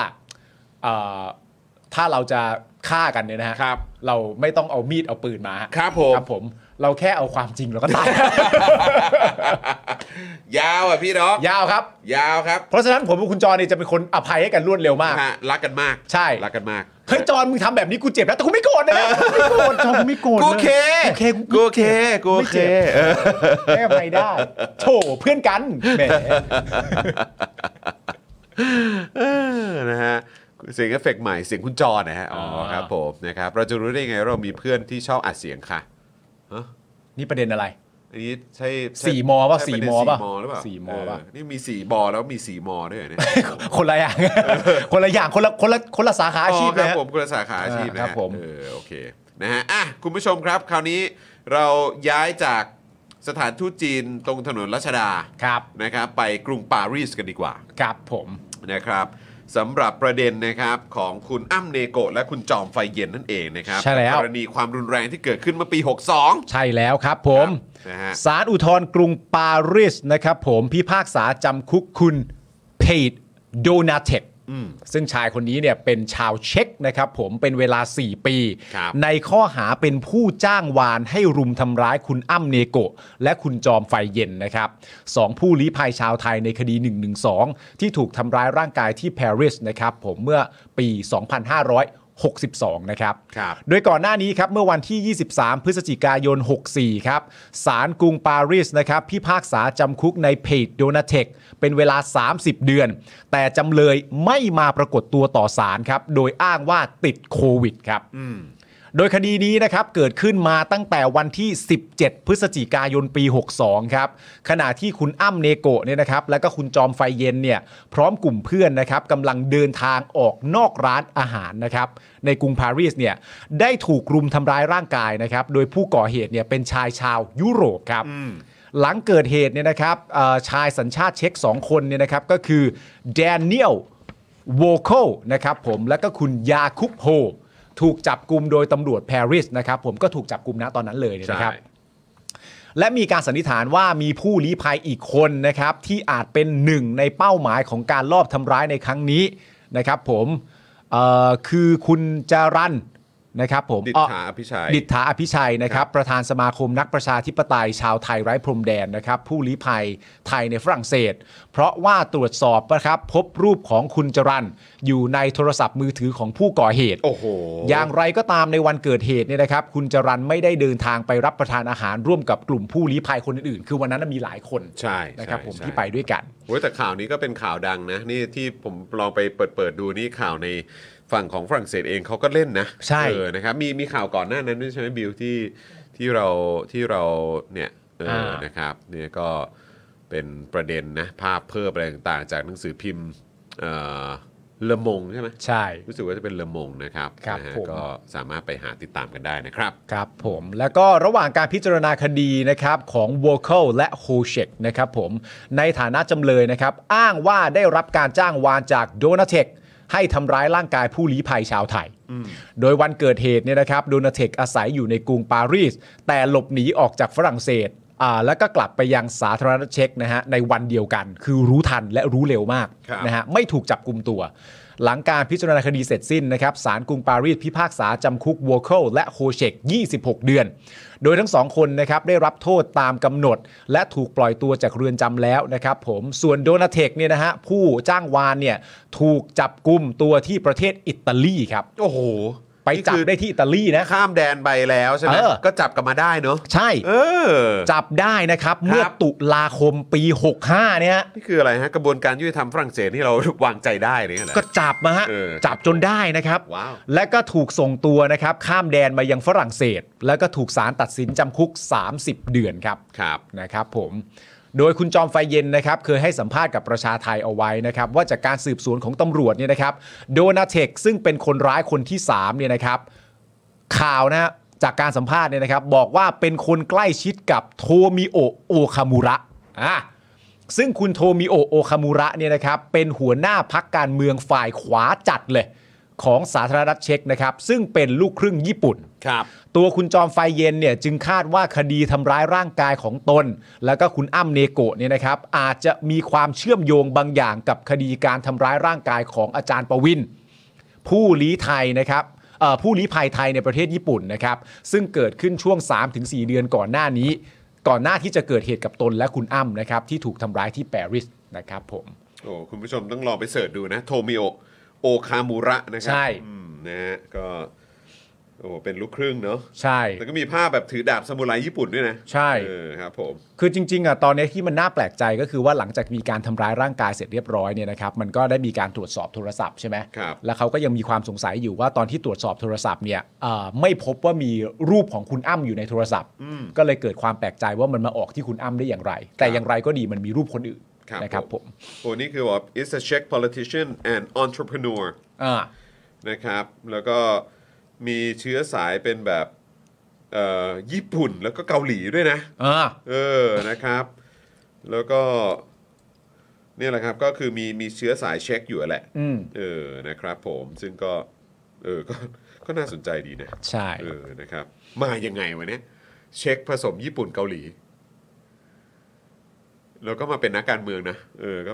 ถ้าเราจะฆ่ากันเนี่ยนะฮะเราไม่ต้องเอามีดเอาปืนมาครับผมครับผมเราแค่เอาความจริงเราก็ตายยาวอ่ะพี่น้องยาวครับยาวครับเพราะฉะนั้นผมกับคุณจอนี่จะเป็นคนอภัยให้กันรวดเร็วมากรักกันมากใช่รักกันมากเฮ้ยจอนมึงทำแบบนี้กูเจ็บแล้วแต่กูไม่โกรธนะไม่โกรธจอนกูไม่โกรธกูโอเคกูโอเคกูโอเคให้อภัยได้โธ่เพื่อนกันแหมนะฮะเสียงเอฟเฟกต์ใหม่เสียงคุณจอนะฮะอ๋อครับผมนะครับเราจะรู้ได้ไงเรามีเพื่อนที่ชอบอัดเสียงค่ะนี่ประเด็นอะไรอันนี้ใช่สี่มอป่ะสี่มอป่ะสี่มอป่ะนี่มีสี่บอแล้วมีสี่มอด้วยเนี่ยคนละอย่างคนละอย่างคนละคนละคนละสาขาอาชีพนะครับผมคนละสาขาอาชีพนะครับผมเออโอเคนะฮะอ่ะคุณผู้ชมครับคราวนี้เราย้ายจากสถานทูตจีนตรงถนนรัชดาครับนะครับไปกรุงปารีสกันดีกว่าครับผมนะครับสำหรับประเด็นนะครับของคุณอ้ำเนโกะและคุณจอมไฟเย็นนั่นเองนะครับใช่แล้วกรณีความรุนแรงที่เกิดขึ้นเมื่อปีหกสิบสองใช่แล้วครับผมศาลอุทธรณ์กรุงปารีสนะครับผมพิพากษาจำคุกคุณเพจโดนาเทคซึ่งชายคนนี้เนี่ยเป็นชาวเช็กนะครับผมเป็นเวลาสี่ปีในข้อหาเป็นผู้จ้างวานให้รุมทำร้ายคุณอ้ำเนโกะและคุณจอมไฟเย็นนะครับสองผู้ลี้ภัยชาวไทยในคดีหนึ่งหนึ่งสองที่ถูกทำร้ายร่างกายที่ปารีสนะครับผมเมื่อปีสองพันห้าร้อยหกสิบสองนะครับโดยก่อนหน้านี้ครับเมื่อวันที่ยี่สิบสามพฤศจิกายนหกสี่ครับศาลกรุงปารีสนะครับพิพากษาจำคุกในเพจโดนาเทคเป็นเวลาสามสิบเดือนแต่จำเลยไม่มาปรากฏตัวต่อศาลครับโดยอ้างว่าติดโควิดครับโดยคดีนี้นะครับเกิดขึ้นมาตั้งแต่วันที่สิบเจ็ดพฤศจิกายนปีหกสองครับขณะที่คุณอ้ำเนโกะเนี่ยนะครับและก็คุณจอมไฟเย็นเนี่ยพร้อมกลุ่มเพื่อนนะครับกำลังเดินทางออกนอกร้านอาหารนะครับในกรุงปารีสเนี่ยได้ถูกรุมทำร้ายร่างกายนะครับโดยผู้ก่อเหตุเนี่ยเป็นชายชาวยุโรปครับหลังเกิดเหตุเนี่ยนะครับชายสัญชาติเช็กสองคนเนี่ยนะครับก็คือแดเนียลโวโคลนะครับผมและก็คุณยาคุปโฮถูกจับกุมโดยตำรวจปารีสนะครับผมก็ถูกจับกุมณตอนนั้นเลยนะครับและมีการสันนิษฐานว่ามีผู้ลี้ภัยอีกคนนะครับที่อาจเป็นหนึ่งในเป้าหมายของการลอบทำร้ายในครั้งนี้นะครับผมคือคุณจารันนะครับผมดิษฐาอภิชัยดิษฐาอภิชัยนะครับประธานสมาคมนักประชาธิปไตยชาวไทยไร้พรมแดนนะครับผู้ลี้ภัยไทยในฝรั่งเศสเพราะว่าตรวจสอบนะครับพบรูปของคุณจรันอยู่ในโทรศัพท์มือถือของผู้ก่อเหตุโอ้โหอย่างไรก็ตามในวันเกิดเหตุเนี่ยนะครับคุณจรันไม่ได้เดินทางไปรับประทานอาหารร่วมกับกลุ่มผู้ลี้ภัยคนอื่นๆคือวันนั้นมีหลายคนใช่นะครับผมที่ไปด้วยกันโอ้ยแต่ข่าวนี้ก็เป็นข่าวดังนะนี่ที่ผมลองไปเปิดเปิดดูนี่ข่าวในฝั่งของฝรั่งเศสเองเขาก็เล่นนะใช่เออนะครับมีมีข่าวก่อนหน้านั้นด้วยใช่ไหมบิลที่ที่เราที่เราเนี่ยเออนะครับเนี่ยก็เป็นประเด็นนะภาพเพิ่มอะไรต่างๆจากหนังสือพิมพ์เอ่อเลมงใช่ไหมใช่รู้สึกว่าจะเป็นเลมงนะครับครับนะผมก็สามารถไปหาติดตามกันได้นะครับครับผมแล้วก็ระหว่างการพิจารณาคดีนะครับของ Vocal และ Hochek นะครับผมในฐานะจำเลยนะครับอ้างว่าได้รับการจ้างวานจาก Donatekให้ทำร้ายร่างกายผู้ลี้ภัยชาวไทยโดยวันเกิดเหตุเนี่ยนะครับโดนาเทคอาศัยอยู่ในกรุงปารีสแต่หลบหนีออกจากฝรั่งเศสอ่าแล้วก็กลับไปยังสาธารณรัฐเช็กนะฮะในวันเดียวกันคือรู้ทันและรู้เร็วมากนะฮะไม่ถูกจับกุมตัวหลังการพิจารณาคดีเสร็จสิ้นนะครับศาลกรุงปารีสพิพากษาจำคุกโวเคิลและโฮเชกยี่สิบหกเดือนโดยทั้งสองคนนะครับได้รับโทษตามกำหนดและถูกปล่อยตัวจากเรือนจำแล้วนะครับผมส่วนโดนาเทคเนี่ยนะฮะผู้จ้างวานเนี่ยถูกจับกุมตัวที่ประเทศอิตาลีครับโอ้โหไปจับได้ที่อิตาลีนะข้ามแดนไปแล้วใช่ไหมก็จับกลับมาได้เนอะใช่เออจับได้นะครับเมื่อตุลาคมปีหกสิบห้าเนี่ยนี่คืออะไรฮะกระบวนการยุติธรรมฝรั่งเศสที่เราวางใจได้เนี่ยแหละก็จับมาฮะจับจนได้นะครับและก็ถูกส่งตัวนะครับข้ามแดนมายังฝรั่งเศสแล้วก็ถูกศาลตัดสินจำคุกสามสิบเดือนครับครับนะครับผมโดยคุณจอมไฟเย็นนะครับเคยให้สัมภาษณ์กับประชาไทยเอาไว้นะครับว่าจากการสืบสวนของตำรวจเนี่ยนะครับโดนาเทคซึ่งเป็นคนร้ายคนที่สามเนี่ยนะครับข่าวนะจากการสัมภาษณ์เนี่ยนะครับบอกว่าเป็นคนใกล้ชิดกับโทมิโอะโอคามุระอ่ะซึ่งคุณโทมิโอะโอคามุระเนี่ยนะครับเป็นหัวหน้าพรรคการเมืองฝ่ายขวาจัดเลยของสาธารณรัฐเช็กนะครับซึ่งเป็นลูกครึ่งญี่ปุ่นครับตัวคุณจอมไฟเย็นเนี่ยจึงคาดว่าคดีทำร้ายร่างกายของตนแล้วก็คุณอ้ำเนโกะเนี่ยนะครับอาจจะมีความเชื่อมโยงบางอย่างกับคดีการทำร้ายร่างกายของอาจารย์ประวินผู้ลี้ไทยนะครับผู้ลี้ภัยไทยในประเทศญี่ปุ่นนะครับซึ่งเกิดขึ้นช่วง สามถึงสี่ เดือนก่อนหน้านี้ก่อนหน้าที่จะเกิดเหตุกับตนและคุณอ้ำนะครับที่ถูกทำร้ายที่ปารีสนะครับผมโอ้คุณผู้ชมต้องลองไปเสิร์ชดูนะโทมิโอะโอคามุระนะครัใช่นะฮะก็โอ้เป็นลูกครึ่งเนาะใช่แต่ก็มีภาพแบบถือดาบซามูไรญี่ปุ่นด้วยนะใช่เออครับผมคือจริงๆอ่ะตอนนี้ที่มันน่าแปลกใจก็คือว่าหลังจากมีการทำร้ายร่างกายเสร็จเรียบร้อยเนี่ยนะครับมันก็ได้มีการตรวจสอบโทรศัพท์ใช่ไหมครับแล้วเขาก็ยังมีความสงสัยอยู่ว่าตอนที่ตรวจสอบโทรศัพท์เนี่ยไม่พบว่ามีรูปของคุณอ้ำอยู่ในโทรศัพท์ก็เลยเกิดความแปลกใจว่ามันมาออกที่คุณอ้ำได้อย่างไรแต่อย่างไรก็ดีมันมีรูปคนอื่นนะครับผมโอ้นี่คือว่า is a Czech politician and entrepreneur อ่านะครับแล้วก็มีเชื้อสายเป็นแบบเอ่อญี่ปุ่นแล้วก็เกาหลีด้วยนะอ่าเออนะครับแล้วก็เนี่ยแหละครับก็คือมีมีเชื้อสายเช็คอยู่แหละเออนะครับผมซึ่งก็เออก็ก็น่าสนใจดีนะใช่เออนะครับมายังไงวะเนี่ยเช็คผสมญี่ปุ่นเกาหลีแล้วก็มาเป็นนักการเมืองนะเออก็แบบ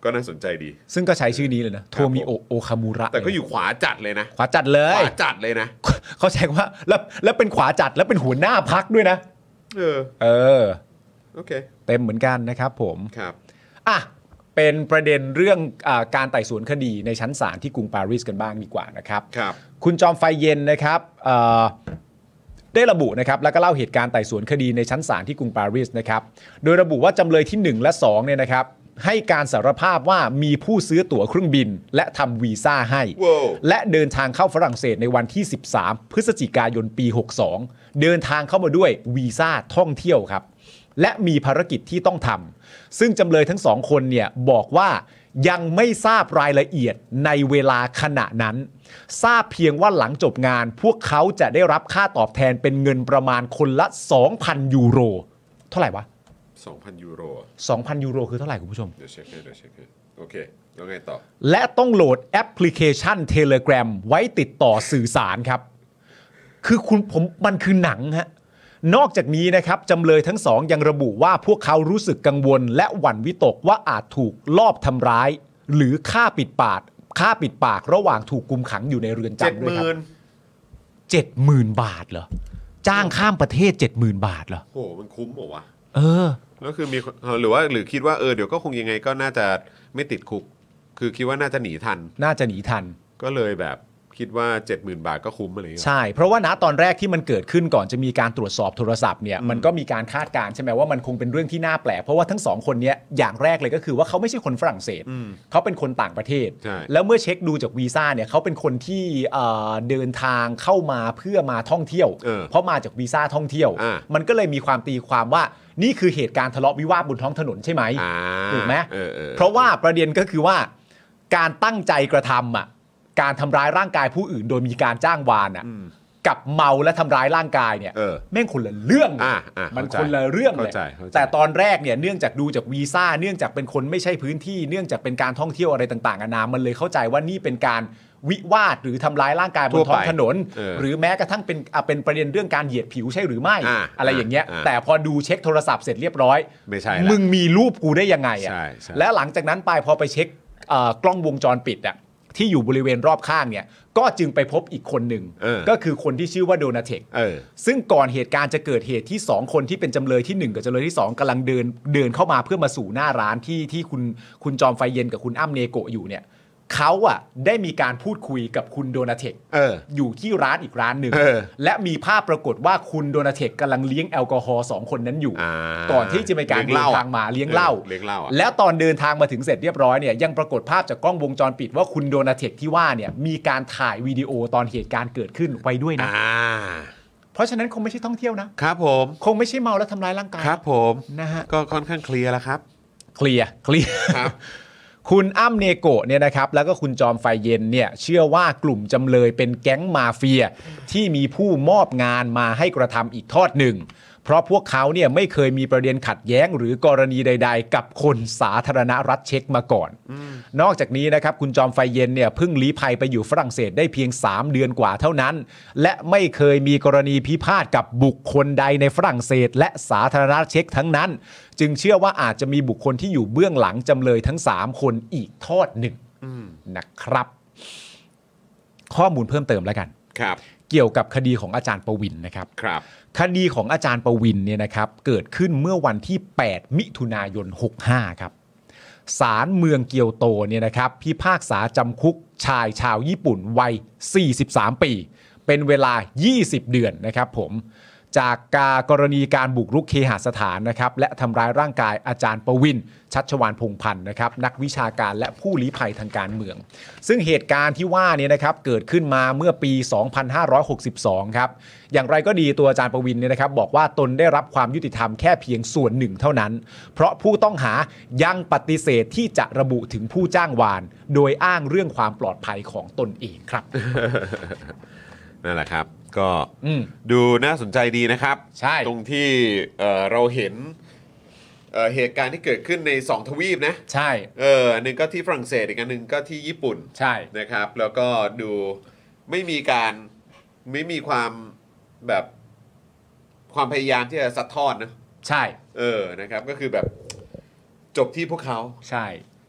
ก็น่าสนใจดีซึ่งก็ใช้ชื่อนี้เลยนะโทมิโอโอคามูระแต่ก็อยู่ขวาจัดเลยนะขวาจัดเลยขวาจัดเลยนะเขาใช้ว่าแล้วแล้วเป็นขวาจัดแล้วเป็นหัวหน้าพรรคด้วยนะเออเออโอเคเต็มเหมือนกันนะครับผมครับอ่ะเป็นประเด็นเรื่องอาการไต่สวนคดีในชั้นศาลที่กรุงปารีสกันบ้างดีกว่านะครับครับคุณจอมไฟเย็นนะครับได้ระบุนะครับแล้วก็เล่าเหตุการณ์ไต่สวนคดีในชั้นศาลที่กรุงปารีสนะครับโดยระบุว่าจำเลยที่หนึ่งและสองเนี่ยนะครับให้การสารภาพว่ามีผู้ซื้อตั๋วเครื่องบินและทำวีซ่าให้ wow. และเดินทางเข้าฝรั่งเศสในวันที่สิบสามพฤศจิกายนปีหกสิบสองเดินทางเข้ามาด้วยวีซ่าท่องเที่ยวครับและมีภารกิจที่ต้องทำซึ่งจำเลยทั้งสองคนเนี่ยบอกว่ายังไม่ทราบรายละเอียดในเวลาขณะนั้นทราบเพียงว่าหลังจบงานพวกเขาจะได้รับค่าตอบแทนเป็นเงินประมาณคนละ สองพัน ยูโรเท่าไหร่วะสองพัน ยูโรสองพัน ยูโรคือเท่าไหร่คุณผู้ชมเดี๋ยวเช็คให้เดี๋ยวเช็คให้โอเคแล้วไงต่อและต้องโหลดแอปพลิเคชัน Telegram ไว้ติดต่อสื่อสารครับคือคุณผมมันคือหนังฮะนอกจากนี้นะครับจำเลยทั้งสองยังระบุว่าพวกเขารู้สึกกังวลและหวั่นวิตกว่าอาจถูกลอบทำร้ายหรือฆ่าปิดปากฆ่าปิดปากระหว่างถูกกุมขังอยู่ในเรือนจำด้วยครับเจ็ดหมื่นบาทเหรอจ้างข้ามประเทศ เจ็ดหมื่น บาทเหรอโหมันคุ้มเหรอวะเออแล้วคือมีหรือว่าหรือคิดว่าเออเดี๋ยวก็คงยังไงก็น่าจะไม่ติดคุกคือคิดว่าน่าจะหนีทันน่าจะหนีทันก็เลยแบบคิดว่า เจ็ดหมื่น บาทก็คุ้มอะไรอย่างเงี้ยใช่เพราะว่าณตอนแรกที่มันเกิดขึ้นก่อนจะมีการตรวจสอบโทรศัพท์เนี่ยมันก็มีการคาดการณ์ใช่ไหมว่ามันคงเป็นเรื่องที่น่าแปลกเพราะว่าทั้งสองคนนี้อย่างแรกเลยก็คือว่าเขาไม่ใช่คนฝรั่งเศสเขาเป็นคนต่างประเทศแล้วเมื่อเช็คดูจากวีซ่าเนี่ยเขาเป็นคนที่เดินทางเข้ามาเพื่อมาท่องเที่ยวเพราะมาจากวีซ่าท่องเที่ยวมันก็เลยมีความตีความว่านี่คือเหตุการณ์ทะเลาะวิวาทบนท้องถนนใช่ไหมถูกไหมเพราะว่าประเด็นก็คือว่าการตั้งใจกระทำอ่ะการทำร้ายร่างกายผู้อื่นโดยมีการจ้างวานอ่ะกับเมาและทำร้ายร่างกายเนี่ยแม่งคนละเรื่องมันคนละเรื่องเลยแต่ตอนแรกเนี่ยเนื่องจากดูจากวีซ่าเนื่องจากเป็นคนไม่ใช่พื้นที่เนื่องจากเป็นการท่องเที่ยวอะไรต่างๆนานามันเลยเข้าใจว่านี่เป็นการวิวาทหรือทำร้ายร่างกายบนท้องถนนหรือแม้กระทั่งเป็นเป็นประเด็นเรื่องการเหยียดผิวใช่หรือไม่อะไรอย่างเงี้ยแต่พอดูเช็คโทรศัพท์เสร็จเรียบร้อยไม่ใช่มึงมีรูปกูได้ยังไงอ่ะและหลังจากนั้นไปพอไปเช็คกล้องวงจรปิดอ่ะที่อยู่บริเวณรอบข้างเนี่ยก็จึงไปพบอีกคนหนึ่งก็คือคนที่ชื่อว่าโดนาเทคซึ่งก่อนเหตุการณ์จะเกิดเหตุที่สองคนที่เป็นจำเลยที่หนึ่งกับจำเลยที่สองกำลังเดินเดินเข้ามาเพื่อมาสู่หน้าร้านที่ที่คุณคุณจอมไฟเย็นกับคุณอ้ำเนโกะอยู่เนี่ยเขาอ่ะได้มีการพูดคุยกับคุณโดนาเทคอ, ออยู่ที่ร้านอีกร้านหนึ่งและมีภาพปรากฏว่าคุณโดนาเทคกำลังเลี้ยงแอลกอฮอล์สองคนนั้นอยู่ก่อนที่จะมีการเดินทางมาเลี้ยงเหล้าแล้วตอนเดินทางมาถึงเสร็จเรียบร้อยเนี่ยยังปรากฏภาพจากกล้องวงจรปิดว่าคุณโดนาเทคที่ว่าเนี่ยมีการถ่ายวิดีโอตอนเหตุการณ์เกิดขึ้นไว้ด้วยนะเพราะฉะนั้นคงไม่ใช่ท่องเที่ยวนะครับผมคงไม่ใช่เมาแล้วทำร้ายร่างกายครับผมนะฮะก็ค่อนข้างเคลียร์แล้วครับเคลียร์เคลียร์ครับคุณอ้ำเนโกะเนี่ยนะครับแล้วก็คุณจอมไฟเย็นเนี่ยเชื่อว่ากลุ่มจำเลยเป็นแก๊งมาเฟียที่มีผู้มอบงานมาให้กระทำอีกทอดหนึ่งเพราะพวกเขาเนี่ยไม่เคยมีประเด็นขัดแย้งหรือกรณีใดๆกับคนสาธารณรัฐเช็กมาก่อนนอกจากนี้นะครับคุณจอมไฟเย็นเนี่ยเพิ่งลี้ภัยไปอยู่ฝรั่งเศสได้เพียงสามเดือนกว่าเท่านั้นและไม่เคยมีกรณีพิพาทกับบุคคลใดในฝรั่งเศสและสาธารณรัฐเช็กทั้งนั้นจึงเชื่อว่าอาจจะมีบุคคลที่อยู่เบื้องหลังจำเลยทั้งสามคนอีกทอดหนึ่งนะครับข้อมูลเพิ่มเติมแล้วกันครับเกี่ยวกับคดีของอาจารย์ประวินนะครับครับคดีของอาจารย์ประวินเนี่ยนะครับเกิดขึ้นเมื่อวันที่แปดมิถุนายนหกสิบห้าครับศาลเมืองเกียวโตเนี่ยนะครับพิพากษาจำคุกชายชาวญี่ปุ่นวัยสี่สิบสามปีเป็นเวลายี่สิบเดือนนะครับผมจากการกรณีการบุกรุกเคหสถานนะครับและทำร้ายร่างกายอาจารย์ประวินชัชวาลพงษ์พันธ์นะครับนักวิชาการและผู้ลี้ภัยทางการเมืองซึ่งเหตุการณ์ที่ว่านี้นะครับเกิดขึ้นมาเมื่อปีสองพันห้าร้อยหกสิบสองครับอย่างไรก็ดีตัวอาจารย์ประวินเนี่ยนะครับบอกว่าตนได้รับความยุติธรรมแค่เพียงส่วนหนึ่งเท่านั้นเพราะผู้ต้องหายังปฏิเสธที่จะระบุถึงผู้จ้างวานโดยอ้างเรื่องความปลอดภัยของตนเองครับนั่นแหละครับก็ดูน่าสนใจดีนะครับใช่ตรงที่เอ่อเราเห็นเอ่อเหตุการณ์ที่เกิดขึ้นในสองทวีปนะใช่เอออันนึงก็ที่ฝรั่งเศสอีกอันนึงก็ที่ญี่ปุ่นใช่นะครับแล้วก็ดูไม่มีการไม่มีความแบบความพยายามที่จะซัดทอดนะใช่เออนะครับก็คือแบบจบที่พวกเขาใช่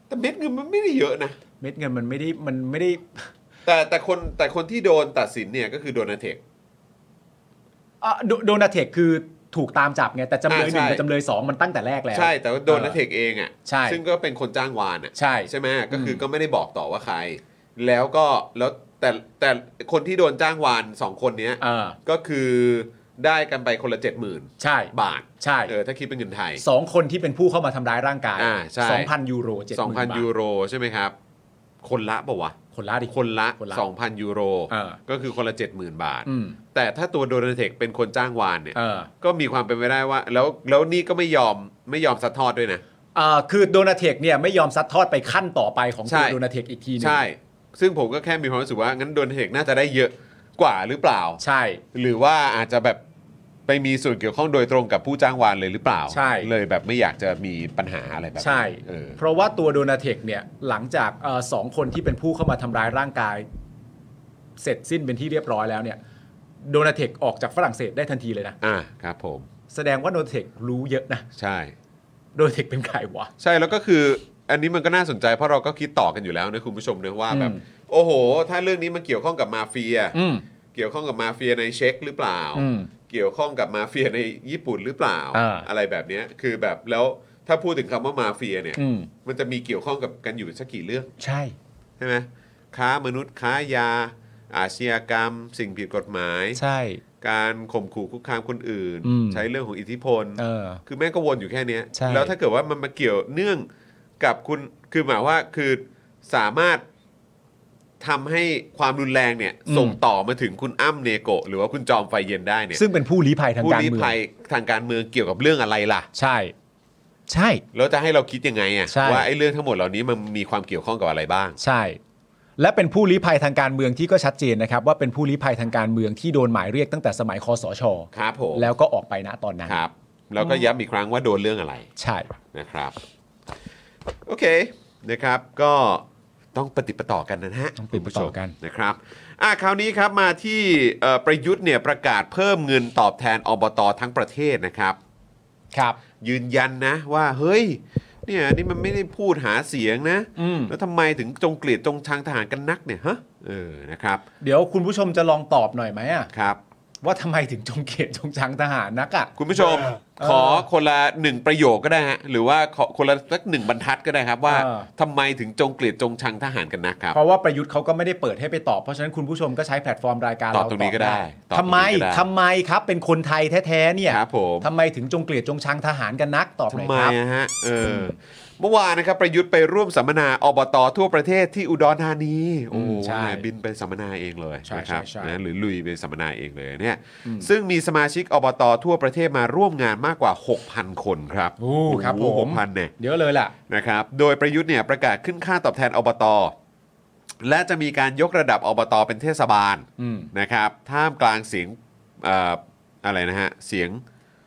แต่เม็ดเงินมันไม่ได้เยอะนะเม็ดเงินมันไม่ได้มันไม่ได้แต่แต่คนแต่คนที่โดนตัดสินเนี่ยก็คือโดนาเทคอ่ะโดนาเทคคือถูกตามจับไงแต่จำเลยหนึ่งกับจำเลยสองมันตั้งแต่แรกแล้วใช่แต่ว่าโดนาเทคเองอ่ะซึ่งก็เป็นคนจ้างวานอ่ะใช่ใช่ไหมก็คือก็ไม่ได้บอกต่อว่าใครแล้วก็แล้วแต่แต่คนที่โดนจ้างวานสองคนนี้ก็คือได้กันไปคนละเจ็ดหมื่นใช่บาทใช่เออถ้าคิดเป็นเงินไทยสองคนที่เป็นผู้เข้ามาทำร้ายร่างกายอ่าใช่สองพัน ยูโรเจ็ดหมื่นสองพัน ยูโรใช่ไหมครับคนละป่าววะคนละดิคนละ สองพัน ยูโรก็คือคนละ เจ็ดหมื่น บาทแต่ถ้าตัวโดนาเทคเป็นคนจ้างวานเนี่ยก็มีความเป็นไปได้ว่าแล้วแล้วนี่ก็ไม่ยอมไม่ยอมซัดทอดด้วยนะอ่าคือโดนาเทคเนี่ยไม่ยอมซัดทอดไปขั้นต่อไปของตัวโดนาเทคอีกทีนึงใช่ซึ่งผมก็แค่มีความรู้สึกว่างั้นโดนาเทคน่าจะได้เยอะกว่าหรือเปล่าใช่หรือว่าอาจจะแบบไปมีส่วนเกี่ยวข้องโดยตรงกับผู้จ้างวานเลยหรือเปล่าใช่เลยแบบไม่อยากจะมีปัญหาอะไรแบบใช่เออเพราะว่าตัวโดนาเทคเนี่ยหลังจากเอ่อสองคนที่เป็นผู้เข้ามาทำร้ายร่างกายเสร็จสิ้นเป็นที่เรียบร้อยแล้วเนี่ยโดนาเทคออกจากฝรั่งเศสได้ทันทีเลยนะอ่าครับผมแสดงว่าโดนาเทครู้เยอะนะใช่โดนาเทคเป็นใครวะใช่แล้วก็คืออันนี้มันก็น่าสนใจเพราะเราก็คิดต่อกันอยู่แล้วนะคุณผู้ชมนะว่าแบบโอ้โหถ้าเรื่องนี้มันเกี่ยวข้องกับมาเฟียเกี่ยวข้องกับมาเฟียในเช็กหรือเปล่าเกี่ยวข้องกับมาเฟียในญี่ปุ่นหรือเปล่า อ, อะไรแบบนี้คือแบบแล้วถ้าพูดถึงคำว่ามาเฟียเนี่ยมมันจะมีเกี่ยวข้องกับกันอยู่สักกี่เรื่องใช่ใช่ไหมค้ามนุษย์ค้ายาอาชญากรรมสิ่งผิดกฎหมายใช่การข่มขู่คุกคามคนอื่นใช้เรื่องของอิทธิพลเออคือแม่งก็วนอยู่แค่นี้แล้วถ้าเกิดว่ามันมาเกี่ยวเนื่องกับคุณคือหมายว่าคือสามารถทำให้ความรุนแรงเนี่ยส่งต่อมาถึงคุณอ้ำเนโกะหรือว่าคุณจอมไฟเย็นได้เนี่ยซึ่งเป็นผู้ลี้ภัยทางการเมืองผู้ลี้ภัยทางการเมืองเกี่ยวกับเรื่องอะไรล่ะใช่ใช่แล้วจะให้เราคิดยังไงอ่ะว่าไอ้เรื่องทั้งหมดเหล่านี้มันมีความเกี่ยวข้องกับอะไรบ้างใช่และเป็นผู้ลี้ภัยทางการเมืองที่ก็ชัดเจนนะครับว่าเป็นผู้ลี้ภัยทางการเมืองที่โดนหมายเรียกตั้งแต่สมัยคสช. ครับผมแล้วก็ออกไปณตอนนั้นครับแล้วก็ย้ำอีกครั้งว่าโดนเรื่องอะไรใช่นะครับโอเคนะครับก็ต้องปฏิปต่อกันนะฮะต้องปฏิปต่อกันนะครับอ่ะคราวนี้ครับมาที่ประยุทธ์เนี่ยประกาศเพิ่มเงินตอบแทนอบต.ทั้งประเทศนะครับครับยืนยันนะว่าเฮ้ยเนี่ยนี่มันไม่ได้พูดหาเสียงนะแล้วทำไมถึงจงเกลียดจงชังทหารกันนักเนี่ยฮะเออนะครับเดี๋ยวคุณผู้ชมจะลองตอบหน่อยไหมอ่ะครับว่าทำไมถึงจงเกลียดจงชังทหารนักอ่ะคุณผู้ชมขอคนละหนึ่งประโยคก็ได้ฮะหรือว่าขอคนละสักหนึ่งบรรทัดก็ได้ครับว่าทำไมถึงจงเกลียดจงชังทหารกันนักครับเพราะว่าประยุทธ์เขาก็ไม่ได้เปิดให้ไปตอบเพราะฉะนั้นคุณผู้ชมก็ใช้แพลตฟอร์มรายการเราตอบตรงนี้ก็ได้ทำไมทำไมครับเป็นคนไทยแท้ๆเนี่ยครับผมทำไมถึงจงเกลียดจงชังทหารกันนักตอบหน่อยครับทำไมฮะเออเมื่อวานนะครับประยุทธ์ไปร่วมสัมมนาอบต.ทั่วประเทศที่อุดรธานีโอ้ใช่บินไปสัมมนาเองเลยนะครับนะหรือลุยไปสัมมนาเองเลยเนี่ยซึ่งมีสมาชิกอบต.ทั่วประเทศมาร่วมงานมากกว่า หกพัน คนครับโอ้ครับผมหกพัน เนี่ยเยอะเลยล่ะนะครับโดยประยุทธ์เนี่ยประกาศขึ้นค่าตอบแทนอบต.และจะมีการยกระดับอบต.เป็นเทศบาลนะครับท่ามกลางเสียงเอ่ออะไรนะฮะเสียง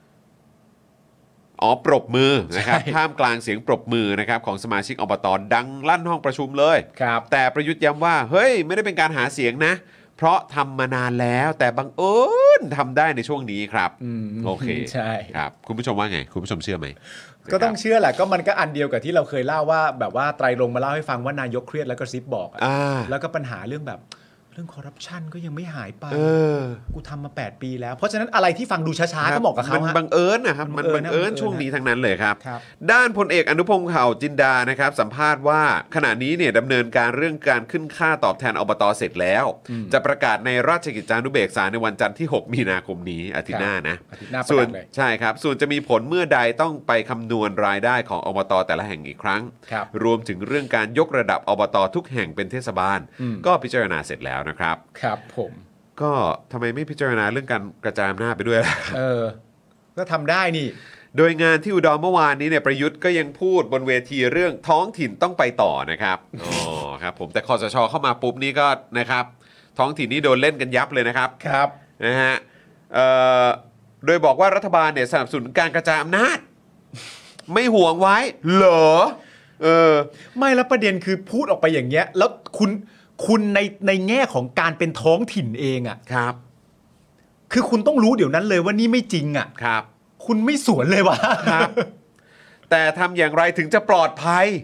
อ๋อปรบมือนะครับท่ามกลางเสียงปรบมือนะครับของสมาชิกอบต.ดังลั่นห้องประชุมเลยครับแต่ประยุทธ์ย้ำว่าเฮ้ยไม่ได้เป็นการหาเสียงนะเพราะทำมานานแล้วแต่บังเอิญทำได้ในช่วงนี้ครับโอเคใช่ครับคุณผู้ชมว่าไงคุณผู้ชมเชื่อไหมก็ต้องเชื่อแหละก็มันก็อันเดียวกับที่เราเคยเล่าว่าแบบว่าไตรรงค์มาเล่าให้ฟังว่านายกเครียดแล้วก็ซิปบอกแล้วก็ปัญหาเรื่องแบบเรื่องคอร์รัปชันก็ยังไม่หายไปกูทำมาแปดปีแล้วเพราะฉะนั้นอะไรที่ฟังดูช้าๆก็เหมาะกับเขามันบังเอิญนะครับมันบังเอิญช่วงนี้ทั้งนั้นเลยครับด้านพลเอกอนุพงษ์เผ่าจินดานะครับสัมภาษณ์ว่าขณะนี้เนี่ยดำเนินการเรื่องการขึ้นค่าตอบแทนอบต.เสร็จแล้วจะประกาศในราชกิจจานุเบกษาในวันจันทร์ที่หกมีนาคมนี้อาทิตย์หน้านะส่วนใช่ครับส่วนจะมีผลเมื่อใดต้องไปคำนวณรายได้ของอบต.แต่ละแห่งอีกครั้งรวมถึงเรื่องการยกระดับอบต.ทุกแห่งเป็นเทศบาลก็พิจารณาเสร็จแล้วนะครับครับผมก็ทำไมไม่พิจารณาเรื่องการกระจายอำนาจไปด้วยล่ะเออก็ทำได้นี่โดยงานที่อุดรเมื่อวานนี้เนี่ยประยุทธ์ก็ยังพูดบนเวทีเรื่องท้องถิ่นต้องไปต่อนะครับอ๋อครับผมแต่คสช.เข้ามาปุ๊บนี่ก็นะครับท้องถิ่นนี่โดนเล่นกันยับเลยนะครับครับนะฮะเอ่อโดยบอกว่ารัฐบาลเนี่ยสนับสนุนการกระจายอำนาจไม่ห่วงไว้เหรอเออไม่แล้วประเด็นคือพูดออกไปอย่างเงี้ยแล้วคุณคุณในในแง่ของการเป็นท้องถิ่นเองอ่ะครับคือคุณต้องรู้เดี๋ยวนั้นเลยว่านี่ไม่จริงอ่ะครับคุณไม่สวนเลยวะครับแต่ทำอย่างไรถึงจะปลอดภัย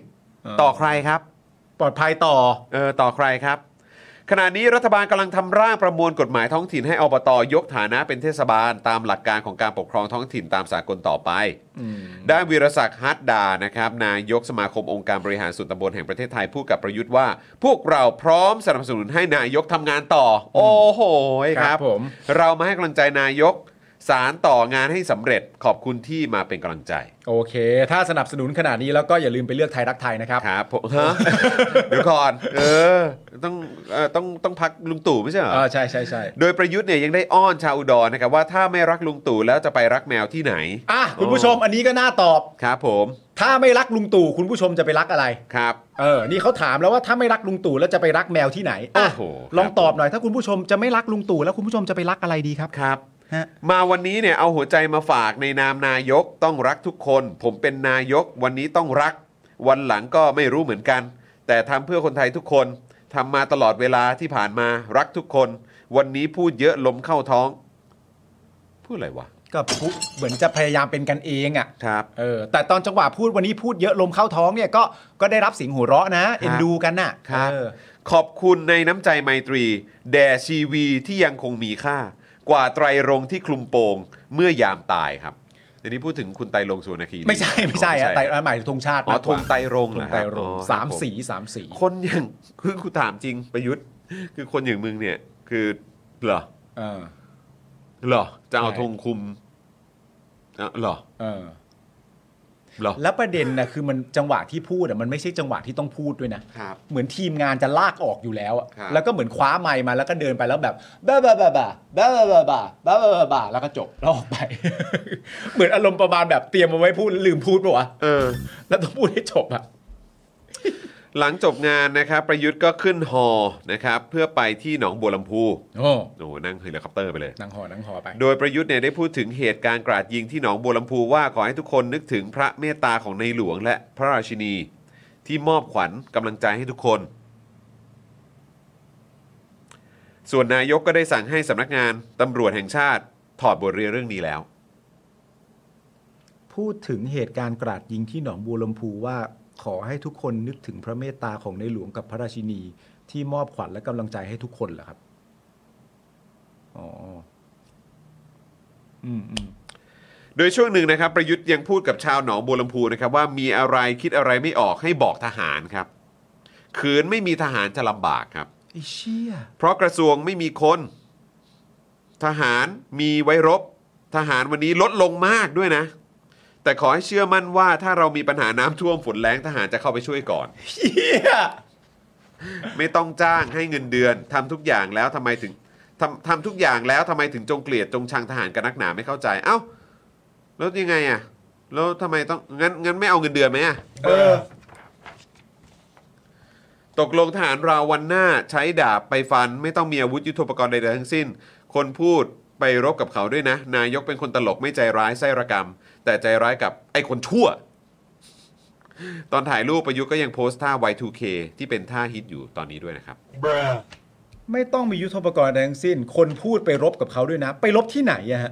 ต่อใครครับปลอดภัยต่อเออต่อใครครับขณะนี้รัฐบาลกำลังทำร่างประมวลกฎหมายท้องถิ่นให้อบต.ยกฐานะเป็นเทศบาลตามหลักการของการปกครองท้องถิ่นตามสากลต่อไปด้านวีรศักดิ์ฮัตดานะครับนายกสมาคมองค์การบริหารส่วนตำบลแห่งประเทศไทยพูดกับประยุทธ์ว่าพวกเราพร้อมสนับสนุนให้นายกทำงานต่อโอ้โหครับผมเรามาให้กำลังใจนายกสารต่องานให้สำเร็จขอบคุณที่มาเป็นกำลังใจโอเคถ้าสนับสนุนขนาดนี้แล้วก็อย่าลืมไปเลือกไทยรักไทยนะครับครับผมฮะ เดี๋ยวก่อนเออต้องเออต้องต้องพักลุงตู่ไม่ใช่เหรออ๋อใช่ใช่ใช่โดยประยุทธ์เนี่ยยังได้อ้อนชาวอุดรนะครับว่าถ้าไม่รักลุงตู่แล้วจะไปรักแมวที่ไหนอ่ะคุณผู้ชมอันนี้ก็น่าตอบครับผมถ้าไม่รักลุงตู่คุณผู้ชมจะไปรักอะไรครับเออนี่เขาถามแล้วว่าถ้าไม่รักลุงตู่แล้วจะไปรักแมวที่ไหนโอ้โหลองตอบหน่อยถ้าคุณผู้ชมจะไม่รักลุงตู่แล้วคุณผู้ชมจะไปรักอะไรดีครับครับมาวันนี้เนี่ยเอาหัวใจมาฝากในนามนายกต้องรักทุกคนผมเป็นนายกวันนี้ต้องรักวันหลังก็ไม่รู้เหมือนกันแต่ทำเพื่อคนไทยทุกคนทำมาตลอดเวลาที่ผ่านมารักทุกคนวันนี้พูดเยอะลมเข้าท้องพูดอะไรวะก็พูดเหมือนจะพยายามเป็นกันเองอ่ะครับเออแต่ตอนจังหวะพูดวันนี้พูดเยอะลมเข้าท้องเนี่ยก็ก็ได้รับเสียงหัวเราะนะเอ็นดูกันน่ะครับขอบคุณในน้ำใจไมตรีแด่ชีวีที่ยังคงมีค่ากว่าไตรรงค์ที่คลุมโปงเมื่อยามตายครับทีนี้พูดถึงคุณไตรรงค์สุวรรณคีรีไม่ใช่ไม่ใช่อะไตรหมายถึงธงชาติอ๋อธงไตรรงค์เหรอครับสามสีสามสีคนอย่างคือกูถามจริงประยุทธ์คือคนอย่างมึงเนี่ยคือเหรอเออเหรอจะเอาธงคุมเหรอเออแล้วประเด็นนะคือมันจังหวะที่พูดอ่ะมันไม่ใช่จังหวะที่ต้องพูดด้วยนะเหมือนทีมงานจะลากออกอยู่แล้วอ่ะแล้วก็เหมือนคว้าไมค์มาแล้วก็เดินไปแล้วแบบบ้าบ้าบ้าบ้าบ้าบ้าบ้าบ้าบ้าบ้าบ้าแล้วก็จบแล้วออกไปเหมือนอารมณ์ประมาณแบบเตรียมมาไว้พูดลืมพูดป่ะวะเออแล้วต้องพูดให้จบอ่ะหลังจบงานนะครับประยุทธ์ก็ขึ้นฮอนะครับเพื่อไปที่หนองบัวลำพูโอ้โหนั่งเฮลิคอปเตอร์ไปเลยนั่งฮอนั่งฮอไปโดยประยุทธ์เนี่ยได้พูดถึงเหตุการณ์กราดยิงที่หนองบัวลำพูว่าขอให้ทุกคนนึกถึงพระเมตตาของในหลวงและพระราชินีที่มอบขวัญกำลังใจให้ทุกคนส่วนนายกก็ได้สั่งให้สำนักงานตำรวจแห่งชาติถอดบทเรียนเรื่องนี้แล้วพูดถึงเหตุการณ์กราดยิงที่หนองบัวลำพูว่าขอให้ทุกคนนึกถึงพระเมตตาของในหลวงกับพระราชินีที่มอบขวัญและกำลังใจให้ทุกคนเหรอครับอ๋ออืมอืมโดยช่วงหนึ่งนะครับประยุทธ์ยังพูดกับชาวหนองบัวลำพูนะครับว่ามีอะไรคิดอะไรไม่ออกให้บอกทหารครับขืนไม่มีทหารจะลำบากครับไอ้เชี่ยเพราะกระทรวงไม่มีคนทหารมีไว้รบทหารวันนี้ลดลงมากด้วยนะแต่ขอให้เชื่อมั่นว่าถ้าเรามีปัญหาน้ำท่วมฝนแล้งทหารจะเข้าไปช่วยก่อนเฮียไม่ต้องจ้างให้เงินเดือนทำทุกอย่างแล้วทำไมถึงทำทำทุกอย่างแล้วทำไมถึงจงเกลียดจงชังทหารกันนักหนาไม่เข้าใจเอ้าแล้วยังไงอ่ะแล้วทำไมต้องงั้นงั้นไม่เอาเงินเดือนไหมอ่ะเออตกลงทหารเราวันหน้าใช้ดาบไปฟันไม่ต้องมีอาวุธยุทโธปกรณ์ใดๆทั้งสิ้นคนพูดไปรบกับเขาด้วยนะนายกเป็นคนตลกไม่ใจร้ายไส้ระกำแต่ใจร้ายกับไอ้คนชั่วตอนถ่ายรูปประยุทธ์ก็ยังโพสต์ท่า วาย ทู เค ที่เป็นท่าฮิตอยู่ตอนนี้ด้วยนะครับไม่ต้องมียุทโธปกรณ์ใดทั้งสิ้นคนพูดไปรบกับเขาด้วยนะไปรบที่ไหนอะฮะ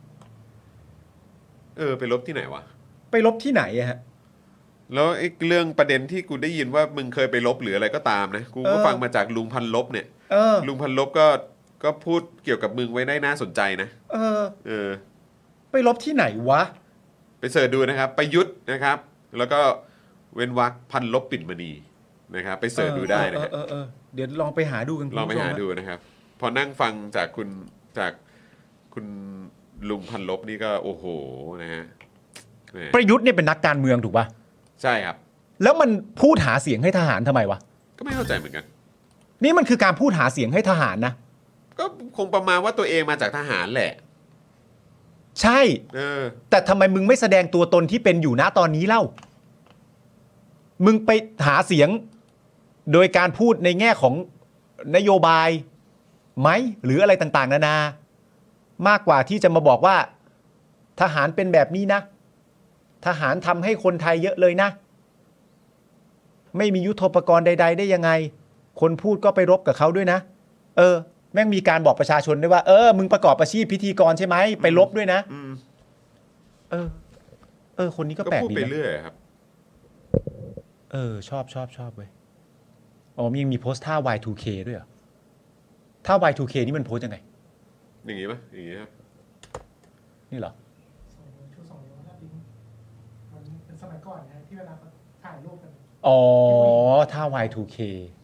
เออไปรบที่ไหนวะไปรบที่ไหนอะฮะแล้วไอ้เรื่องประเด็นที่กูได้ยินว่ามึงเคยไปรบหรืออะไรก็ตามนะกูก็ฟังมาจากลุงพันลบเนี่ยลุงพันลบก็ก็พูดเกี่ยวกับมึงไว้ได้น่าสนใจนะเออเออไปรบที่ไหนวะไปเสิร์ชดูนะครับประยุทธ์นะครับแล้วก็เว้นวรรคพันลบปิ่นมณีนะครับไปเสิร์ชดูได้นะฮะเดี๋ยวลองไปหาดูกันลองไปหาดูนะครับพอนั่งฟังจากคุณจากคุณลุงพันลบนี่ก็โอ้โหนะฮะประยุทธ์เนี่ยเป็นนักการเมืองถูกป่ะใช่ครับแล้วมันพูดหาเสียงให้ทหารทำไมวะก็ไม่เข้าใจเหมือนกันนี่มันคือการพูดหาเสียงให้ทหารนะก็คงประมาณว่าตัวเองมาจากทหารแหละใช่เออแต่ทำไมมึงไม่แสดงตัวตนที่เป็นอยู่ณตอนนี้เล่ามึงไปหาเสียงโดยการพูดในแง่ของนโยบายไหมหรืออะไรต่างๆนานามากกว่าที่จะมาบอกว่าทหารเป็นแบบนี้นะทหารทำให้คนไทยเยอะเลยนะไม่มียุทโธปกรณ์ใดๆได้ยังไงคนพูดก็ไปรบกับเขาด้วยนะเออแม่งมีการบอกประชาชนด้วยว่าเออมึงประกอบอาชีพพิธีกรใช่ไหมไปลบด้วยนะเออเออคนนี้ก็แปลกดีนะก็พูดไปเรื่อยครับเออชอบชอบชอบเว้ยอ๋อมียังมีโพสต์ท่า วาย ทู เค ด้วยเหรอท่า วาย ทู เค นี่มันโพสต์ยังไงอย่างงี้ป่ะอย่างงี้ครับนี่เหรอชูสองนิ้วหน้าปิ๊งมันเป็นสมัยก่อนนะที่เวลาเขาถ่ายรูปกันอ๋อท่า วาย ทู เค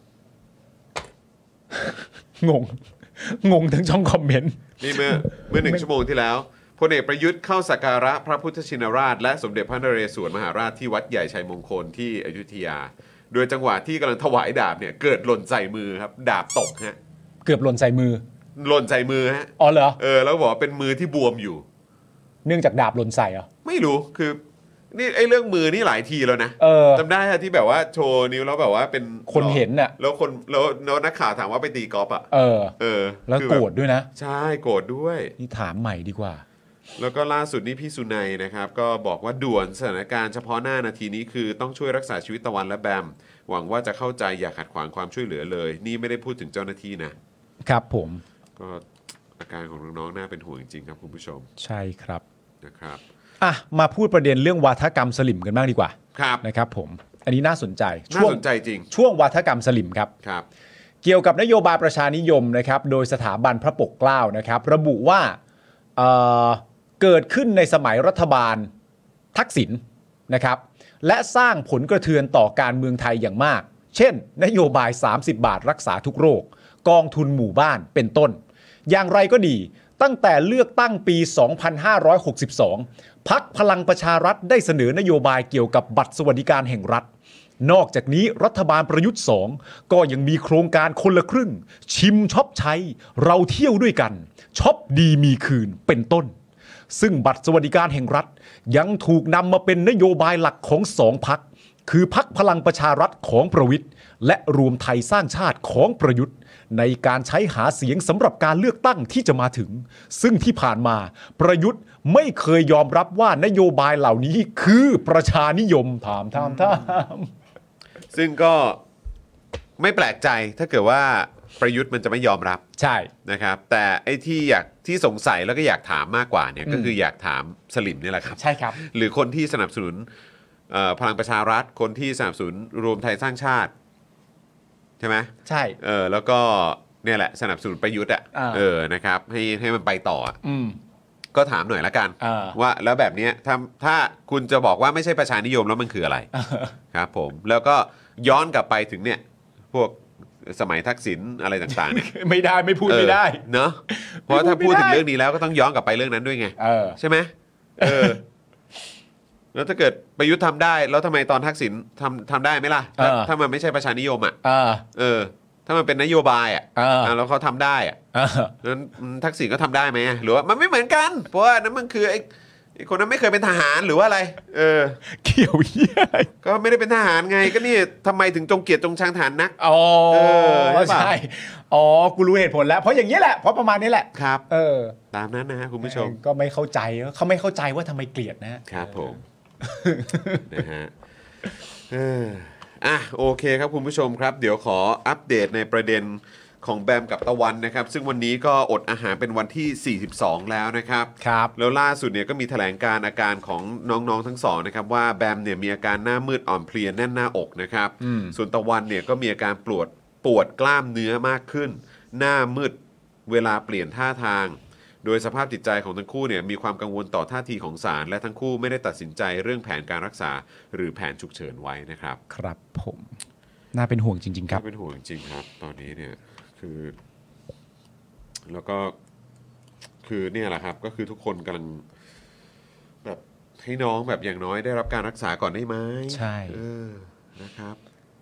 งงงงทั้งช่องคอมเมนต์นี่เมื่อเมื่อหนึ่งชั่วโมงที่แล้วพลเอกประยุทธ์เข้าสักการะพระพุทธชินราชและสมเด็จพระนเรศวรมหาราชที่วัดใหญ่ชัยมงคลที่อยุธยาโดยจังหวะที่กำลังถวายดาบเนี่ยเกิดหล่นใส่มือครับดาบตกฮะเกือบหล่นใส่มือหล่นใส่มือฮะอ๋อเหรอเออแล้วบอกเป็นมือที่บวมอยู่เนื่องจากดาบหล่นใส่เหรอไม่รู้คือนี่ไอ้เรื่องมือนี่หลายทีแล้วนะจำได้ที่แบบว่าโชว์นิ้วแล้วแบบว่าเป็นคนเห็นน่ะแล้วคนแล้วนักข่าวถามว่าไปตีกอล์ฟอ่ะเออเออแล้วโกรธด้วยนะใช่โกรธด้วยนี่ถามใหม่ดีกว่าแล้วก็ล่าสุดนี่พี่สุนัยนะครับก็บอกว่าด่วนสถานการณ์เฉพาะหน้านาทีนี้คือต้องช่วยรักษาชีวิตตะวันและแบมหวังว่าจะเข้าใจอย่าขัดขวางความช่วยเหลือเลยนี่ไม่ได้พูดถึงเจ้าหน้าที่นะครับผมก็อาการของน้องๆน่าเป็นห่วงจริงๆครับคุณผู้ชมใช่ครับนะครับอ่ะมาพูดประเด็นเรื่องวาทกรรมสลิมกันบ้างดีกว่าครับนะครับผมอันนี้น่าสนใจน่าสนใจจริงช่วงวาทกรรมสลิมครับครับเกี่ยวกับนโยบายประชานิยมนะครับโดยสถาบันพระปกเกล้านะครับระบุว่าเอ่อเกิดขึ้นในสมัยรัฐบาลทักษิณนะครับและสร้างผลกระเทือนต่อการเมืองไทยอย่างมากเช่นนโยบายสามสิบบาทรักษาทุกโรคกองทุนหมู่บ้านเป็นต้นอย่างไรก็ดีตั้งแต่เลือกตั้งปี สองพันห้าร้อยหกสิบสอง พรรคพลังประชารัฐได้เสนอนโยบายเกี่ยวกับบัตรสวัสดิการแห่งรัฐนอกจากนี้รัฐบาลประยุทธ์สองก็ยังมีโครงการคนละครึ่งชิมช็อปใช้เราเที่ยวด้วยกันช็อปดีมีคืนเป็นต้นซึ่งบัตรสวัสดิการแห่งรัฐยังถูกนำมาเป็นนโยบายหลักของสองพรรคคือพรรคพลังประชารัฐของประวิตรและรวมไทยสร้างชาติของประยุทธ์ในการใช้หาเสียงสำหรับการเลือกตั้งที่จะมาถึงซึ่งที่ผ่านมาประยุทธ์ไม่เคยยอมรับว่านโยบายเหล่านี้คือประชานิยมถามถามถามซึ่งก็ไม่แปลกใจถ้าเกิดว่าประยุทธ์มันจะไม่ยอมรับใช่นะครับแต่ไอ้ที่อยากที่สงสัยแล้วก็อยากถามมากกว่าเนี่ยก็คืออยากถามสลิมนี่แหละครับใช่ครับหรือคนที่สนับสนุนพลังประชารัฐคนที่สนับสนุนรวมไทยสร้างชาติใช่ไหมใช่เออแล้วก็เนี่ยแหละสนับสนุนประยุทธ์อ่ะเออนะครับให้ให้มันไปต่ออืมก็ถามหน่อยละกันว่าแล้วแบบนี้ถ้าถ้าคุณจะบอกว่าไม่ใช่ประชานิยมแล้วมันคืออะไรครับผมแล้วก็ย้อนกลับไปถึงเนี่ยพวกสมัยทักษิณอะไรต่างๆเนี่ยไม่ได้ไม่พูดไม่ได้เนอะเพราะถ้าพูดถึงเรื่องนี้แล้วก็ต้องย้อนกลับไปเรื่องนั้นด้วยไงใช่ไหมเออแล้วถ้าเกิดประยุทธ์ทำได้แล้วทำไมตอนทักษิณทำทำได้ไหมล่ะถ้ามันไม่ใช่ประชานิยมอ่ะเออถ้ามันเป็นนโยบายอ่ะแล้วเขาทำได้อ่ะนั้นทักษิณก็ทำได้ไหมหรือว่ามันไม่เหมือนกันเพราะว่านั้นมันคือไอ้คนนั้นไม่เคยเป็นทหารหรือว่าอะไรเออเกี่ยวเหี้ยก็ไม่ได้เป็นทหารไงก็นี่ทำไมถึงจงเกียรติจงชังทหารนักอ๋อใช่อ๋อกูรู้เหตุผลแล้วเพราะอย่างนี้แหละเพราะประมาณนี้แหละครับเออตามนั้นนะฮะคุณผู้ชมก็ไม่เข้าใจเขาไม่เข้าใจว่าทำไมเกลียดนะครับผมนะฮะเอออ่ะโอเคครับคุณผู้ชมครับเดี๋ยวขออัปเดตในประเด็นของแบมกับตะวันนะครับซึ่งวันนี้ก็อดอาหารเป็นวันที่สี่สิบสองแล้วนะครับครับแล้วล่าสุดเนี่ยก็มีแถลงการอาการของน้องๆทั้งสองนะครับว่าแบมเนี่ยมีอาการหน้ามืดอ่อนเพลียแน่นหน้าอกนะครับส่วนตะวันเนี่ยก็มีอาการปวดปวดกล้ามเนื้อมากขึ้นหน้ามืดเวลาเปลี่ยนท่าทางโดยสภาพจิตใจของทั้งคู่เนี่ยมีความกังวลต่อท่าทีของศาลและทั้งคู่ไม่ได้ตัดสินใจเรื่องแผนการรักษาหรือแผนฉุกเฉินไว้นะครับครับผมน่าเป็นห่วงจริงๆครับน่าเป็นห่วงจริงครับตอนนี้เนี่ยคือแล้วก็คือเนี่ยแหละครับก็คือทุกคนกำลังแบบให้น้องแบบอย่างน้อยได้รับการรักษาก่อนได้ไหมใช่เออนะครับ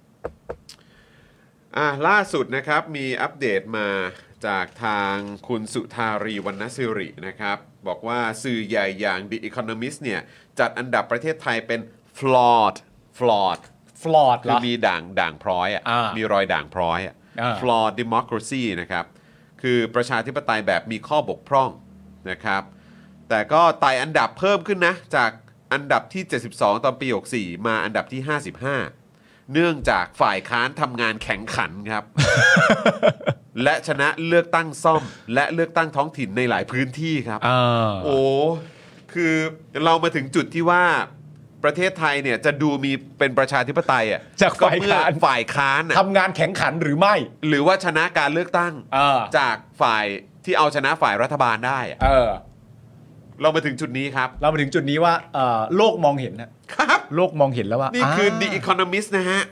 อ่ะล่าสุดนะครับมีอัปเดตมาจากทางคุณสุธารีวรรณศิรินะครับบอกว่าสื่อใหญ่อย่าง The Economist เนี่ยจัดอันดับประเทศไทยเป็น flawed flawed flawed คือมีด่างด่างพร้อยอ่ะมีรอยด่างพร้อยอ่ะ flawed democracy นะครับคือประชาธิปไตยแบบมีข้อบกพร่องนะครับแต่ก็ไต่อันดับเพิ่มขึ้นนะจากอันดับที่เจ็ดสิบสองตอนปีหกสิบสี่มาอันดับที่ห้าสิบห้าเนื่องจากฝ่ายค้านทำงานแข่งขันครับ และชนะเลือกตั้งซ่อมและเลือกตั้งท้องถิ่นในหลายพื้นที่ครับโอ้คือเรามาถึงจุดที่ว่าประเทศไทยเนี่ยจะดูมีเป็นประชาธิปไตยอ่ะจากฝ่ายค้านก็เมื่อฝ่ายค้านอะทำงานแข่งขันหรือไม่หรือว่าชนะการเลือกตั้งเออจากฝ่ายที่เอาชนะฝ่ายรัฐบาลได้อะเออเรามาถึงจุดนี้ครับเรามาถึงจุดนี้ว่าเอ่อโลกมองเห็นนะครับ โลกมองเห็นแล้วว่านี่คือา The Economist นะฮะ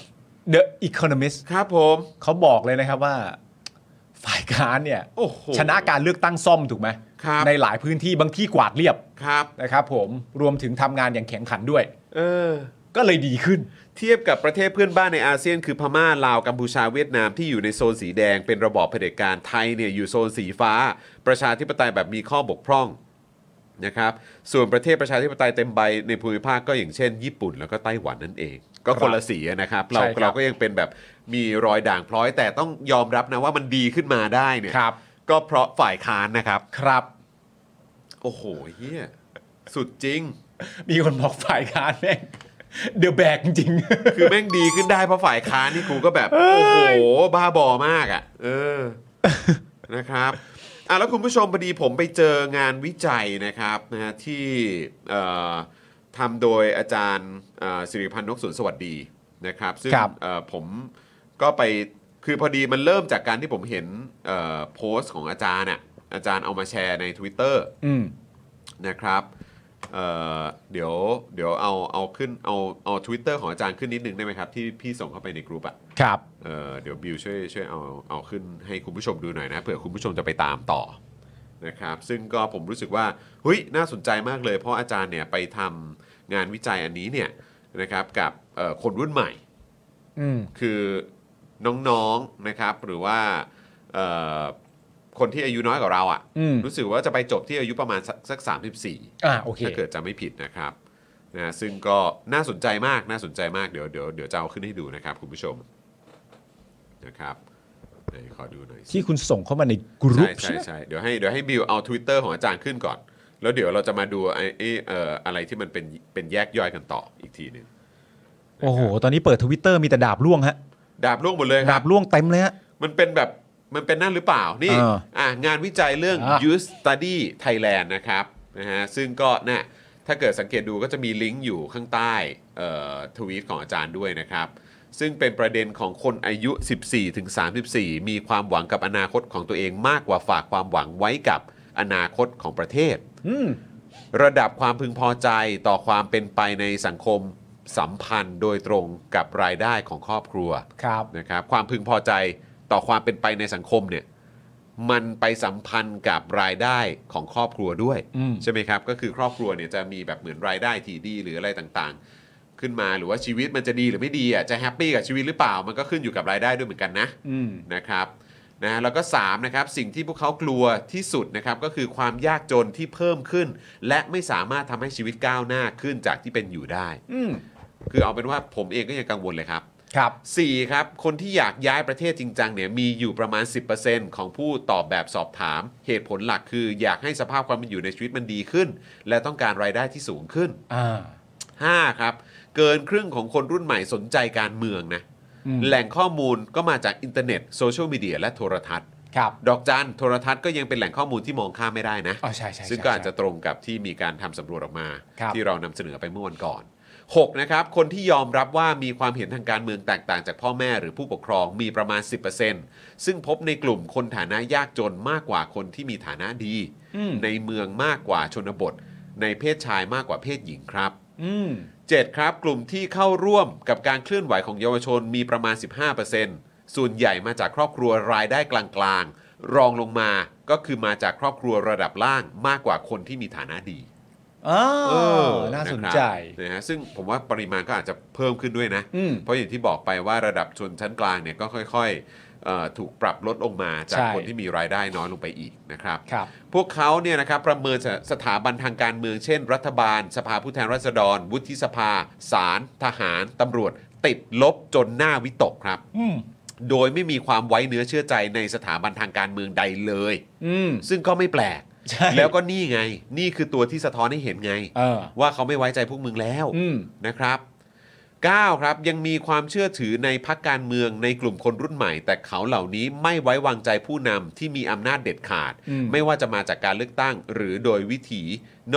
The Economist ครับผมเขาบอกเลยนะครับว่า ฝ่ายค้านเนี่ยโอ้โหชนะการเลือกตั้งซ่อมถูกไหมครับในหลายพื้นที่บางที่กวาดเรียบครับนะครับผมรวมถึงทำงานอย่างแข็งขันด้วยเออก็เลยดีขึ้นเทียบกับประเทศเพื่อนบ้านในอาเซียนคือพม่าลาวกัมพูชาเวียดนามที่อยู่ในโซนสีแดงเป็นระบอบเผด็จการไทยเนี่ยอยู่โซนสีฟ้า ประชาธิปไตยแบบมีข้อบกพร่องนะครับส่วนประเทศประชาธิปไตยเต็มใบในภูมิภาคก็อย่างเช่นญี่ปุ่นแล้วก็ไต้หวันนั่นเอง ก็คนละสีนะครับเราใช่ครับเราก็ยังเป็นแบบมีรอยด่างพร้อยแต่ต้องยอมรับนะว่ามันดีขึ้นมาได้เนี่ยครับก็เพราะฝ่ายค้านนะครับครับโอ้โหเฮียสุดจริงมีคนบอกฝ่ายค้านแม่งเดอะแบกจริงคือแม่งดีขึ้นได้เพราะฝ่ายค้านนี่กูก็แบบ โอ้โห บ้าบอมากอ่ะ เออ นะครับอ่ะแล้วคุณผู้ชมพอดีผมไปเจองานวิจัยนะครับนะฮะที่เอ่อทำโดยอาจารย์เอ่อสิริพันธ์นกสุนสวัสดีนะครับ ซึ่งครับเอ่อผมก็ไปคือพอดีมันเริ่มจากการที่ผมเห็นเอ่อโพสต์ของอาจารย์อ่ะอาจารย์เอามาแชร์ใน Twitter อืมนะครับเอ่อเดี๋ยวเดี๋ยวเอาเอาขึ้นเอาเอา Twitter ของอาจารย์ขึ้นนิดนึงได้ไหมครับที่พี่ส่งเข้าไปในกลุ่มอ่ะครับเออเดี๋ยวบิวช่วยช่วยเอาเอาขึ้นให้คุณผู้ชมดูหน่อยนะเผื่อคุณผู้ชมจะไปตามต่อนะครับซึ่งก็ผมรู้สึกว่าเฮ้ยน่าสนใจมากเลยเพราะอาจารย์เนี่ยไปทำงานวิจัยอันนี้เนี่ยนะครับกับเอ่อคนรุ่นใหม่อืมคือน้องๆนะครับหรือว่าเอ่อคนที่อายุน้อยกว่าเราอ่ะอืมรู้สึกว่าจะไปจบที่อายุประมาณสักสักสามสิบสี่อ่าโอเคถ้าเกิดจะไม่ผิดนะครับนะซึ่งก็น่าสนใจมากน่าสนใจมากเดี๋ยวเดี๋ยวเดี๋ยวจะเอาขึ้นให้ดูนะครับคุณผู้ชมนะครับไหนขอดูหน่อยสิที่คุณส่งเข้ามาในกรุ๊ปใช่ใช่ใช่เดี๋ยวให้เดี๋ยวให้บิวเอา Twitter ของอาจารย์ขึ้นก่อน แล้วเดี๋ยวเราจะมาดูไอ้ไอ้เอ่ออะไรที่มันเป็นเป็นแยกย่อยกันต่ออีกทีหนึงโอ้โห ตอนนี้เปิดทวิตเตอร์มีแต่ดาบล่วงฮะดาบล่วงหมดเลยคดารับบ ล่วงเต็มเลยฮะมันเป็นแบบมันเป็นนั่นหรือเปล่านี่เอออ่ะงานวิจัยเรื่องอ่ะ Youth Study Thailand นะครับนะฮะซึ่งก็เนี่ยถ้าเกิดสังเกตดูก็จะมีลิงก์อยู่ข้างใต้เอ่อทวีตของอาจารย์ด้วยนะครับซึ่งเป็นประเด็นของคนอายุ สิบสี่ถึงสามสิบสี่ มีความหวังกับอนาคตของตัวเองมากกว่าฝากความหวังไว้กับอนาคตของประเทศอืมระดับความพึงพอใจต่อความเป็นไปในสังคมสัมพันธ์โดยตรงกับรายได้ของครอบครัวครับนะครับความพึงพอใจต่อความเป็นไปในสังคมเนี่ยมันไปสัมพันธ์กับรายได้ของครอบครัวด้วยอืมใช่ไหมครับก็คือครอบครัวเนี่ยจะมีแบบเหมือนรายได้ที่ดีหรืออะไรต่างๆ ขึ้นมาหรือว่าชีวิตมันจะดีหรือไม่ดีอ่ะจะแฮปปี้กับชีวิตหรือเปล่ามันก็ขึ้นอยู่กับรายได้ด้วยเหมือนกันนะอืมนะครับนะแล้วก็สามนะครับสิ่งที่พวกเขากลัวที่สุดนะครับก็คือความยากจนที่เพิ่มขึ้น และไม่สามารถทำให้ชีวิตก้าวหน้าขึ้นจากที่เป็นอยู่ได้อืมคือเอาเป็นว่าผมเองก็ยังกังวลเลยครับครับสี่ครับคนที่อยากย้ายประเทศจริงจังเนี่ยมีอยู่ประมาณ สิบเปอร์เซ็นต์ ของผู้ตอบแบบสอบถามเหตุผลหลักคืออยากให้สภาพความเป็นอยู่ในชีวิตมันดีขึ้น และต้องการรายได้ที่สูงขึ้นอ่าห้าครับเกินครึ่งของคนรุ่นใหม่สนใจการเมืองนะอืมแหล่งข้อมูลก็มาจากอินเทอร์เน็ตโซเชียลมีเดียและโทรทัศน์ครับดอกจันโทรทัศน์ก็ยังเป็นแหล่งข้อมูลที่มองข้ามไม่ได้นะอ๋อใช่ใช่ซึ่งก็อาจจะตรงกับที่มีการทำสำรวจออกมาครับที่เรานำเสนอไปเมื่อวันก่อนหกนะครับคนที่ยอมรับว่ามีความเห็นทางการเมืองแตกต่างจากพ่อแม่หรือผู้ปกครองมีประมาณ สิบเปอร์เซ็นต์ ซึ่งพบในกลุ่มคนฐานะยากจนมากกว่าคนที่มีฐานะดีอืมในเมืองมากกว่าชนบท ในเพศชายมากกว่าเพศหญิงครับอืมเจ็ดครับกลุ่มที่เข้าร่วมกับการเคลื่อนไหวของเยาวชนมีประมาณ สิบห้าเปอร์เซ็นต์ ส่วนใหญ่มาจากครอบครัวรายได้กลางๆรองลงมาก็คือมาจากครอบครัวระดับล่างมากกว่าคนที่มีฐานะดีอ๋อเออน่าสนนะครับใจนะฮะซึ่งผมว่าปริมาณก็อาจจะเพิ่มขึ้นด้วยนะอืมเพราะอย่างที่บอกไปว่าระดับชนชั้นกลางเนี่ยก็ค่อยๆเอ่อถูกปรับลดลงมาจากใช่คนที่มีรายได้น้อยลงไปอีกนะครับครับพวกเขาเนี่ยนะครับประเมินสสถาบันทางการเมืองเช่น รัฐบาล สภาผู้แทนราษฎร วุฒิสภาศาลทหารตำรวจ ติดลบจนหน้าวิตกครับอืมโดยไม่มีความไว้เนื้อเชื่อใจในสถาบันทางการเมืองใดเลยอืมซึ่งก็ไม่แปลกใช่แล้วก็นี่ไง นี่คือตัวที่สะท้อนให้เห็นไงเออว่าเขาไม่ไว้ใจพวกมึงแล้วอืมนะครับเก้าครับยังมีความเชื่อถือในพรรคการเมืองในกลุ่มคนรุ่นใหม่ แต่เขาเหล่านี้ไม่ไว้วางใจผู้นำที่มีอำนาจเด็ดขาดอืมไม่ว่าจะมาจากการเลือกตั้งหรือโดยวิถีนอก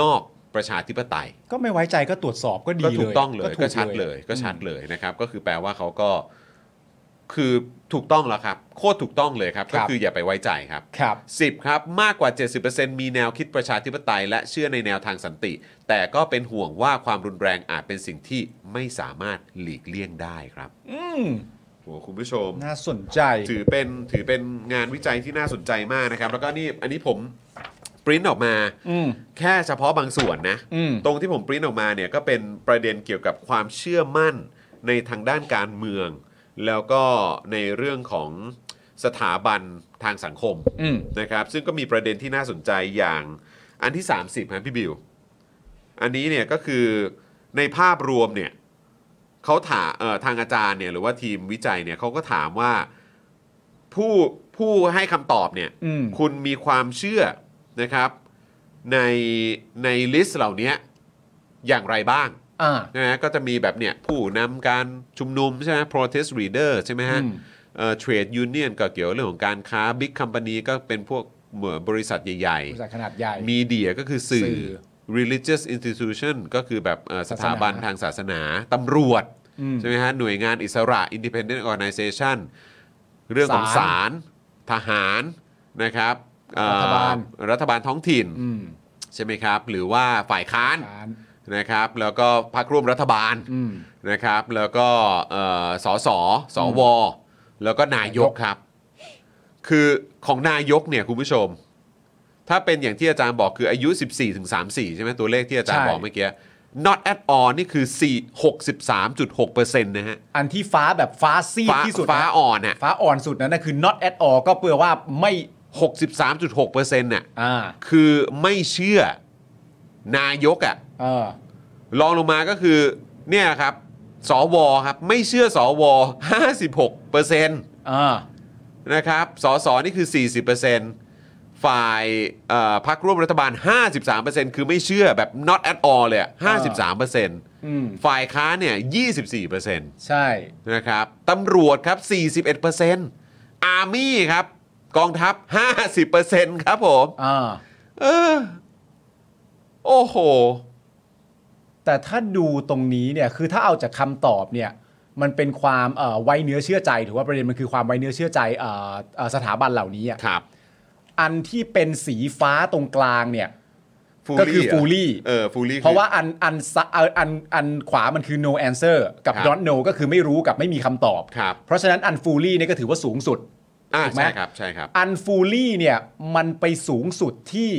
ประชาธิปไตยก็ไม่ไว้ใจก็ตรวจสอบก็ดีเลยก็ถูกต้องเลยก็ชัดเลยก็ชัดเลยนะครับก็คือแปลว่าเขาก็คือถูกต้องแล้วครับโคตรถูกต้องเลยครับก็คืออย่าไปไว้ใจครับครับสิบครับมากกว่า เจ็ดสิบเปอร์เซ็นต์ มีแนวคิดประชาธิปไตยและเชื่อในแนวทางสันติแต่ก็เป็นห่วงว่าความรุนแรงอาจเป็นสิ่งที่ไม่สามารถหลีกเลี่ยงได้ครับอืมโอ้คุณผู้ชมน่าสนใจถือเป็นถือเป็นงานวิจัยที่น่าสนใจมากนะครับแล้วก็นี่อันนี้ผมปริ้นออกมาแค่เฉพาะบางส่วนนะตรงที่ผมปริ้นออกมาเนี่ยก็เป็นประเด็นเกี่ยวกับความเชื่อมั่นในทางด้านการเมืองแล้วก็ในเรื่องของสถาบันทางสังคมนะครับซึ่งก็มีประเด็นที่น่าสนใจอย่างอันที่สามสิบครับพี่บิวอันนี้เนี่ยก็คือในภาพรวมเนี่ยเขาถามเอ่อทางอาจารย์เนี่ยหรือว่าทีมวิจัยเนี่ยเขาก็ถามว่าผู้ผู้ให้คำตอบเนี่ยคุณมีความเชื่อนะครับในในลิสต์เหล่านี้อย่างไรบ้างนะฮะก็จะมีแบบเนี่ยผู้นำการชุมนุมใช่ไหม protest leader ใช่ไหมฮะเอ่อ trade union ก็เกี่ยวเรื่องของการค้า big company ก็เป็นพวกเหมือนบริษัทใหญ่ๆบริษัทขนาดใหญ่ media ก็คือสื่อ religious institution ก็คือแบบสถาบันทางศาสนาตำรวจใช่ไหมฮะหน่วยงานอิสระ independent organization เรื่องของศาลทหารนะครับรัฐบาลรัฐบาลท้องถิ่นใช่ไหมครับหรือว่าฝ่ายค้านนะครับแล้วก็พรรคร่วมรัฐบาลนะครับแล้วก็สสสวแล้วก็นายกครับคือของนายกเนี่ยคุณผู้ชมถ้าเป็นอย่างที่อาจารย์บอกคืออายุ สิบสี่ถึงสามสิบสี่ ใช่ไหมตัวเลขที่อาจารย์บอกเมื่อกี้ not at all นี่คือ หกสิบสามจุดหกเปอร์เซ็นต์ นะฮะอันที่ฟ้าแบบฟ้าซีดที่สุดฟ้าอ่อนน่ะฟ้าอ่อนสุดนั้นนะคือ not at all ก็แปลว่าไม่หกสิบสามจุดหกเปอร์เซ็นต์ น่ะคือไม่เชื่อนายกอ่ะรองลงมาก็คือเนี่ยครับสวครับไม่เชื่อสว ห้าสิบหกเปอร์เซ็นต์อ่านะครับสสนี่คือ สี่สิบเปอร์เซ็นต์ ฝ่ายพรรคร่วมรัฐบาล ห้าสิบสามเปอร์เซ็นต์ คือไม่เชื่อแบบ not at all เลย ห้าสิบสามเปอร์เซ็นต์ ฝ่ายค้านเนี่ย ยี่สิบสี่เปอร์เซ็นต์ใช่นะครับตำรวจครับ สี่สิบเอ็ดเปอร์เซ็นต์ อาร์มี่ครับกองทัพ ห้าสิบเปอร์เซ็นต์ ครับผมอ่าเออโอ้โหแต่ถ้าดูตรงนี้เนี่ยคือถ้าเอาจากคำตอบเนี่ยมันเป็นความไว้เนื้อเชื่อใจถือว่าประเด็นมันคือความไว้เนื้อเชื่อใจสถาบันเหล่านี้อ่ะครับอันที่เป็นสีฟ้าตรงกลางเนี่ยก็คือฟูลี่เออฟูลี่เพราะว่าอันอันอันอันขวามันคือ no answer กับ don't know ก็คือไม่รู้กับไม่มีคำตอบเพราะฉะนั้นอันฟูลี่เนี่ยก็ถือว่าสูงสุดถูกไหมใช่ครับใช่ครับอันฟูลี่เนี่ยมันไปสูงสุดที่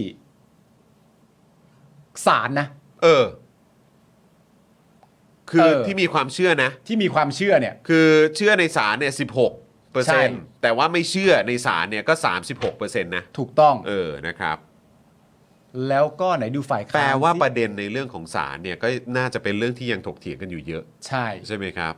ศาลนะเออคือที่มีความเชื่อนะที่มีความเชื่อเนี่ยคือเชื่อในศาลเนี่ยสิบหกเปอร์เซ็นต์แต่ว่าไม่เชื่อในศาลเนี่ยก็สามสิบหกเปอร์เซ็นต์นะถูกต้องเออนะครับแล้วก็ไหนดูฝ่ายค้านแปลว่าประเด็นในเรื่องของศาลเนี่ยก็น่าจะเป็นเรื่องที่ยังถกเถียงกันอยู่เยอะใช่ใช่ไหมครับ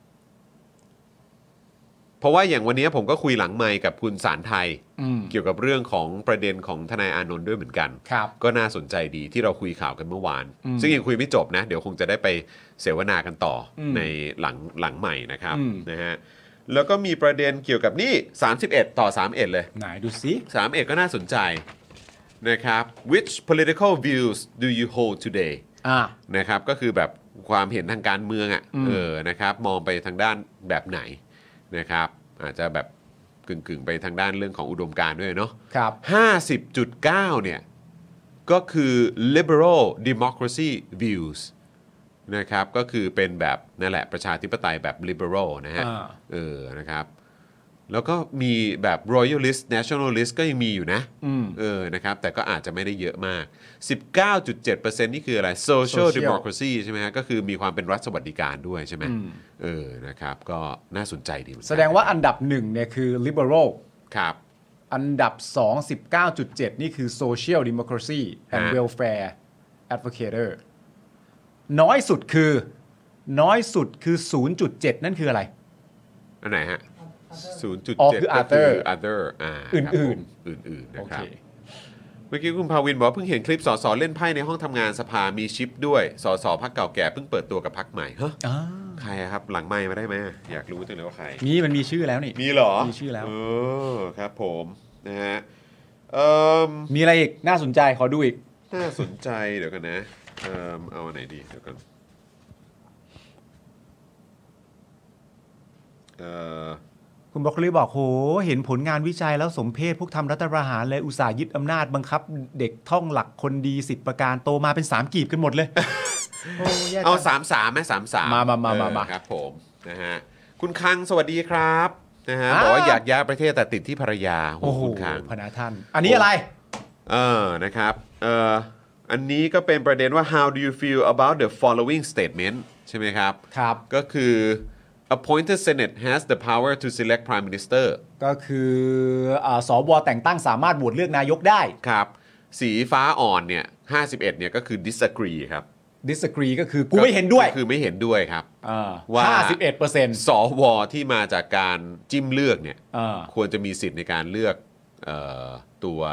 เพราะว่าอย่างวันนี้ผมก็คุยหลังไมค์กับคุณสารไทยเกี่ยวกับเรื่องของประเด็นของทนายอานนท์ด้วยเหมือนกันก็น่าสนใจดีที่เราคุยข่าวกันเมื่อวานซึ่งยังคุยไม่จบนะเดี๋ยวคงจะได้ไปเสวนากันต่อในหลังหลังใหม่นะครับนะฮะแล้วก็มีประเด็นเกี่ยวกับนี่สามสิบเอ็ดต่อสามสิบเอ็ดเลยไหนดูสิสามสิบเอ็ดก็น่าสนใจนะครับ which political views do you hold today อ่านะครับก็คือแบบความเห็นทางการเมืองอ่ะเออนะครับมองไปทางด้านแบบไหนนะครับอาจจะแบบกึ่งๆไปทางด้านเรื่องของอุดมการณ์ด้วยเนาะครับห้าสิบจุดเก้า เนี่ยก็คือ liberal democracy views นะครับก็คือเป็นแบบนั่นแหละประชาธิปไตยแบบ liberal นะฮะเออนะครับแล้วก็มีแบบ royalist nationalist ก็ยังมีอยู่นะเออนะครับแต่ก็อาจจะไม่ได้เยอะมาก สิบเก้าจุดเจ็ดเปอร์เซ็นต์ นี่คืออะไร social democracy ใช่ไหมฮะก็คือมีความเป็นรัฐสวัสดิการด้วยใช่ไหมเออนะครับก็น่าสนใจดีแสดงว่าอันดับหนึ่งเนี่ยคือ liberal ครับอันดับสอง สิบเก้าจุดเจ็ด นี่คือ social democracy and welfare advocator น้อยสุดคือน้อยสุดคือ ศูนย์จุดเจ็ด นั่นคืออะไรอันไหนฮะศูนย์จุดเจ็ดคือ other other อ่าอื่นๆอื่นๆนะครับเมื่อกี้คุณภาวินบอกเพิ่งเห็นคลิปสสเล่นไพ่ในห้องทำงานสภามีชิปด้วยสสพรรคเก่าแก่เพิ่งเปิดตัวกับพรรคใหม่เฮ้ยใครครับหลังไมค์มาได้ไหมอยากรู้จังเลยว่าใครมีมันมีชื่อแล้วนี่มีเหรอมีชื่อแล้วเออครับผมนะฮะเอ่อมีอะไรอีกน่าสนใจขอดูอีกน่าสนใจเดี๋ยวกันนะเอ่อเอาอันไหนดีเดี๋ยวกันเอ่อคุณบรอกโคลีบอกโหเห็นผลงานวิจัยแล้วสมเพศพวกทำรัฐประหารเลยอุตส่าห์ยึดอำนาจบังคับเด็กท่องหลักคนดีสิบประการโตมาเป็นสามกีบกันหมดเลย โอ้แย่จังเอาสามสามไหมสามสามมามามามามาครับผมนะฮะคุณคังสวัสดีครับนะฮะอ่าบอกว่าอยากย้ายประเทศแต่ติดที่ภรรยาโอ้โหคุณคังพนาท่าน อันนี้อะไรเออนะครับเอ่ออันนี้ก็เป็นประเด็นว่า how do you feel about the following statement ใช่ไหมครับครับก็คือ appointed senate has the power to select prime minister ก็คืออ่าสวแต่งตั้งสามารถโหวตเลือกนายกได้ครับ สีฟ้าอ่อนเนี่ยห้าสิบเอ็ดเนี่ยก็คือ disagree ครับ disagree ก็คือกูไม่เห็นด้วยก็คือไม่เห็นด้วยครับอ่าว่าห้าสิบเอ็ดเปอร์เซ็นต์สวที่มาจากการจิ้มเลือกเนี่ยอ่าควรจะมีสิทธิ์ในการเลือกเอ่อตัวน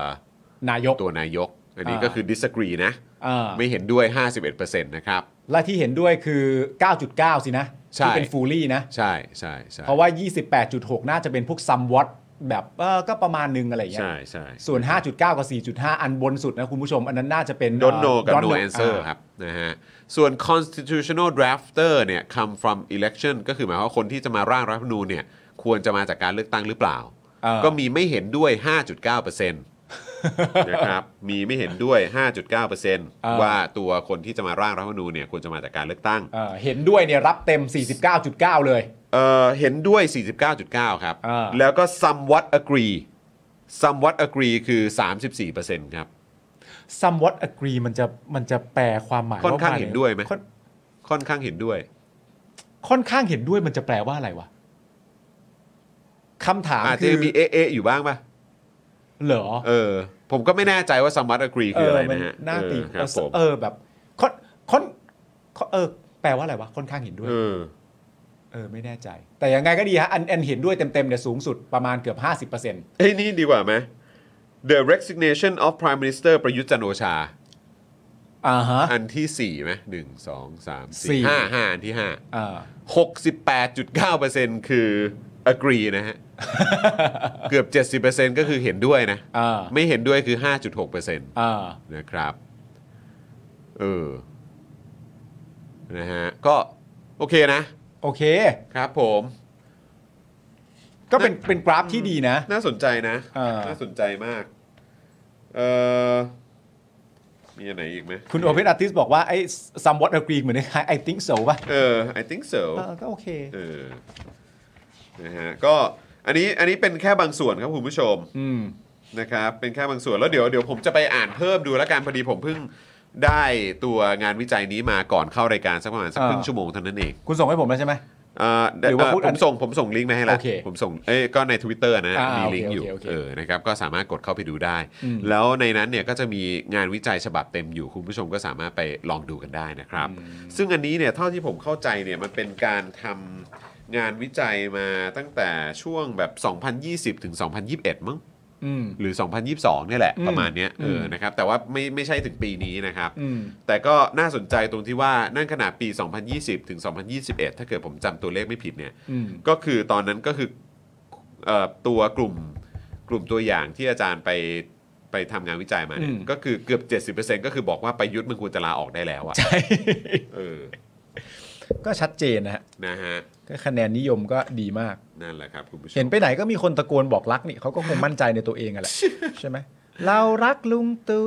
ายกตัวนายก อันนี้อ่าก็คือ disagree นะอ่าไม่เห็นด้วย ห้าสิบเอ็ดเปอร์เซ็นต์ นะครับและที่เห็นด้วยคือ เก้าจุดเก้า สินะใช่ที่เป็น fully นะใช่ใช่ใช่เพราะว่า ยี่สิบแปดจุดหก น่าจะเป็นพวก somewhat แบบเออก็ประมาณนึงอะไรอย่างเงี้ยใช่ใช่ส่วน ห้าจุดเก้า กับ สี่จุดห้า อันบนสุดนะคุณผู้ชม อันนั้นน่าจะเป็น don't know กับ don't no know answer อ่าครับนะฮะส่วน constitutional drafter เนี่ย come from election ก็คือหมายความว่าคนที่จะมาร่างรัฐธรรมนูญเนี่ยควรจะมาจากการเลือกตั้งหรือเปล่าอ่าก็มีไม่เห็นด้วย ห้าจุดเก้าเปอร์เซ็นต์ นะครับมีไม่เห็นด้วย ห้าจุดเก้าเปอร์เซ็นต์อ่าว่าตัวคนที่จะมาร่างรัฐธรรมนูญเนี่ยควรจะมาจากการเลือกตั้งเอ่อเห็นด้วยเนี่ยรับเต็ม สี่สิบเก้าจุดเก้า เลยเอ่อเห็นด้วย สี่สิบเก้าจุดเก้า ครับอ่าแล้วก็ somewhat agree somewhat agree คือ สามสิบสี่เปอร์เซ็นต์ ครับ somewhat agree มันจะมันจะแปลความหมายค่อนข้างว่เห็นด้วยไหมค่อนค่อนข้างเห็นด้วยค่อนข้างเห็นด้วยมันจะแปลว่าอะไรวะคำถามอาจจะคือมีเอะเอะอยู่บ้างป่ะเหรอเออ ผมก็ไม่แน่ใจว่า somewhat agree คืออะไรมันะฮะน่าตีเออครับผมเออแบบค่อนค่อนค่อนเออแปลว่าอะไรวะค่อนข้างเห็นด้วยเออเออไม่แน่ใจ แต่ยังไงก็ดีฮะอันอันเห็นด้วยเต็มๆเนี่ยสูงสุดประมาณเกือบ ห้าสิบเปอร์เซ็นต์เอ้ยนี่ดีกว่าไหม The resignation of Prime Minister ประยุทธ์จันทร์โอชาอ่าฮะอันที่สี่ไหมหนึ่งสองสามสี่สี่ห้าห้าอันที่ห้าอ่าหกสิบแปดจุดเก้าเปอร์เซ็นต์ คือ agree นะฮะ เกือบ เจ็ดสิบเปอร์เซ็นต์ ก็คือเห็นด้วยนะอ่าไม่เห็นด้วยคือ ห้าจุดหกเปอร์เซ็นต์อ่านะครับ เออ นะฮะ ก็โอเคนะโอเคครับผมก็เป็นเป็นกราฟที่ดีนะน่าสนใจนะเออน่าสนใจมาก เออมีอันไหนอีกไหมคุณ Open Artist บอกว่าไอ้ somewhat agree เหมือนคล้าย I think so ป่ะเออ I think so เออก็โอเคเออ นะฮะ ก็อันนี้อันนี้เป็นแค่บางส่วนครับคุณผู้ชมอืมนะครับ เป็นแค่บางส่วนแล้วเดี๋ยวเดี๋ยวผมจะไปอ่านเพิ่มดูแล้วกันพอดีผมเพิ่งได้ตัวงานวิจัยนี้มาก่อนเข้ารายการสักประมาณสักอ่าครึ่งชั่วโมงเท่านั้นเองคุณส่งให้ผมแล้วใช่ไหมเอ่อหรือว่าพูดเอ่อผมส่งผมส่งลิงก์มาให้แล้วโอเคผมส่งเอ้ยก็ใน Twitter นะอ่ามีมีลิงก์อยู่โอเคโอเคเออนะครับก็สามารถกดเข้าไปดูได้อืมแล้วในนั้นเนี่ยก็จะมีงานวิจัยฉบับเต็มอยู่คุณผู้ชมก็สามารถไปลองดูกันได้นะครับ ซึ่งอันนี้เนี่ยเท่าที่ผมเข้าใจเนี่ยมันเป็นการทำงานวิจัยมาตั้งแต่ช่วงแบบ สองพันยี่สิบ ถึง สองพันยี่สิบเอ็ด มั้งอืมหรือ สองพันยี่สิบสอง เนี่ยแหละอืมประมาณเนี้ยเอออืมนะครับแต่ว่าไม่ไม่ใช่ถึงปีนี้นะครับอืมแต่ก็น่าสนใจตรงที่ว่านั่นขนาดปี สองพันยี่สิบ ถึง สองพันยี่สิบเอ็ด ถ้าเกิดผมจำตัวเลขไม่ผิดเนี่ยอืมก็คือตอนนั้นก็คือเอ่อตัวกลุ่มกลุ่มตัวอย่างที่อาจารย์ไปไปทำงานวิจัยมาเนี่ยอืมก็คือเกือบ เจ็ดสิบเปอร์เซ็นต์ ก็คือบอกว่าประยุทธ์มันควรจะลาออกได้แล้วอะใช่เออก็ชัดเจนนะฮะนะฮะก็คะแนนนิยมก็ดีมากนั่นแหละครับคุณผู้ชมเห็นไปไหนก็มีคนตะโกนบอกรักนี่เขาก็คงมั่นใจในตัวเองอะแหละ ใช่ไหมเรารักลุงตู่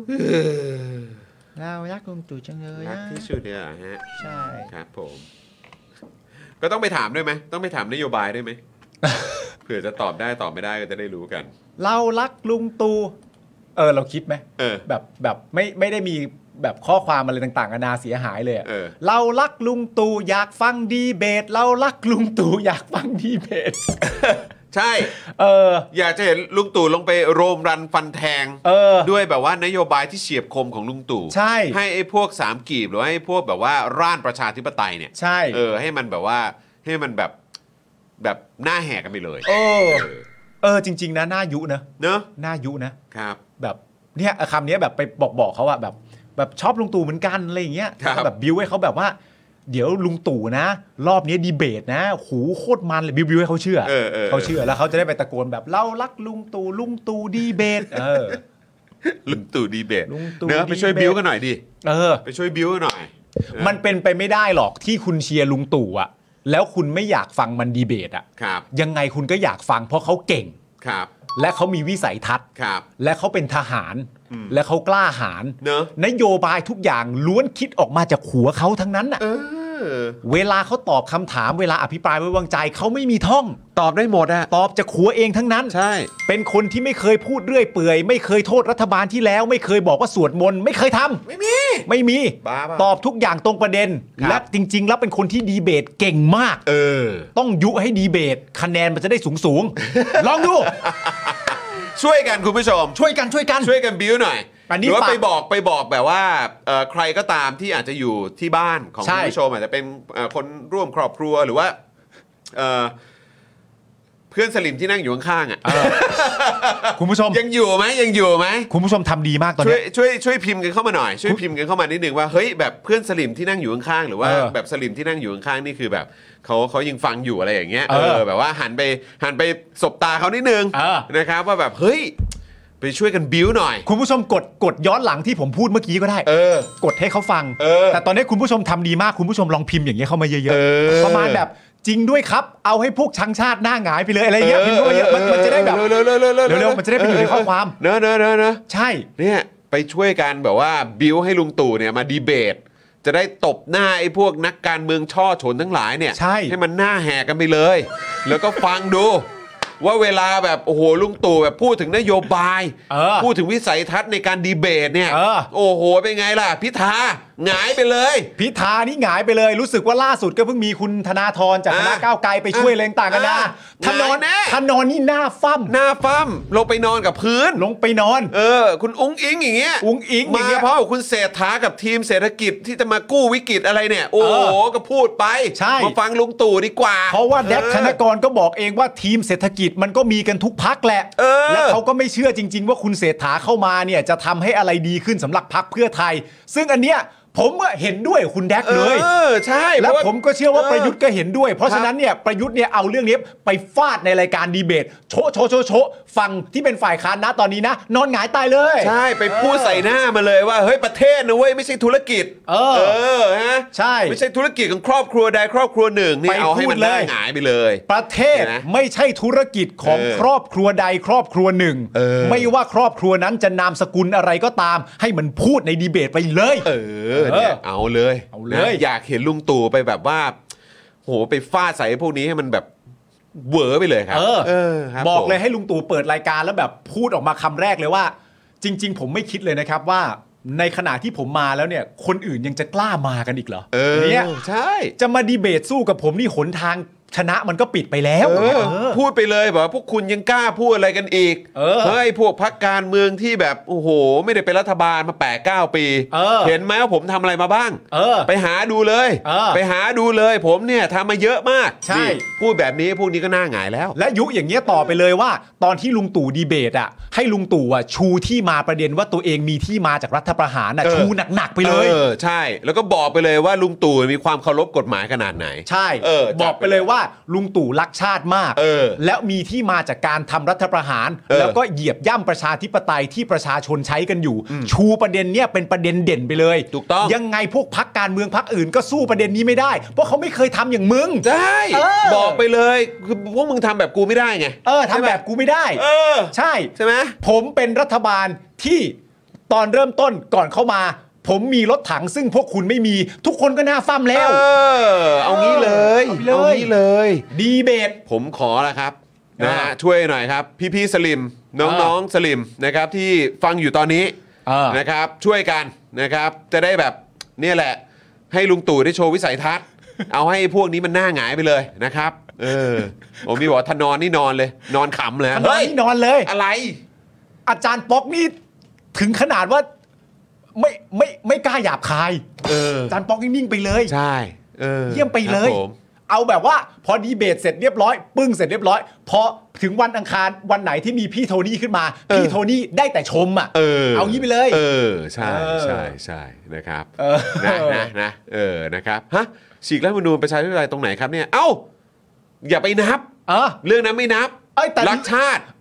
เรารักลุงตู่จังเลยรักอะที่สุดเลยเหรอฮะใช่ครับผม ก็ต้องไปถามด้วยไหมต้องไปถามนโยบายด้วยไหม เผื่อจะตอบได้ตอบไม่ได้ก็จะได้รู้กันเรารักลุงตู่เออเราคิดไหมเออแบบแบบไม่ไม่ได้มีแบบข้อความอะไรต่างๆนานาเสียหายเลยอะเออเรารักลุงตู่อยากฟังดีเบต เรารักลุงตู่อยากฟังดีเบตใช่เอออยากจะเห็นลุงตู่ลงไปโรมรันฟันแทงเออด้วยแบบว่านโยบายที่เฉียบคมของลุงตู่ใช่ให้ไอ้พวกสามกีบหรือว่าให้พวกแบบว่าร่านประชาธิปไตยเนี่ยใช่เออให้มันแบบว่าให้มันแบบแบบหน้าแหกกันไปเลยเออเออเออจริง ๆนะน่ายุนะเนอะน่ายุนะครับแบบเนี่ยคำเนี้ยแบบไปบอกบอกเขาอะแบบแบบชอบลุงตู่เหมือนกันอะไรอย่างเงี้ยครับแล้วก็แบบบิวให้เขาแบบว่า เดี๋ยวลุงตู่นะ รอบนี้ดีเบตนะหูโคตรมันเลยบิวบิวให้เขาเชื่อเออเออเขาเชื่อแล้วเขาจะได้ไปตะโกนแบบเรารักลุงตู่ลุงตู่ดีเบตเออลุงตู่ดีเบตลุงตู่เนอะไปช่วยดีเบตบิ้วกันหน่อยดิเออไปช่วยบิ้วกันหน่อยมันเป็นไปไม่ได้หรอกที่คุณเชียร์ลุงตู่อะแล้วคุณไม่อยากฟังมันดีเบตอะครับยังไงคุณก็อยากฟังเพราะเขาเก่งครับและเขามีวิสัยทัศน์ครับและเขาเป็นทหาร และเขากล้าหาญเนอะนโยบายทุกอย่างล้วนคิดออกมาจากหัวเขาทั้งนั้นน่ะเออเวลาเขาตอบคำถามเวลาอภิปรายไว้วางใจเขาไม่มีท่องตอบได้หมดอะตอบจากหัวเองทั้งนั้นใช่เป็นคนที่ไม่เคยพูดเรื่อยเปื่อยไม่เคยโทษรัฐบาลที่แล้ว ไม่เคยบอกว่าสวดมนต์ไม่เคยทำไม่มีไม่มีบ้าเปล่าตอบทุกอย่างตรงประเด็นครับและจริง ๆ แล้วเป็นคนที่ดีเบตเก่งมากเออต้องยุให้ดีเบต คะแนนมันจะได้สูงสูงๆ ลองดูช่วยกันคุณผู้ชมช่วยกันช่วยกันช่วยกันบิ้วหน่อยอันหนี้รือว่าฝากไปบอกไปบอกแบบว่าเอ่อใครก็ตามที่อาจจะอยู่ที่บ้านของใช่คุณผู้ชมอาจจะเป็นเอ่อคนร่วมครอบครัวหรือว่าเอ่อเพื่อนสลิมที่นั่งอยู่ข้างๆอ่ะคุณผู้ชมยังอยู่ไหมยังอยู่ไหมคุณผู้ชมทำดีมากตอนช่วยเนี้ยช่วยช่วยพิมพ์กันเข้ามาหน่อยช่วยพิมพ์กันเข้ามานิดนึงว่าเฮ้ยแบบเพื่อนสลิมที่นั่งอยู่ข้างๆหรือว่าเออแบบสลิมที่นั่งอยู่ข้างๆนี่คือแบบเขาเขายังฟังอยู่อะไรอย่างเงี้ยเออแบบว่าหันไปหันไปสบตาเขานิดนึงเออนะครับว่าแบบเฮ้ยไปช่วยกันบิ้วหน่อยคุณผู้ชมกดกดย้อนหลังที่ผมพูดเมื่อกี้ก็ได้เออกดให้เขาฟังเออแต่ตอนนี้คุณผู้ชมทำดีมากคุณผู้ชมลองพิมพ์อย่างเงี้ยเข้ามาเยเออะอๆประมาณแบบจริงด้วยครับ เอาให้พวกชังชาติหน้าหงายไปเลยอะไรเงี้ยพิมพ์เข้ามาเยอะมันมันจะได้แบบเร็วๆเร็วๆเร็วๆเร็วๆมันจะได้ไปอยู่ในข้อความเนอะเนอะเนอะเนอะใช่เนี่ยไปช่วยกันแบบว่าบิ้วให้ลุงตู่เนี่ยมาดีเบต จะได้ตบหน้าไอ้พวกนักการเมืองช่อฉนทั้งหลายเนี่ยใช่ให้มันหน้าแหกกันไปเลย แล้วก็ฟังดู ว่าเวลาแบบโอ้โหลุงตู่แบบพูดถึงนโยบายเออพูดถึงวิสัยทัศน์ในการดีเบตเนี่ยเออโอ้โหเป็นไงล่ะพิธาหงายไปเลยพิธานี่หงายไปเลยรู้สึกว่าล่าสุดก็เพิ่งมีคุณธนาธรจากคณะอ่ะก้าวไกลไปช่วยอะไรต่างๆกันนะอ่ะธนอนหงายแน่ธนอนนี่หน้าฟั่มหน้าฟั่มลงไปนอนกับพื้นลงไปนอนเออ คุณอุ้งอิงอย่างเงี้ยอุ้งอิงอย่างมาเงี้ยเพราะคุณเศรษฐากับทีมเศรษฐกิจที่จะมากู้วิกฤตอะไรเนี่ย โอ้โหเออก็พูดไปใช่มาฟังลุงตู่ดีกว่าเพราะว่าแดกออธนกรก็บอกเองว่าทีมเศรษฐกิจมันก็มีกันทุกพักแหละเออและเขาก็ไม่เชื่อจริง ๆ ว่าคุณเศรษฐาเข้ามาเนี่ยจะทำให้อะไรดีขึ้นสำหรับพักเพื่อไทย ซึ่งอันเนี้ยผมอะเห็นด้วยกับคุณแดกเลยเออใช่แล้วเพราะาผมก็เชื่อว่าเออประยุทธ์ก็เห็นด้วย เพราะฉะนั้นเนี่ยประยุทธ์เนี่ยเอาเรื่องนี้ไปฟาดในรายการดีเบตโชะโชะโชะโชะฝั่งที่เป็นฝ่ายค้านนะตอนนี้นะ นอนหงายตายเลยใช่ไปพูดใส่หน้ามาเลยว่าเฮ้ยประเทศนะเว้ยไม่ใช่ธุรกิจเอออฮะใช่ไม่ใช่ธุรกิจของครอบครัวใดครอบครัวหนึ่งนี่ไปเอาให้พูมัดนหน้าเลยหงายไปเลยประเทศเห็นไหมไม่ใช่ธุรกิจของเออครอบครัวใดครอบครัวหนึ่งเออไม่ว่าครอบครัวนั้นจะนามสกุลอะไรก็ตาม ให้มันพูดในดีเบตไปเลยเออเนี่ยเอาเลยเอาเลยนะอยากเห็นลุงตู่ไปแบบว่าโหไปฟาดใส่พวกนี้ให้มันแบบเหวอไปเลยครับเออเออครับบอกผมเลยให้ลุงตู่เปิดรายการแล้วแบบพูดออกมาคำแรกเลยว่า จริง ๆ ผมไม่คิดเลยนะครับว่า ในขณะที่ผมมาแล้วเนี่ย คนอื่นยังจะกล้ามากันอีกเหรอเออเนี่ยใช่จะมาดีเบตสู้กับผมนี่หนทางชนะมันก็ปิดไปแล้วเออเออพูดไปเลยแบบว่าพวกคุณยังกล้าพูดอะไรกันอีกเออเฮ้ยพวกพักการเมืองที่แบบโอ้โห ไม่ได้เป็นรัฐบาลมาแปดเก้าปีเออเห็นไหมว่าผมทำอะไรมาบ้างเออไปหาดูเลยเออไปหาดูเลย ผมเนี่ยทำมาเยอะมากใช่นี่พูดแบบนี้พวกนี้ก็น่าหงายแล้วและยุอย่างเงี้ยต่อไปเลยว่า ตอนที่ลุงตู่ดีเบตอ่ะให้ลุงตู่อ่ะชูที่มาประเด็นว่าตัวเองมีที่มาจากรัฐประหารอ่ะเออชูหนักๆไปเลยออใช่แล้วก็บอกไปเลยว่าลุงตู่มีความเคารพกฎหมายขนาดไหนใช่เออบอกไปเลยว่าลุงตู่รักชาติมากเออแล้วมีที่มาจากการทำรัฐประหารเออแล้วก็เหยียบย่ำประชาธิปไตยที่ประชาชนใช้กันอยู่ ชูประเด็นเนี้ยเป็นประเด็นเด่นไปเลยถูกต้องยังไงพวกพักการเมืองพักอื่นก็สู้ประเด็นนี้ไม่ได้ เพราะเขาไม่เคยทำอย่างมึงได้เออบอกไปเลยคือพวกมึงทำแบบกูไม่ได้ไงเออทำแบบกูไม่ได้เออใช่ใช่ไหมผมเป็นรัฐบาลที่ตอนเริ่มต้นก่อนเข้ามา ผมมีรถถังซึ่งพวกคุณไม่มีทุกคนก็น่าฟั่มแล้วเออเอางี้เลยเอาไปเลยเอางี้เลยดีเบตผมขอละครับนะอ่าฮะช่วยหน่อยครับ พี่ๆสลิมน้องๆสลิมนะครับที่ฟังอยู่ตอนนี้อ่านนะครับช่วยกันนะครับจะได้แบบเนี่ยแหละ ให้ลุงตู่ได้โชว์วิสัยทัศน์ เอาให้พวกนี้มันหน้าหงายไปเลยนะครับเออผมมีบอกว่าถ้านอนนี่นอนเลย นอนขำเลยนอนเฮ้ยนี่นอนเลยอะไรอาจารย์ป๊อกนี่ถึงขนาดว่าไม่ไม่ไม่กล้าหยาบคายเอออาจารย์ป๊อกนิ่งๆไปเลยใช่เออเยี่ยมไปเลยครับผมเอาแบบว่าพอดีเบตเสร็จเรียบร้อย ปึ้งเสร็จเรียบร้อย พอถึงวันอังคารวันไหนที่มีพี่โทนี่ขึ้นมา พี่โทนี่ได้แต่ชมอ่ะเออเอางี้ไปเลยเออใช่เออใช่ใช่นะครับเออนะนะนะเออนะครับฮะฉีกรัฐธรรมนูญประชาธิปไตยตรงไหนครับเนี่ยเอ้าอย่าไปนับเออเรื่องนั้นไม่นับเอ้ยแต่รักชาติ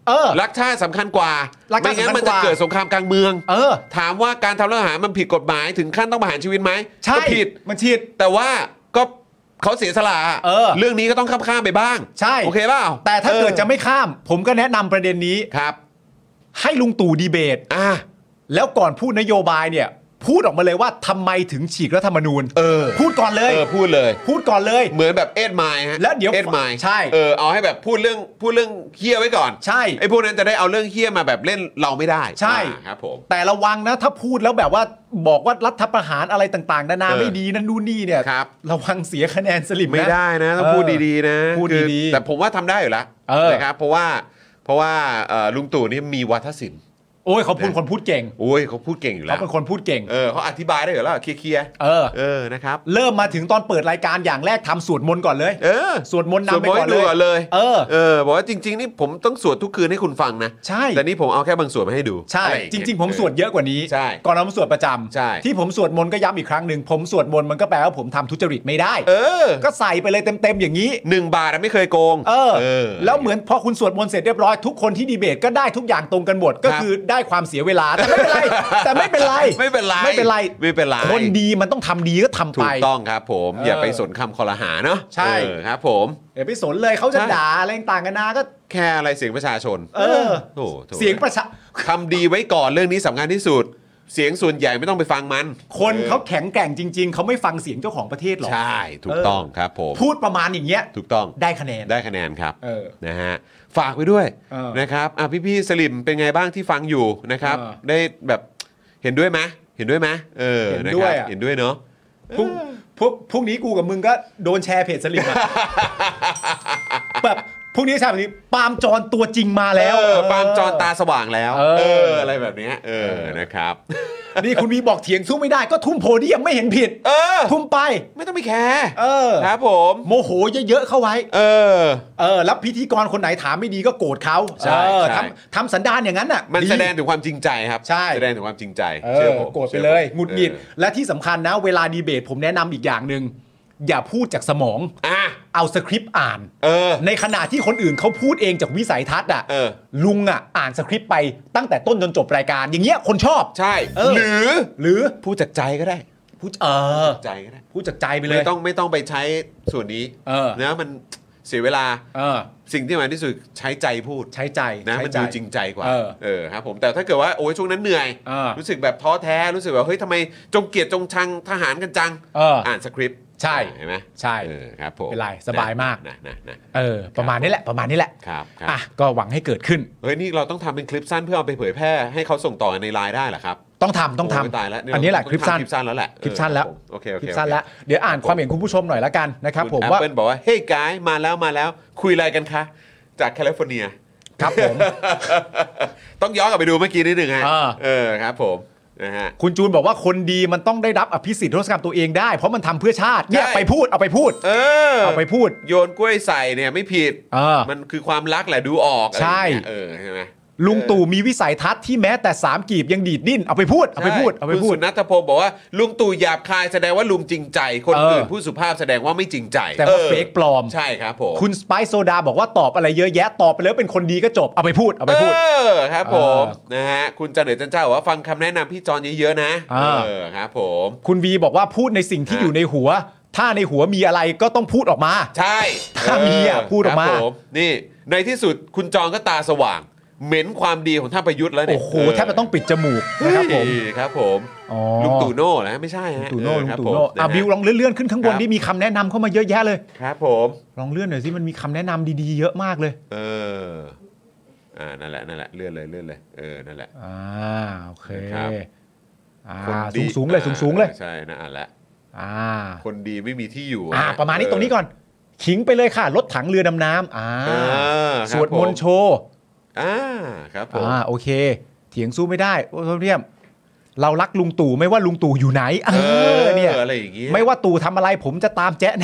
เออรักชาติสำคัญกว่ารักชาติไม่งั้นมันสำคัญกจะว่าเกิดสงครามกลางเมืองเออถามว่าการทำรัฐประหารมันผิดกฎหมายถึงขั้นต้องประหารชีวิตไหมใช่ก็ผิดมันผิดแต่ว่าก็เขาเสียสละเออเรื่องนี้ก็ต้องข้ามข้ามไปบ้างใช่โอเคเปล่าแต่ถ้าเกิดจะออไม่ข้าม ผมก็แนะนำประเด็นนี้ครับให้ลุงตู่ดีเบตอ่ะแล้วก่อนพูดนโยบายเนี่ยพูดออกมาเลยว่าทำไมถึงฉีกรัฐธรรมนูญเออพูดก่อนเลยเออพูดเลยพูดก่อนเลยเหมือนแบบเอ็ดไมล์ฮะแล้วเดี๋ยวเอ็ดไมล์ใช่เออเอาให้แบบพูดเรื่องพูดเรื่องเฮี้ยไว้ก่อนใช่ไอ้พวกนั้นจะได้เอาเรื่องเฮี้ยมาแบบเล่นเราไม่ได้ใช่อ่าครับผมแต่ระวังนะถ้าพูดแล้วแบบว่าบอกว่ารัฐประหารอะไรต่างๆนานาเออไม่ดีนั่นนู่นนี่เนี่ยครับระวังเสียคะแนนสลิมนะไม่ได้นะต้องพูดดีๆนะพูดคือดีๆแต่ผมว่าทำได้อยู่แล้วเออนะครับเพราะว่าเพราะว่าเอ่อลุงตู่นี่มีวาทศิลป์โอ้ยเขาพูดคนพูดเก่งโอ้ยเขาพูดเก่งอยู่แล้เขาวเป็นคนพูดเก่งเออเขาอธิบายได้อยู่แล้วเคลียร์เออๆเออนะครับเริ่มมาถึงตอนเปิดรายการอย่างแรกทำสวดมนต์ก่อนเลยเออสวดมนต์นำไปสวดก่อนให้ดูเลยก่อนเลยเออเออบอกว่าจริง ๆ นี่ผมต้องสวดทุกคืนให้คุณฟังนะใช่แต่นี่ผมเอาแค่บางส่วนมาให้ดูใช่อะไอย่าจเยริง ๆ ผมสวดเยอะกว่านี้ใช่ก่อนเรามาสวดประจำใช่ที่ผมสวดมนต์ก็ย้ำอีกครั้งหนึ่งผมสวดมนต์มันก็แปลว่าผมทำทุจริตไม่ได้เออก็ใส่ไปเลยเต็มๆอย่างนี้หนึ่งบาทอะไม่เคยโกงเออเออแล้วเหมือนพอคุณสวดมนต์เสร็จเรียบร้อยทุกคนที่ดีเบตก็ได้ทุกอย่างตรงกันหมดก็คือได้ความเสียเวลาแต่ไม่เป็นไร แต่ไม่เป็นไรไม่เป็นไรไม่เป็นไรไม่เป็นไรคนดีมันต้องทำดีก็ทำถูไปกต้องครับผมเออออย่าไปสนคำคอรหาเนาะใช่เออครับผมอย่าไปสนเลยเขาจะใช่ด่าอะไรต่างกันนาก็แค่อะไรเสียงประชาชนเออโอ้โถเสียงประชาทำดีไว้ก่อนเรื่องนี้สำคัญที่สุด เสียงส่วนใหญ่ไม่ต้องไปฟังมันคนเขาแข็งแกร่งจริง ๆเขาไม่ฟังเสียงเจ้าของประเทศหรอกใช่ถูกต้องครับผมพูดประมาณอย่างเงี้ยถูกต้องได้คะแนนได้คะแนนครับเออนะฮะฝากไว้ด้วยเออนะครับอ่ะพี่ๆสลิมเป็นไงบ้างที่ฟังอยู่นะครับเออได้แบบเห็นด้วยไหมเห็นด้วยไหมเออเห็นนะด้คว รัยบอะเห็นด้วยเนาะพรุ่งพรุ่งพรุ่งนี้กูกับมึงก็โดนแชร์เพจสลิมอะ แบบพรุ่งนี้ใช่แบบนี้ปาล์มจอนตัวจริงมาแล้วเออปาล์มจอนตาสว่างแล้วเออเอออะไรแบบเนี้ยเออนะครับนี่คุณวีบอกเถียงสู้ไม่ได้ก็ทุ่มโพเดียมไม่เห็นผิดเออทุ่มไปไม่ต้องไปแคร์เออครับผมโมโหเยอะๆเข้าไว้เออเออแล้วพิธีกรคนไหนถามไม่ดีก็โกรธเขาใช่เออใช่ทำทำสันดานอย่างนั้นน่ะมันดีแสดงถึงความจริงใจครับใช่แสดงถึงความจริงใจเอเชื่อผมโกรธไปชื่อเลยผมหงุดหงิดเออและที่สำคัญนะเวลาดีเบตผมแนะนำอีกอย่างหนึ่งอย่าพูดจากสมองอ่ะเอาสคริปต์อ่านเออในขณะที่คนอื่นเขาพูดเองจากวิสัยทัศน์อ่ะเออลุงอ่ะอ่านสคริปต์ไปตั้งแต่ต้นจนจบรายการ อย่างเงี้ยคนชอบใช่เออหรือหรือพูดจากใจก็ได้พูดเออใจก็ได้พูดจากใจไปเลยไม่ต้องไม่ต้องไปใช้ส่วนนี้เออนะมันเสียเวลาเออสิ่งที่สำคัญที่สุดใช้ใจพูดใช้ใจนะใช้มันใจดูจริงใจกว่าเออเออครับผมแต่ถ้าเกิดว่าโอ้ยช่วงนั้นเหนื่อยเออรู้สึกแบบท้อแท้รู้สึกแบบเฮ้ยทำไมจงเกลียดจงชังทหารกันจังเอออ่านสคริปต์ใช่เห็นไหมใช่เออครับผมเป็นไรสบายมากนะนะนะเออ ประมาณนี้แหละประมาณนี้แหละครับครับอ่ะก็หวังให้เกิดขึ้นเฮ้ยนี่เราต้องทำเป็นคลิปสั้นเพื่อเอาไปเผยแพร่ให้เขาส่งต่อในไลน์ได้เหรอครับต้องทำต้องโยทำตายแล้วอันนี้แหละคลิปสั้นคลิปสั้นแล้วแหละคลิปสั้นแล้วเออโอเคโอเคคลิปสั้นแล้วเดี๋ยวอ่านความเห็นคุณผู้ชมหน่อยละกันนะครับผมคุณว่า Apple บอกว่าเฮ้ยกายมาแล้วมาแล้วคุยอะไรกันคะจากแคลิฟอร์เนียครับผมต้องย้อนกลับไปดูเมื่อกี้นิดนึงฮะอ่าเออครับผมนะฮะคุณจูนบอกว่าคนดีมันต้องได้รับอภิสิทธิ์ทศกรรมตัวเองได้เพราะมันทำเพื่อชาติเนี่ยใช่ไปพูดเอาไปพูดเออเอาไปพูดโยนกล้วยใส่เนี่ยไม่ผิดเออมันคือความรักแหละดูออกอะไรใช่อย่างเงี้ยเออใช่ไหมลุงตู่มีวิสัยทัศน์ที่แม้แต่สามกีบยังดีดดิ้นเอาไปพูดเอาไปพูดเอาไปคุณพูดสุนัทพงศ์บอกว่าลุงตู่หยาบคายแสดงว่าลุงจริงใจ คนเอออื่นผู้สุภาพแสดงว่าไม่จริงใจแต่ว่าออเฟกปลอมใช่ครับผมคุณสไปซ์โซดาบอกว่าตอบอะไรเยอะแยะตอบไปแล้วเป็นคนดีก็จบเอาไปพูดเอาไปพูดเออครับผมเออนะฮะคุณจันเดชจันเจ้าบอกว่าฟังคำแนะนำพี่จอนเยอะๆนะอ่าเออครับผมคุณวีบอกว่าพูดในสิ่งที่อ่ะอยู่ในหัว ถ้าในหัวมีอะไรก็ต้องพูดออกมาใช่ถ้ามีอ่ะเพูดออกมาครับผนี่ในที่สุดคุณจอนก็ตาสว่าง เหม็นความดีของท่านประยุทธ์แล้วเนี่ยโอ้โหแทบจะต้องปิดจมูกนะครับผมเฮ้ยครับผมอ๋อลุงตู่โน่นะไม่ใช่ฮะตู่โน่เอลุอง ครับตู่ผมโน่อ่ะนะฮะบิวลองเลื่อนๆขึ้นข้างบนครับดิมีคำแนะนำเข้ามาเยอะแยะเลยครับผมลองเลื่อนหน่อยสิมันมีคำแนะนำดีๆเยอะมากเลยเอออ่านั่นแหละนั่นแหละเลื่อนเลยเลื่อนเลยเออนั่นแหละอ่าโอเคครับอ่าคนดีสูงๆเลยสูงๆเลยใช่นะอ่านละอ่าคนดีไม่มีที่อยู่อ่าฮประมาณนี้ตรงนี้ก่อนขิงไปเลยค่ะรถถังเรือดำน้ำอ่าอ่าสวดมนต์โชว์อ่าครับผมอ่าโอเค เถียงสู้ไม่ได้โอ้โหเรียมเรารักลุงตู่ไม่ว่าลุงตู่อยู่ไหนเออเนี่ยอะไรอย่างเงี้ยไม่ว่าตู่ทำอะไรผมจะตามแจ๊ะนะ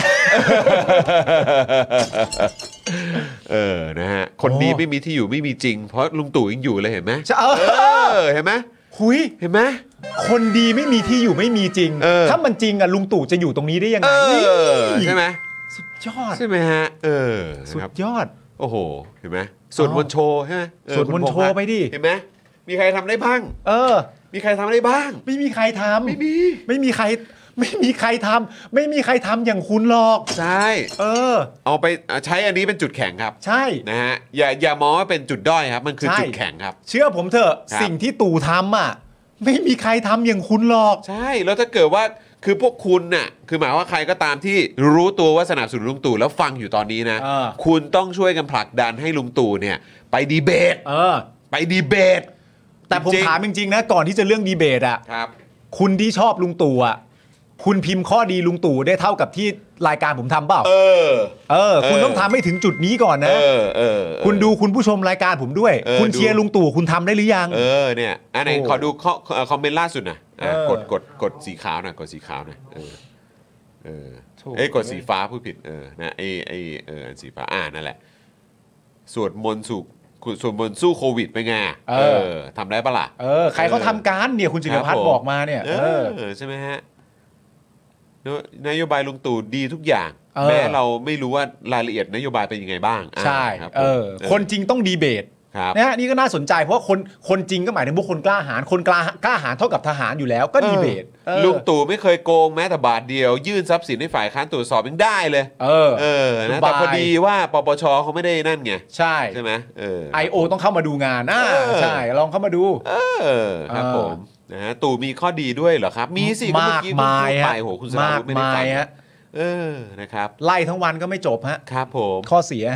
เออนะฮะคนดีไม่มีที่อยู่ไม่มีจริง เพราะลุงตู่ยังอยู่เลยเห็นไหมจะเอเอออเห็นไหมหุยเห็นไหมคนดีไม่มีที่อยู่ไม่มีจริงเออถ้ามันจริงอะลุงตู่จะอยู่ตรงนี้ได้ยังเอไงอใช่ไหมสุดยอดใช่ไหมฮะเออสุดครับยอดโอ้โหเห็นไหมสวดมนต์โชว์ใช่ไหมเออสวดมนต์โชว์ไปดิเห็นไหมมีใครทำได้บ้างเออมีใครทำได้บ้างไม่มีใครทำไม่มีไม่มีใครไม่มีใครทำไม่มีใครทำอย่างคุณหรอกใช่เออเอาไปใช้อันนี้เป็นจุดแข็งครับใช่นะฮะอย่าอย่ามองว่าเป็นจุดด้อยครับมันคือใช่จุดแข็งครับเชื่อผมเถอะครับสิ่งที่ตู่ทำอ่ะไม่มีใครทำอย่างคุณหรอกใช่แล้วถ้าเกิดว่าคือพวกคุณน่ะคือหมายว่าใครก็ตามที่รู้ตัวว่าสนับสนุนลุงตู่แล้วฟังอยู่ตอนนี้นะเออคุณต้องช่วยกันผลักดันให้ลุงตู่เนี่ยไปดีเบตเออไปดีเบตแต่ผมจริงๆถามจริงๆนะก่อนที่จะเรื่องดีเบตอ่ะครับคุณที่ชอบลุงตู่อ่ะคุณพิมพ์ข้อดีลุงตู่ได้เท่ากับที่รายการผมทำเปล่าเออเออ คุณเออต้องทำให้ถึงจุดนี้ก่อนเอนะอเออเออคุณดูคุณผู้ชมรายการผมด้วยเออคุณเชียร์ดูลุงตู่คุณทำได้หรือยังเออเนี่ยอันไหนโอ้ขอดูข้อเอ่อคอมเมนต์ล่าสุดหน่อยอ่ะเออกดกดกดสีขาวหน่อยกดสีขาวหน่อยเออเออโถ่เอ้ยกดสีฟ้าพูดผิดเออนะไอไอเอออันสีฟ้าอ่านั่นแหละสวดมนต์สู่สวดมนต์สู้โควิดไปไงเออทำได้ปะล่ะเออใครเขาทำการเนี่ยคุณจิรพัฒครับน์ผมบอกมาเนี่ยเอเอออใช่ไหมฮะนโยบายลุงตู่ดีทุกอย่างเออแม้เราไม่รู้ว่ารายละเอียดนโยบายเป็นยังไงบ้างอ่าใช่ครับผมเออคนจริงต้องดีเบตครับนะฮะนี่ก็น่าสนใจเพราะว่าคนคนจริงก็หมายถึงบุคคลกล้าหาญคนกล้ากล้าหาญเท่ากับทหารอยู่แล้วก็ดีเบตเออลุงตู่ไม่เคยโกงแม้แต่บาทเดียว ยื่นทรัพย์สินให้ฝ่ายค้านตรวจสอบยังได้เลยเออเออนะสบายแต่พอดีว่าปปชเขาไม่ได้นั่นไงใช่ใช่ไหมเออไอโอต้องเข้ามาดูงานอ่าเออใช่ลองเข้ามาดูเออครับเออผมนะฮะตู่มีข้อดีด้วยเหรอครับ มีสิก็เมื่มาอก กี้มายพูดไปฮะโหคุณสรมากวุฒิไม่ได้มาฟัยงฮะเออนะครับไล่ทั้งวันก็ไม่จบฮะครับผมข้อเสีย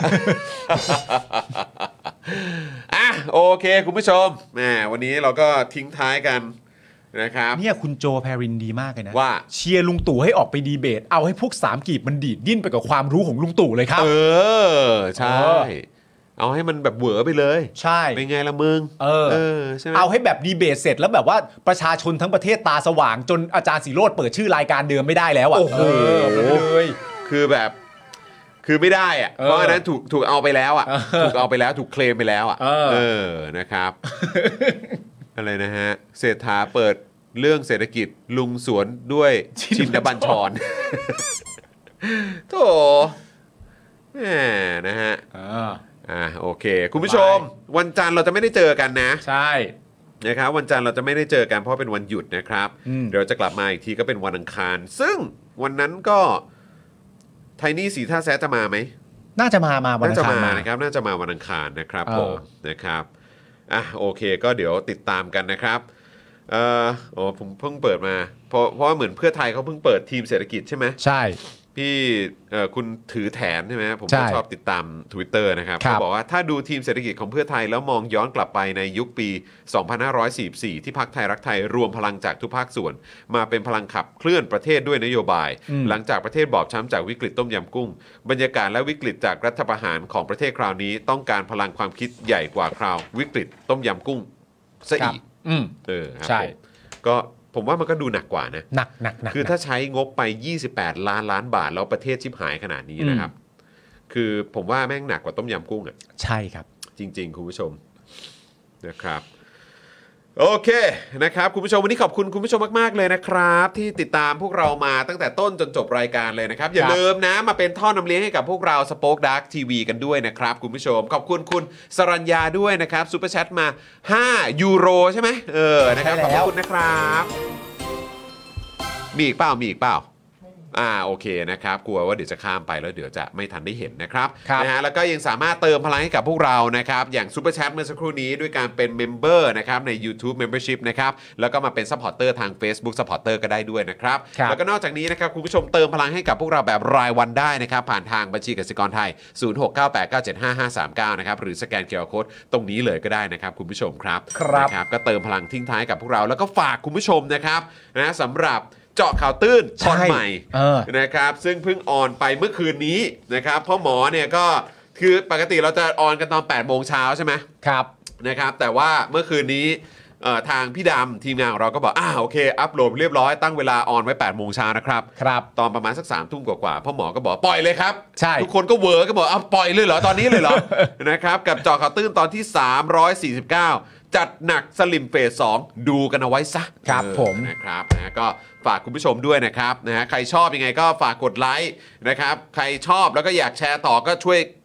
อ่ะโอเคคุณผู้ชมแหมวันนี้เราก็ทิ้งท้ายกันนะครับเนี่ยคุณโจแพรินดีมากเลยนะว่าเชียร์ลุงตู่ให้ออกไปดีเบต เอาให้พวกสามกีบมันดีดดิ้นไปกับความรู้ของลุงตู่เลยครับเออใช่เออเอาให้มันแบบเหวอไปเลยใช่เป็นไงละมึงเออเออใช่ไหมเอาให้แบบดีเบตเสร็จแล้วแบบว่าประชาชนทั้งประเทศตาสว่างจนอาจารย์สีโรจน์เปิดชื่อรายการเดิมไม่ได้แล้วอ่ะโอ้โหเออเลยคือแบบคือไม่ได้อะเออเพราะอันนั้นถูกถูกเอาไปแล้วอ่ะเออถูกเอาไปแล้วถูกเคลมไปแล้วอ่ะเออเออนะครับ อะไรนะฮะเศรษฐาเปิดเรื่องเศรษฐกิจลุงสวนด้วยชินบัญชร โถแหมนะฮะอ่าอ่าโอเค คุณผู้ชม วันจันทร์เราจะไม่ได้เจอกันนะใช่นะครับวันจันทร์เราจะไม่ได้เจอกันเพราะเป็นวันหยุดนะครับอืมเดี๋ยวจะกลับมาอีกทีก็เป็นวันอังคาร ซึ่งวันนั้นก็ไทนี่สีท่าแซะจะมาไหมน่าจะมามาวันน่าอัจะงคารมามานะครับน่าจะมาวันอังคารนะครับเออผมนะครับอ่ะโอเคก็เดี๋ยวติดตามกันนะครับเอ่อโอ้ผมเพิ่งเปิดมาเพราะเพราะว่าเหมือนเพื่อไทยเขาเพิ่งเปิดทีมเศรษฐกิจใช่ไหมใช่พี่เอ่อคุณถือแถนใช่ไหมผมใช่ก็ชอบติดตาม Twitter นะครับครับเขาบอกว่าถ้าดูทีมเศรษฐกิจของเพื่อไทยแล้วมองย้อนกลับไปในยุคปี สองพันห้าร้อยสี่สิบสี่ ที่พรรคไทยรักไทยรวมพลังจากทุกภาคส่วน มาเป็นพลังขับเคลื่อนประเทศด้วยนโยบายอืมหลังจากประเทศบอบช้ำจากวิกฤตต้มยำกุ้ง บรรยากาศและวิกฤตจากรัฐประหารของประเทศคราวนี้ ต้องการพลังความคิดใหญ่กว่าคราววิกฤตต้มยำกุ้งซะครับอีกอืมเออครับใช่ผมก็ผมว่ามันก็ดูหนักกว่านะหนักหนักหนักคือถ้าใช้งบไป ยี่สิบแปด ล้านล้านบาท แล้วประเทศชิบหายขนาดนี้นะครับ คือผมว่าแม่งหนักกว่าต้มยำกุ้งอ่ะใช่ครับจริง ๆ คุณผู้ชมนะครับ โอเคนะครับคุณผู้ชมวันนี้ขอบคุณคุณผู้ชมมากๆเลยนะครับ ที่ติดตามพวกเรามาตั้งแต่ต้นจนจบรายการเลยนะครับ อย่าครับลืมนะมาเป็นท่อนำเลี้ยงให้กับพวกเราสป็อคดักทีวีกันด้วยนะครับคุณผู้ชมขอบคุณคุณสรัญญาด้วยนะครับซูเปอร์แชทมาห้ายูโรใช่ไหมเออนะครับขอบพระคุณนะครับมีอีกเปล่ามีอีกเปล่าอ่าโอเคนะครับกลัวว่าเดี๋ยวจะข้ามไปแล้วเดี๋ยวจะไม่ทันได้เห็นนะครับครับนะฮะแล้วก็ยังสามารถเติมพลังให้กับพวกเรานะครับอย่างซูเปอร์แชทเมื่อสักครู่นี้ด้วยการเป็นเมมเบอร์นะครับใน YouTube Membership นะครับแล้วก็มาเป็นซัพพอร์เตอร์ทาง Facebook Supporter ก็ได้ด้วยนะครับครับแล้วก็นอกจากนี้นะครับคุณผู้ชมเติมพลังให้กับพวกเราแบบรายวันได้นะครับผ่านทางบัญชีกสิกรไทยศูนย์ หก เก้า แปด เก้า เจ็ด ห้า ห้า สาม เก้านะครับหรือสแกน คิว อาร์ Code ตรงนี้เลยก็ได้นะครับคุณผู้ชมครับครับนะครับก็เติมพลังทิ้งท้ายกับพวกเราแล้วก็ฝากคุณผู้ชมนะครับนะสำหรับเจาะข่าวตื้นตอนใหม่เออนะครับซึ่งเพิ่งออนไปเมื่อคืนนี้นะครับเพราะหมอเนี่ยก็คือปกติเราจะออนกันตอนแปดโมงเช้าใช่ไหมครับนะครับแต่ว่าเมื่อคืนนี้เอ่อทางพี่ดำทีมงานของเราก็บอกอ่าโอเคอัปโหลดเรียบร้อยตั้งเวลาออนไว้แปดโมงเช้านะครับครับตอนประมาณสักสามทุ่มกว่าๆพ่อหมอก็บอกปล่อยเลยครับใช่ทุกคนก็เวอร์ก็บอกอ่ะปล่อยเลยเหรอตอนนี้เลยเหรอ นะครับกับเจาะข่าวตื้นตอนที่สามร้อยสี่สิบเก้าจัดหนักสลิมเฟสสองดูกันเอาไว้ซะครับเออผมนะครับนะก็ฝากคุณผู้ชมด้วยนะครับนะฮะใครชอบยังไงก็ฝากกดไลค์นะครับใครชอบแล้วก็อยากแชร์ต่อก็ช่วย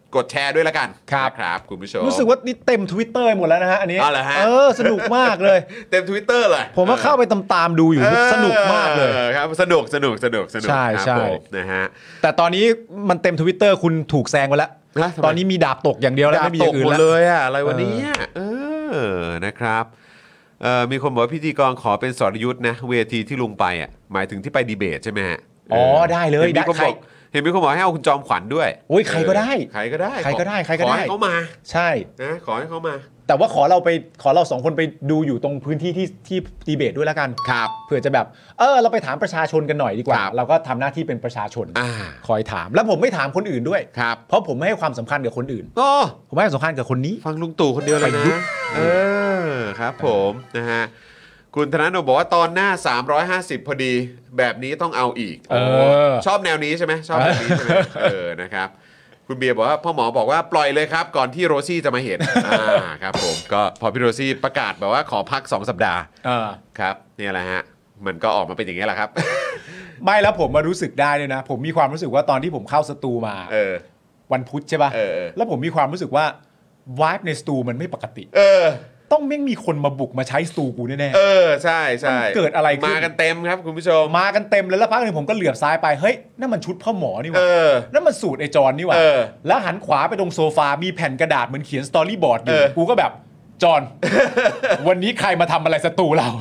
กดแชร์ด้วยละกันครับนะครับคุณผู้ชมรู้สึกว่านี่เต็ม Twitter หมดแล้วนะฮะอันนี้อ๋อเหรอฮะเออสนุกมากเลยเต็ม Twitter เลยผมว่าเข้าไปตามๆดูอยู่สนุกมากเลยออครับสนุกสนุกสนุกสนุกใช่ครับใช่ผมนะฮะแต่ตอนนี้มันเต็ม Twitter คุณถูกแซงไปแล้วนะทำไมตอนนี้มีดาบตกอย่างเดียวแล้วไม่มีอย่างอื่นดาบตกหมแล้ดวเลยอะอะไรวันนี้เออนะครับเอ่อมีคนบอกว่าพิธีกรขอเป็นสรยุทธ์นะเวทีที่ลุงไปอ่ะหมายถึงที่ไปดีเบตใช่ไหมฮะอ๋อได้เลยเห็นมีคนได้บอกเห็นมีคนบอกให้เอาคุณจอมขวัญด้วยโอ้ยใครก็ได้ใครก็ได้ใครก็ได้ใครก็ได้ขอให้เขามาใช่นะขอให้เขามาแต่ว่าขอเราไปขอเราสองคนไปดูอยู่ตรงพื้นที่ที่ที่ดีเบตด้วยแล้วกันครับเผื่อจะแบบเออเราไปถามประชาชนกันหน่อยดีกว่าครับเราก็ทำหน้าที่เป็นประชาชนอ่าคอยถามแล้วผมไม่ถามคนอื่นด้วยครับเพราะผมไม่ให้ความสำคัญกับคนอื่นโอ้ผมให้ความสำคัญกับคนนี้ฟังลุงตู่คนเดียวเลยประยุทนะธ์เออครับผมนะฮะคุณธนาโนบอกว่าตอนหน้าสามร้อยห้าสิบพอดีแบบนี้ต้องเอาอีกเออชอบแนวนี้ใช่ไหมชอบแนวนี้ใช่ไหมเออนะครับคุณเบียร์บอกว่าพ่อหมอบอกว่าปล่อยเลยครับก่อนที่โรซี่จะมาเห็นอ่าครับผมก็พอพี่โรซี่ประกาศแบบว่าขอพักสองสัปดาห์เออครับนี่แหละฮะมันก็ออกมาเป็นอย่างนี้แหละครับไม่แล้วผมมารู้สึกได้เลยนะ ผมมีความรู้สึกว่าตอนที่ผมเข้าสตูมาเออวันพุธใช่ป่ะเออเออแล้วผมมีความรู้สึกว่าวายในสตูมันไม่ปกติเออต้องไม่มีคนมาบุกมาใช้สตูกูแน่ๆเออใช่ใช่มันเกิดอะไรขึ้นมากันเต็มครับคุณผู้ชมมากันเต็มเลยแล้วพักหนึ่งผมก็เหลือบซ้ายไปเฮ้ยนั่นมันชุดพ่อหมอนี่หเอว่าอนั่นมันสูตรไอจอนนี่หว่าเออแล้วหันขวาไปตรงโซฟามีแผ่นกระดาษเหมือนเขียนสตอรี่บอร์ดอยู่เออกูก็แบบจอน วันนี้ใครมาทำอะไรสตูเรา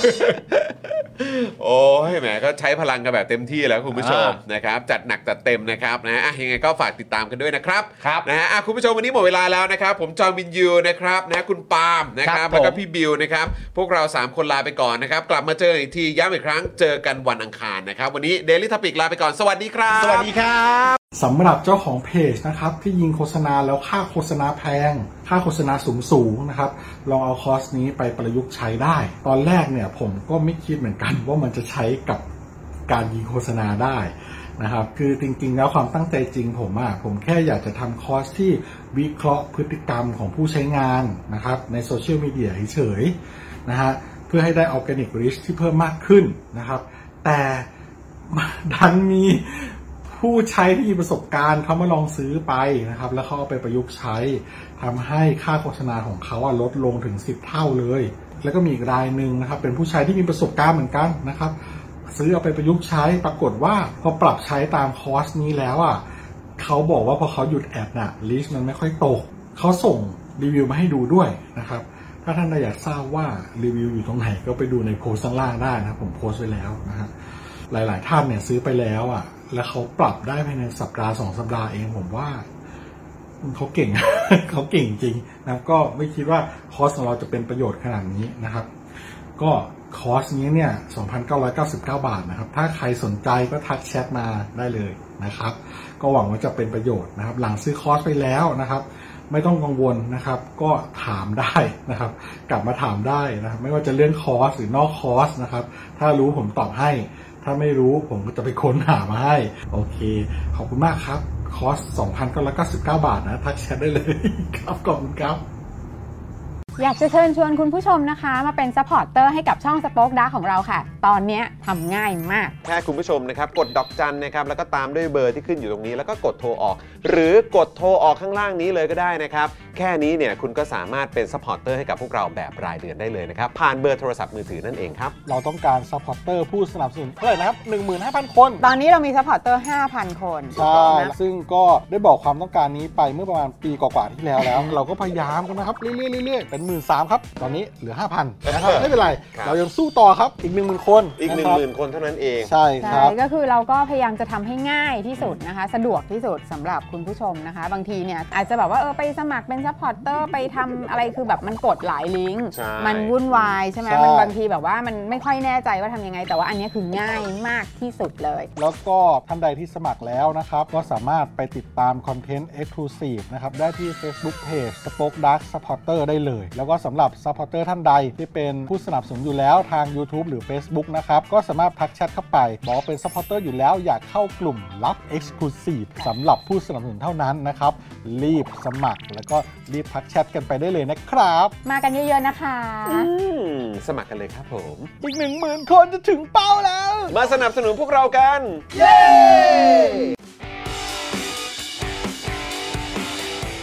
โอ้ยแหมก็ใช้พลังกันแบบเต็มที่แล้วคุณผู้ชมอ่นะครับจัดหนักจัดเต็มนะครับนะอ่ะยังไงก็ฝากติดตามกันด้วยนะครับครับนะฮะอ่ะคุณผู้ชมวันนี้หมดเวลาแล้วนะครับผมจอห์นวินยูนะครับนะคุณปาล์มนะครับครับแล้วก็ผมพี่บิวนะครับพวกเราสามคนลาไปก่อนนะครับกลับมาเจออีกทีย้ำอีกครั้งเจอกันวันอังคารนะครับวันนี้ Daily Topic ลาไปก่อนสวัสดีครับสวัสดีครับสำหรับเจ้าของเพจนะครับที่ยิงโฆษณาแล้วค่าโฆษณาแพงค่าโฆษณาสูงสูงนะครับลองเอาคอร์สนี้ไปประยุกต์ใช้ได้ ตอนแรกเนี่ยผมก็ไม่คิดเหมือนกันว่ามันจะใช้กับการยิงโฆษณาได้นะครับคือจริงๆแล้วความตั้งใจจริงผมอะผมแค่อยากจะทำคอร์สที่วิเคราะห์พฤติกรรมของผู้ใช้งานนะครับในโซเชียลมีเดียเฉยๆนะฮะเพื่อให้ได้ออร์แกนิกรีชที่เพิ่มมากขึ้นนะครับแต่ดันมีผู้ใช้ที่มีประสบการณ์เขามาลองซื้อไปนะครับแล้วเขาเอาไปประยุกต์ใช้ทำให้ค่าโฆษณาของเขาลดลงถึงสิบเท่าเลยแล้วก็มีอีกรายหนึ่งนะครับเป็นผู้ใช้ที่มีประสบการณ์เหมือนกันนะครับซื้อเอาไปประยุกต์ใช้ปรากฏว่าพอปรับใช้ตามคอร์สนี้แล้วอ่ะเขาบอกว่าพอเขาหยุดแอดน่ะลิสต์มันไม่ค่อยตกเขาส่งรีวิวมาให้ดูด้วยนะครับถ้าท่านอยากทราบว่ารีวิวอยู่ตรงไหนก็ไปดูในโพสต์ข้างล่างได้นะครับผมโพสต์ไว้แล้วนะครับหลายๆท่านเนี่ยซื้อไปแล้วอ่ะแล้วเขาปรับได้ภายในสัปดาห์สองสัปดาห์เองผมว่าเขาเก่ง เขาเก่งจริงนะก็ไม่คิดว่าคอร์สของเราจะเป็นประโยชน์ขนาดนี้นะครับก็คอร์สนี้เนี่ย สองพันเก้าร้อยเก้าสิบเก้า บาทนะครับถ้าใครสนใจก็ทักแชทมาได้เลยนะครับก็หวังว่าจะเป็นประโยชน์นะครับหลังซื้อคอร์สไปแล้วนะครับไม่ต้องกังวลนะครับก็ถามได้นะครับกลับมาถามได้นะครับไม่ว่าจะเรื่องคอร์สหรือนอกคอร์สนะครับถ้ารู้ผมตอบให้ถ้าไม่รู้ผมก็จะไปค้นหามาให้โอเคขอบคุณมากครับคอร์ส สองพันเก้าร้อยเก้าสิบเก้า บาทนะทักแชทได้เลยครับขอบคุณครับอยากจะเชิญชวนคุณผู้ชมนะคะมาเป็นซัพพอร์ตเตอร์ให้กับช่อง Spoke Dark ของเราค่ะตอนนี้ทำง่ายมากแค่คุณผู้ชมนะครับกดดอกจันนะครับแล้วก็ตามด้วยเบอร์ที่ขึ้นอยู่ตรงนี้แล้วก็กดโทรออกหรือกดโทรออกข้างล่างนี้เลยก็ได้นะครับแค่นี้เนี่ยคุณก็สามารถเป็นซัพพอร์ตเตอร์ให้กับพวกเราแบบรายเดือนได้เลยนะครับผ่านเบอร์โทรศัพท์มือถือนั่นเองครับเราต้องการซัพพอร์ตเตอร์ผู้สนับสนุนเท่าไหร่นะครับ หนึ่งหมื่นห้าพัน คนตอนนี้เรามีซัพพอร์ตเตอร์ ห้าพัน คนใช่ซึ่งก็ได้บอกความต้องการนี้ไปเมื่อประมาณปีกว่าๆที่แล้วแล้ว เราก็พยายามกันนะครับเรื่อยๆๆเป็นหมื่นสามครับตอนนี้เหลือ ห้าพัน นะครับไม่เป็นไรเรายังสู้ต่อครับอีก หนึ่งหมื่น คนอีก หนึ่งหมื่น คนเท่านั้นเองใช่ครับก็คือเราก็พยายามจะทำให้ง่ายที่สุดนะคะสะดวกที่สุดสำหรับคุณผู้ชมนะคะบางทีเนี่ยอาจจะแบบว่าเออไปสมัครเป็นซัพพอร์ตเตอร์ไปทำอะไรคือแบบมันกดหลายลิงก์มันวุ่นวายใช่ไหมมันบางทีแบบว่ามันไม่ค่อยแน่ใจว่าทำยังไงแต่ว่าอันนี้คือง่ายมากที่สุดเลยแล้วก็ท่านใดที่สมัครแล้วนะครับก็สามารถไปติดตามคอนเทนต์ Exclusive นะครับได้ที่ Facebook Page Spoke Dark Supporter ได้เลยแล้วก็สำหรับ Supporter ท่านใดที่เป็นผู้สนับสนุนอยู่แล้วทาง YouTube หรือ Facebook นะครับก็สามารถทักแชทเข้าไปบอกว่าเป็น Supporter อยู่แล้วอยากเข้ากลุ่มลับ Exclusive สำหรับผู้สนับสนุนเท่านั้นนะครับรีบสมัครแล้วก็รีบทักแชทกันไปได้เลยนะครับมากันเยอะๆนะคะสมัครกันเลยครับผมอีก หนึ่งหมื่น คนจะถึงเป้าแล้วมาสนับสนุนพวกเรากันเย้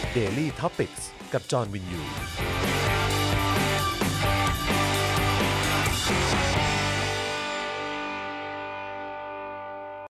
Daily Topics กับจอห์นวินยู